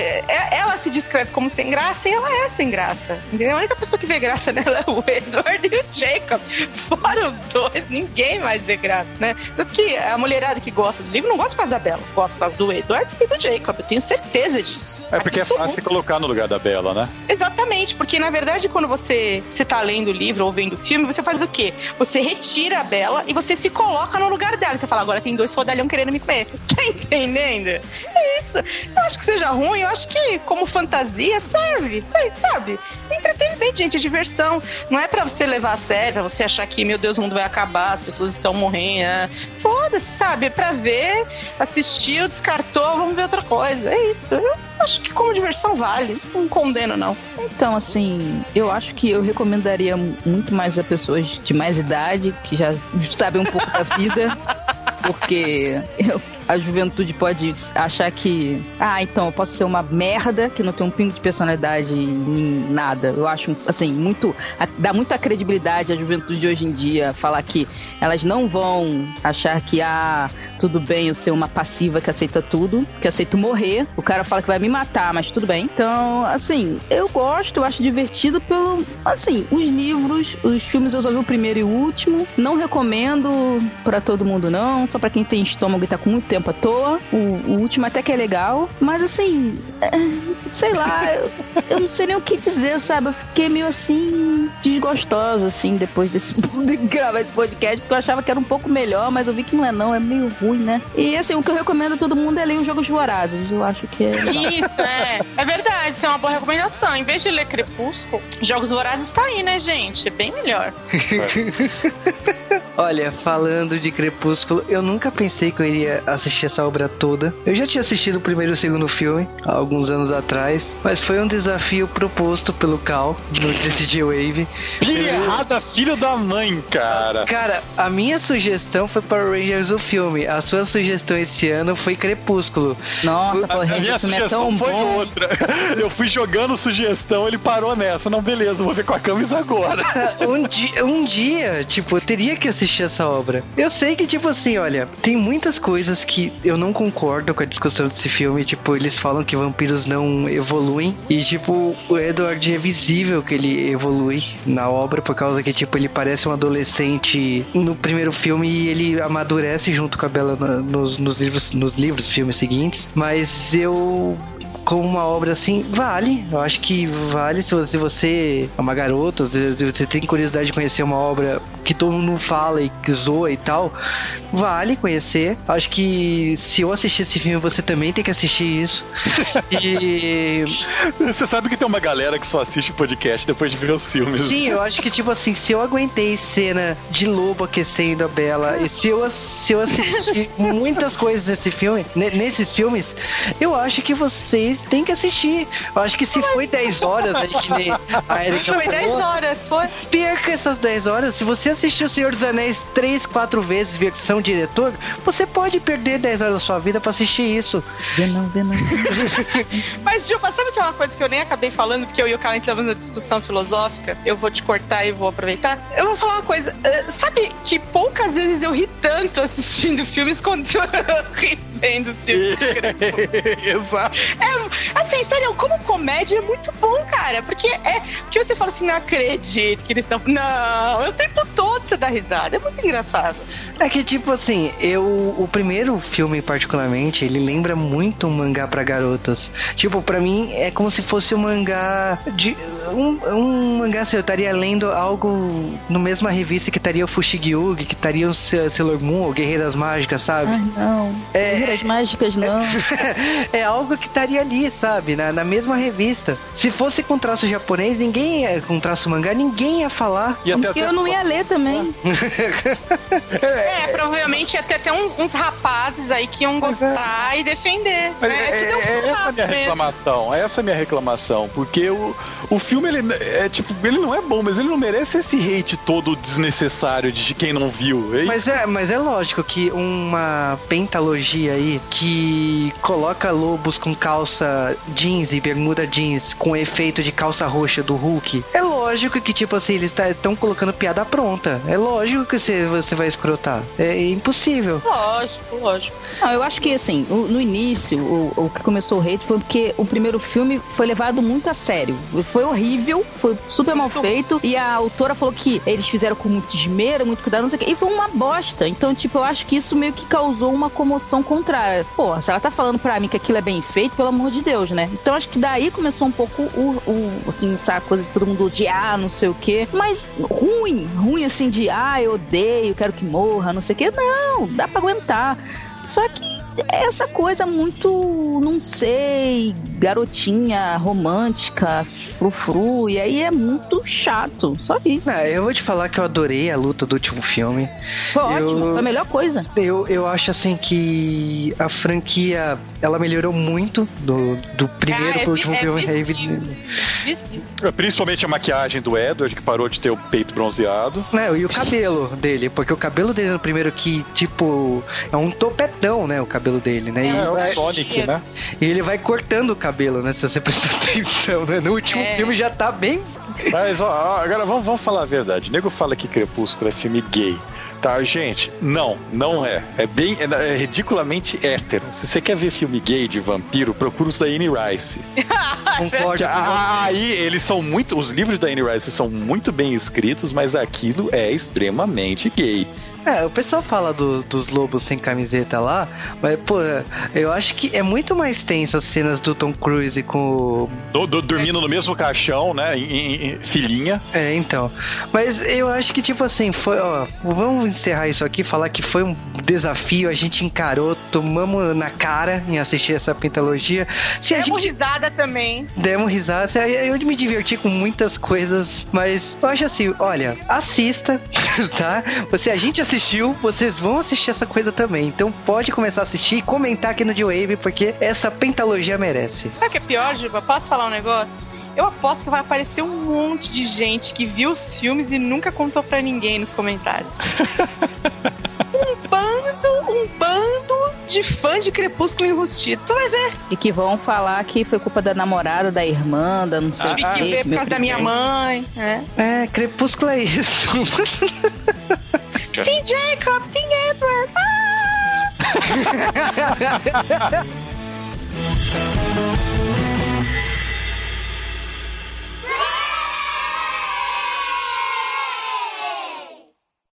Ela se descreve como sem graça e ela é sem graça. Entendeu? A única pessoa que vê graça nela é o Edward e o Jacob. Fora os dois, ninguém mais vê graça, né? Tanto que a mulherada que gosta do livro não gosta por causa da Bela, gosta por causa do Edward e do Jacob. Eu tenho certeza disso. É porque é fácil se colocar no lugar da Bela, né? Exatamente, porque na verdade quando você tá lendo o livro ou vendo o filme, você faz o quê? Você retira a Bela e você se coloca no lugar dela. Você fala, agora tem 2 fodalhão querendo me comer. Tá entendendo? É isso. Eu acho que seja ruim, eu acho que como fantasia serve, sabe? Entretenimento, gente, é diversão. Não é pra você levar a sério, pra você achar que, meu Deus, o mundo vai acabar, as pessoas estão morrendo. Foda-se, sabe? É pra ver, assistiu, descartou, vamos ver outra coisa. É isso. Eu acho que como diversão vale. Não condeno, não. Então, assim, eu acho que eu recomendaria muito mais a pessoas de mais idade, que já sabem um pouco da vida, porque a juventude pode achar que, então eu posso ser uma merda que não tem um pingo de personalidade em nada. Eu acho, assim, dá muita credibilidade à juventude de hoje em dia falar que elas não vão achar que, tudo bem eu ser uma passiva que aceita tudo, que aceito morrer. O cara fala que vai me matar, mas tudo bem. Então, assim, eu acho divertido assim, os livros, os filmes eu só vi o primeiro e o último. Não recomendo pra todo mundo, não. Só pra quem tem estômago e tá com muito tempo à toa. O último até que é legal. Mas, assim, sei lá, eu não sei nem o que dizer, sabe? Eu fiquei meio, assim, desgostosa, assim, depois de gravar esse podcast, porque eu achava que era um pouco melhor, mas eu vi que não é não, é meio ruim, né? E, assim, o que eu recomendo a todo mundo é ler os Jogos Vorazes. Eu acho que é legal. Isso, é verdade, isso é uma boa recomendação. Em vez de ler Crepúsculo, Jogos Vorazes tá aí, né, gente? É bem melhor. Olha, falando de Crepúsculo, eu nunca pensei que eu iria assistir essa obra toda. Eu já tinha assistido o primeiro e o segundo filme, há alguns anos atrás, mas foi um desafio proposto pelo Cal, desse J-Wave. Pilha errada, filho da mãe, cara. Cara, a minha sugestão foi Power Rangers o filme. A sua sugestão esse ano foi Crepúsculo. Nossa, Power A minha Rangers é sugestão tão foi bom. outra. Eu fui jogando sugestão, ele parou nessa. Não, beleza, vou ver com a camisa agora. Um dia, tipo, eu teria que assistir essa obra. Eu sei que, tipo assim, olha, tem muitas coisas que eu não concordo com a discussão desse filme. Tipo, eles falam que vampiros não evoluem. E, tipo, o Edward é visível que ele evolui na obra, por causa que, tipo, ele parece um adolescente no primeiro filme e ele amadurece junto com a Bella nos livros, filmes seguintes. Mas eu... como uma obra assim, vale. Eu acho que vale se você é uma garota, você tem curiosidade de conhecer uma obra que todo mundo fala e que zoa e tal, vale conhecer. Acho que se eu assistir esse filme, você também tem que assistir isso. E... você sabe que tem uma galera que só assiste o podcast depois de ver os filmes. Sim, eu acho que, tipo assim, se eu aguentei cena de lobo aquecendo a Bella, e se eu assistir muitas coisas nesses filmes, eu acho que vocês têm que assistir. Eu acho que se foi 10 horas, a gente a Erika foi 10 horas, foi. Perca essas 10 horas. Se você assistiu O Senhor dos Anéis 3, 4 vezes, versão diretor, você pode perder 10 horas da sua vida pra assistir isso. Vê não. Mas, Juba, sabe que é uma coisa que eu nem acabei falando, porque eu e o Carlos entramos na discussão filosófica? Eu vou te cortar e vou aproveitar. Eu vou falar uma coisa. Sabe que poucas vezes eu ri tanto assistindo filmes quanto eu ri vendo os filmes. Exato. Assim, sério, como comédia é muito bom, cara. Porque você fala assim, não acredito que eles estão... Não, o tempo todo você dá risada. É muito engraçado. É que, tipo assim, o primeiro filme, particularmente, ele lembra muito um mangá pra garotas. Tipo, pra mim, é como se fosse um mangá de... Um mangá, assim, eu estaria lendo algo no mesma revista que estaria o Fushigi-Yugi, que estaria o Sailor Moon, ou Guerreiras Mágicas, sabe? Ai, não. Guerreiras Mágicas, não. É algo que estaria ali. ali, sabe? Na mesma revista. Se fosse com traço japonês, com traço mangá, ninguém ia falar. Porque eu não ia ler também. Provavelmente ia ter até uns rapazes aí que iam gostar e defender. Essa é a minha reclamação. Essa é a minha reclamação. Porque o filme, ele não é bom, mas ele não merece esse hate todo desnecessário de quem não viu. Mas é lógico que uma pentalogia aí que coloca lobos com calça jeans e bermuda jeans com efeito de calça roxa do Hulk, é lógico que, tipo assim, eles estão colocando piada pronta. É lógico que você vai escrotar. É impossível. Lógico. Não, eu acho que, assim, no início, o que começou o hate foi porque o primeiro filme foi levado muito a sério. Foi horrível, foi super mal feito, e a autora falou que eles fizeram com muito esmero, muito cuidado, não sei o que, e foi uma bosta. Então, tipo, eu acho que isso meio que causou uma comoção contrária. Pô, se ela tá falando pra mim que aquilo é bem feito, pelo amor de Deus, né? Então, acho que daí começou um pouco assim, essa coisa de todo mundo odiar, não sei o que, mas ruim assim de, eu odeio, quero que morra, não sei o que. Não, dá pra aguentar. Só que é essa coisa muito, não sei, garotinha, romântica, frufru, e aí é muito chato, só isso. Eu vou te falar que eu adorei a luta do último filme. Foi ótimo, foi a melhor coisa. Eu acho assim que a franquia, ela melhorou muito do primeiro pro último filme. Principalmente a maquiagem do Edward, que parou de ter o peito bronzeado. E o cabelo dele, porque o cabelo dele no primeiro que, tipo, é um topetão, né, o cabelo dele, né? É o Sonic, né? E ele vai cortando o cabelo, né, se você prestar atenção, né? No último filme já tá bem... Mas, agora vamos falar a verdade. O nego fala que Crepúsculo é filme gay. Tá, gente, não é. É ridiculamente hétero. Se você quer ver filme gay de vampiro, procura os da Anne Rice. Concordo. Aí eles são muito. Os livros da Anne Rice são muito bem escritos, mas aquilo é extremamente gay. O pessoal fala dos lobos sem camiseta lá, mas, pô, eu acho que é muito mais tenso as cenas do Tom Cruise com dormindo no mesmo caixão, né, em filinha. Então. Mas eu acho que, tipo assim, vamos encerrar isso aqui, falar que foi desafio, a gente encarou, tomamos na cara em assistir essa pentalogia. Demos risada também. Demos risada. Eu me diverti com muitas coisas, mas eu acho assim, olha, assista, tá? A gente assistiu, vocês vão assistir essa coisa também. Então pode começar a assistir e comentar aqui no D-Wave, porque essa pentalogia merece. Sabe o que é pior, Giba? Posso falar um negócio? Eu aposto que vai aparecer um monte de gente que viu os filmes e nunca contou pra ninguém nos comentários. Um bando de fãs de Crepúsculo enrustido. Tu vai ver. E que vão falar que foi culpa da namorada, da irmã, da não sei o que. Tive que ver por causa da minha mãe. Crepúsculo é isso. Team Jacob, Team Edward.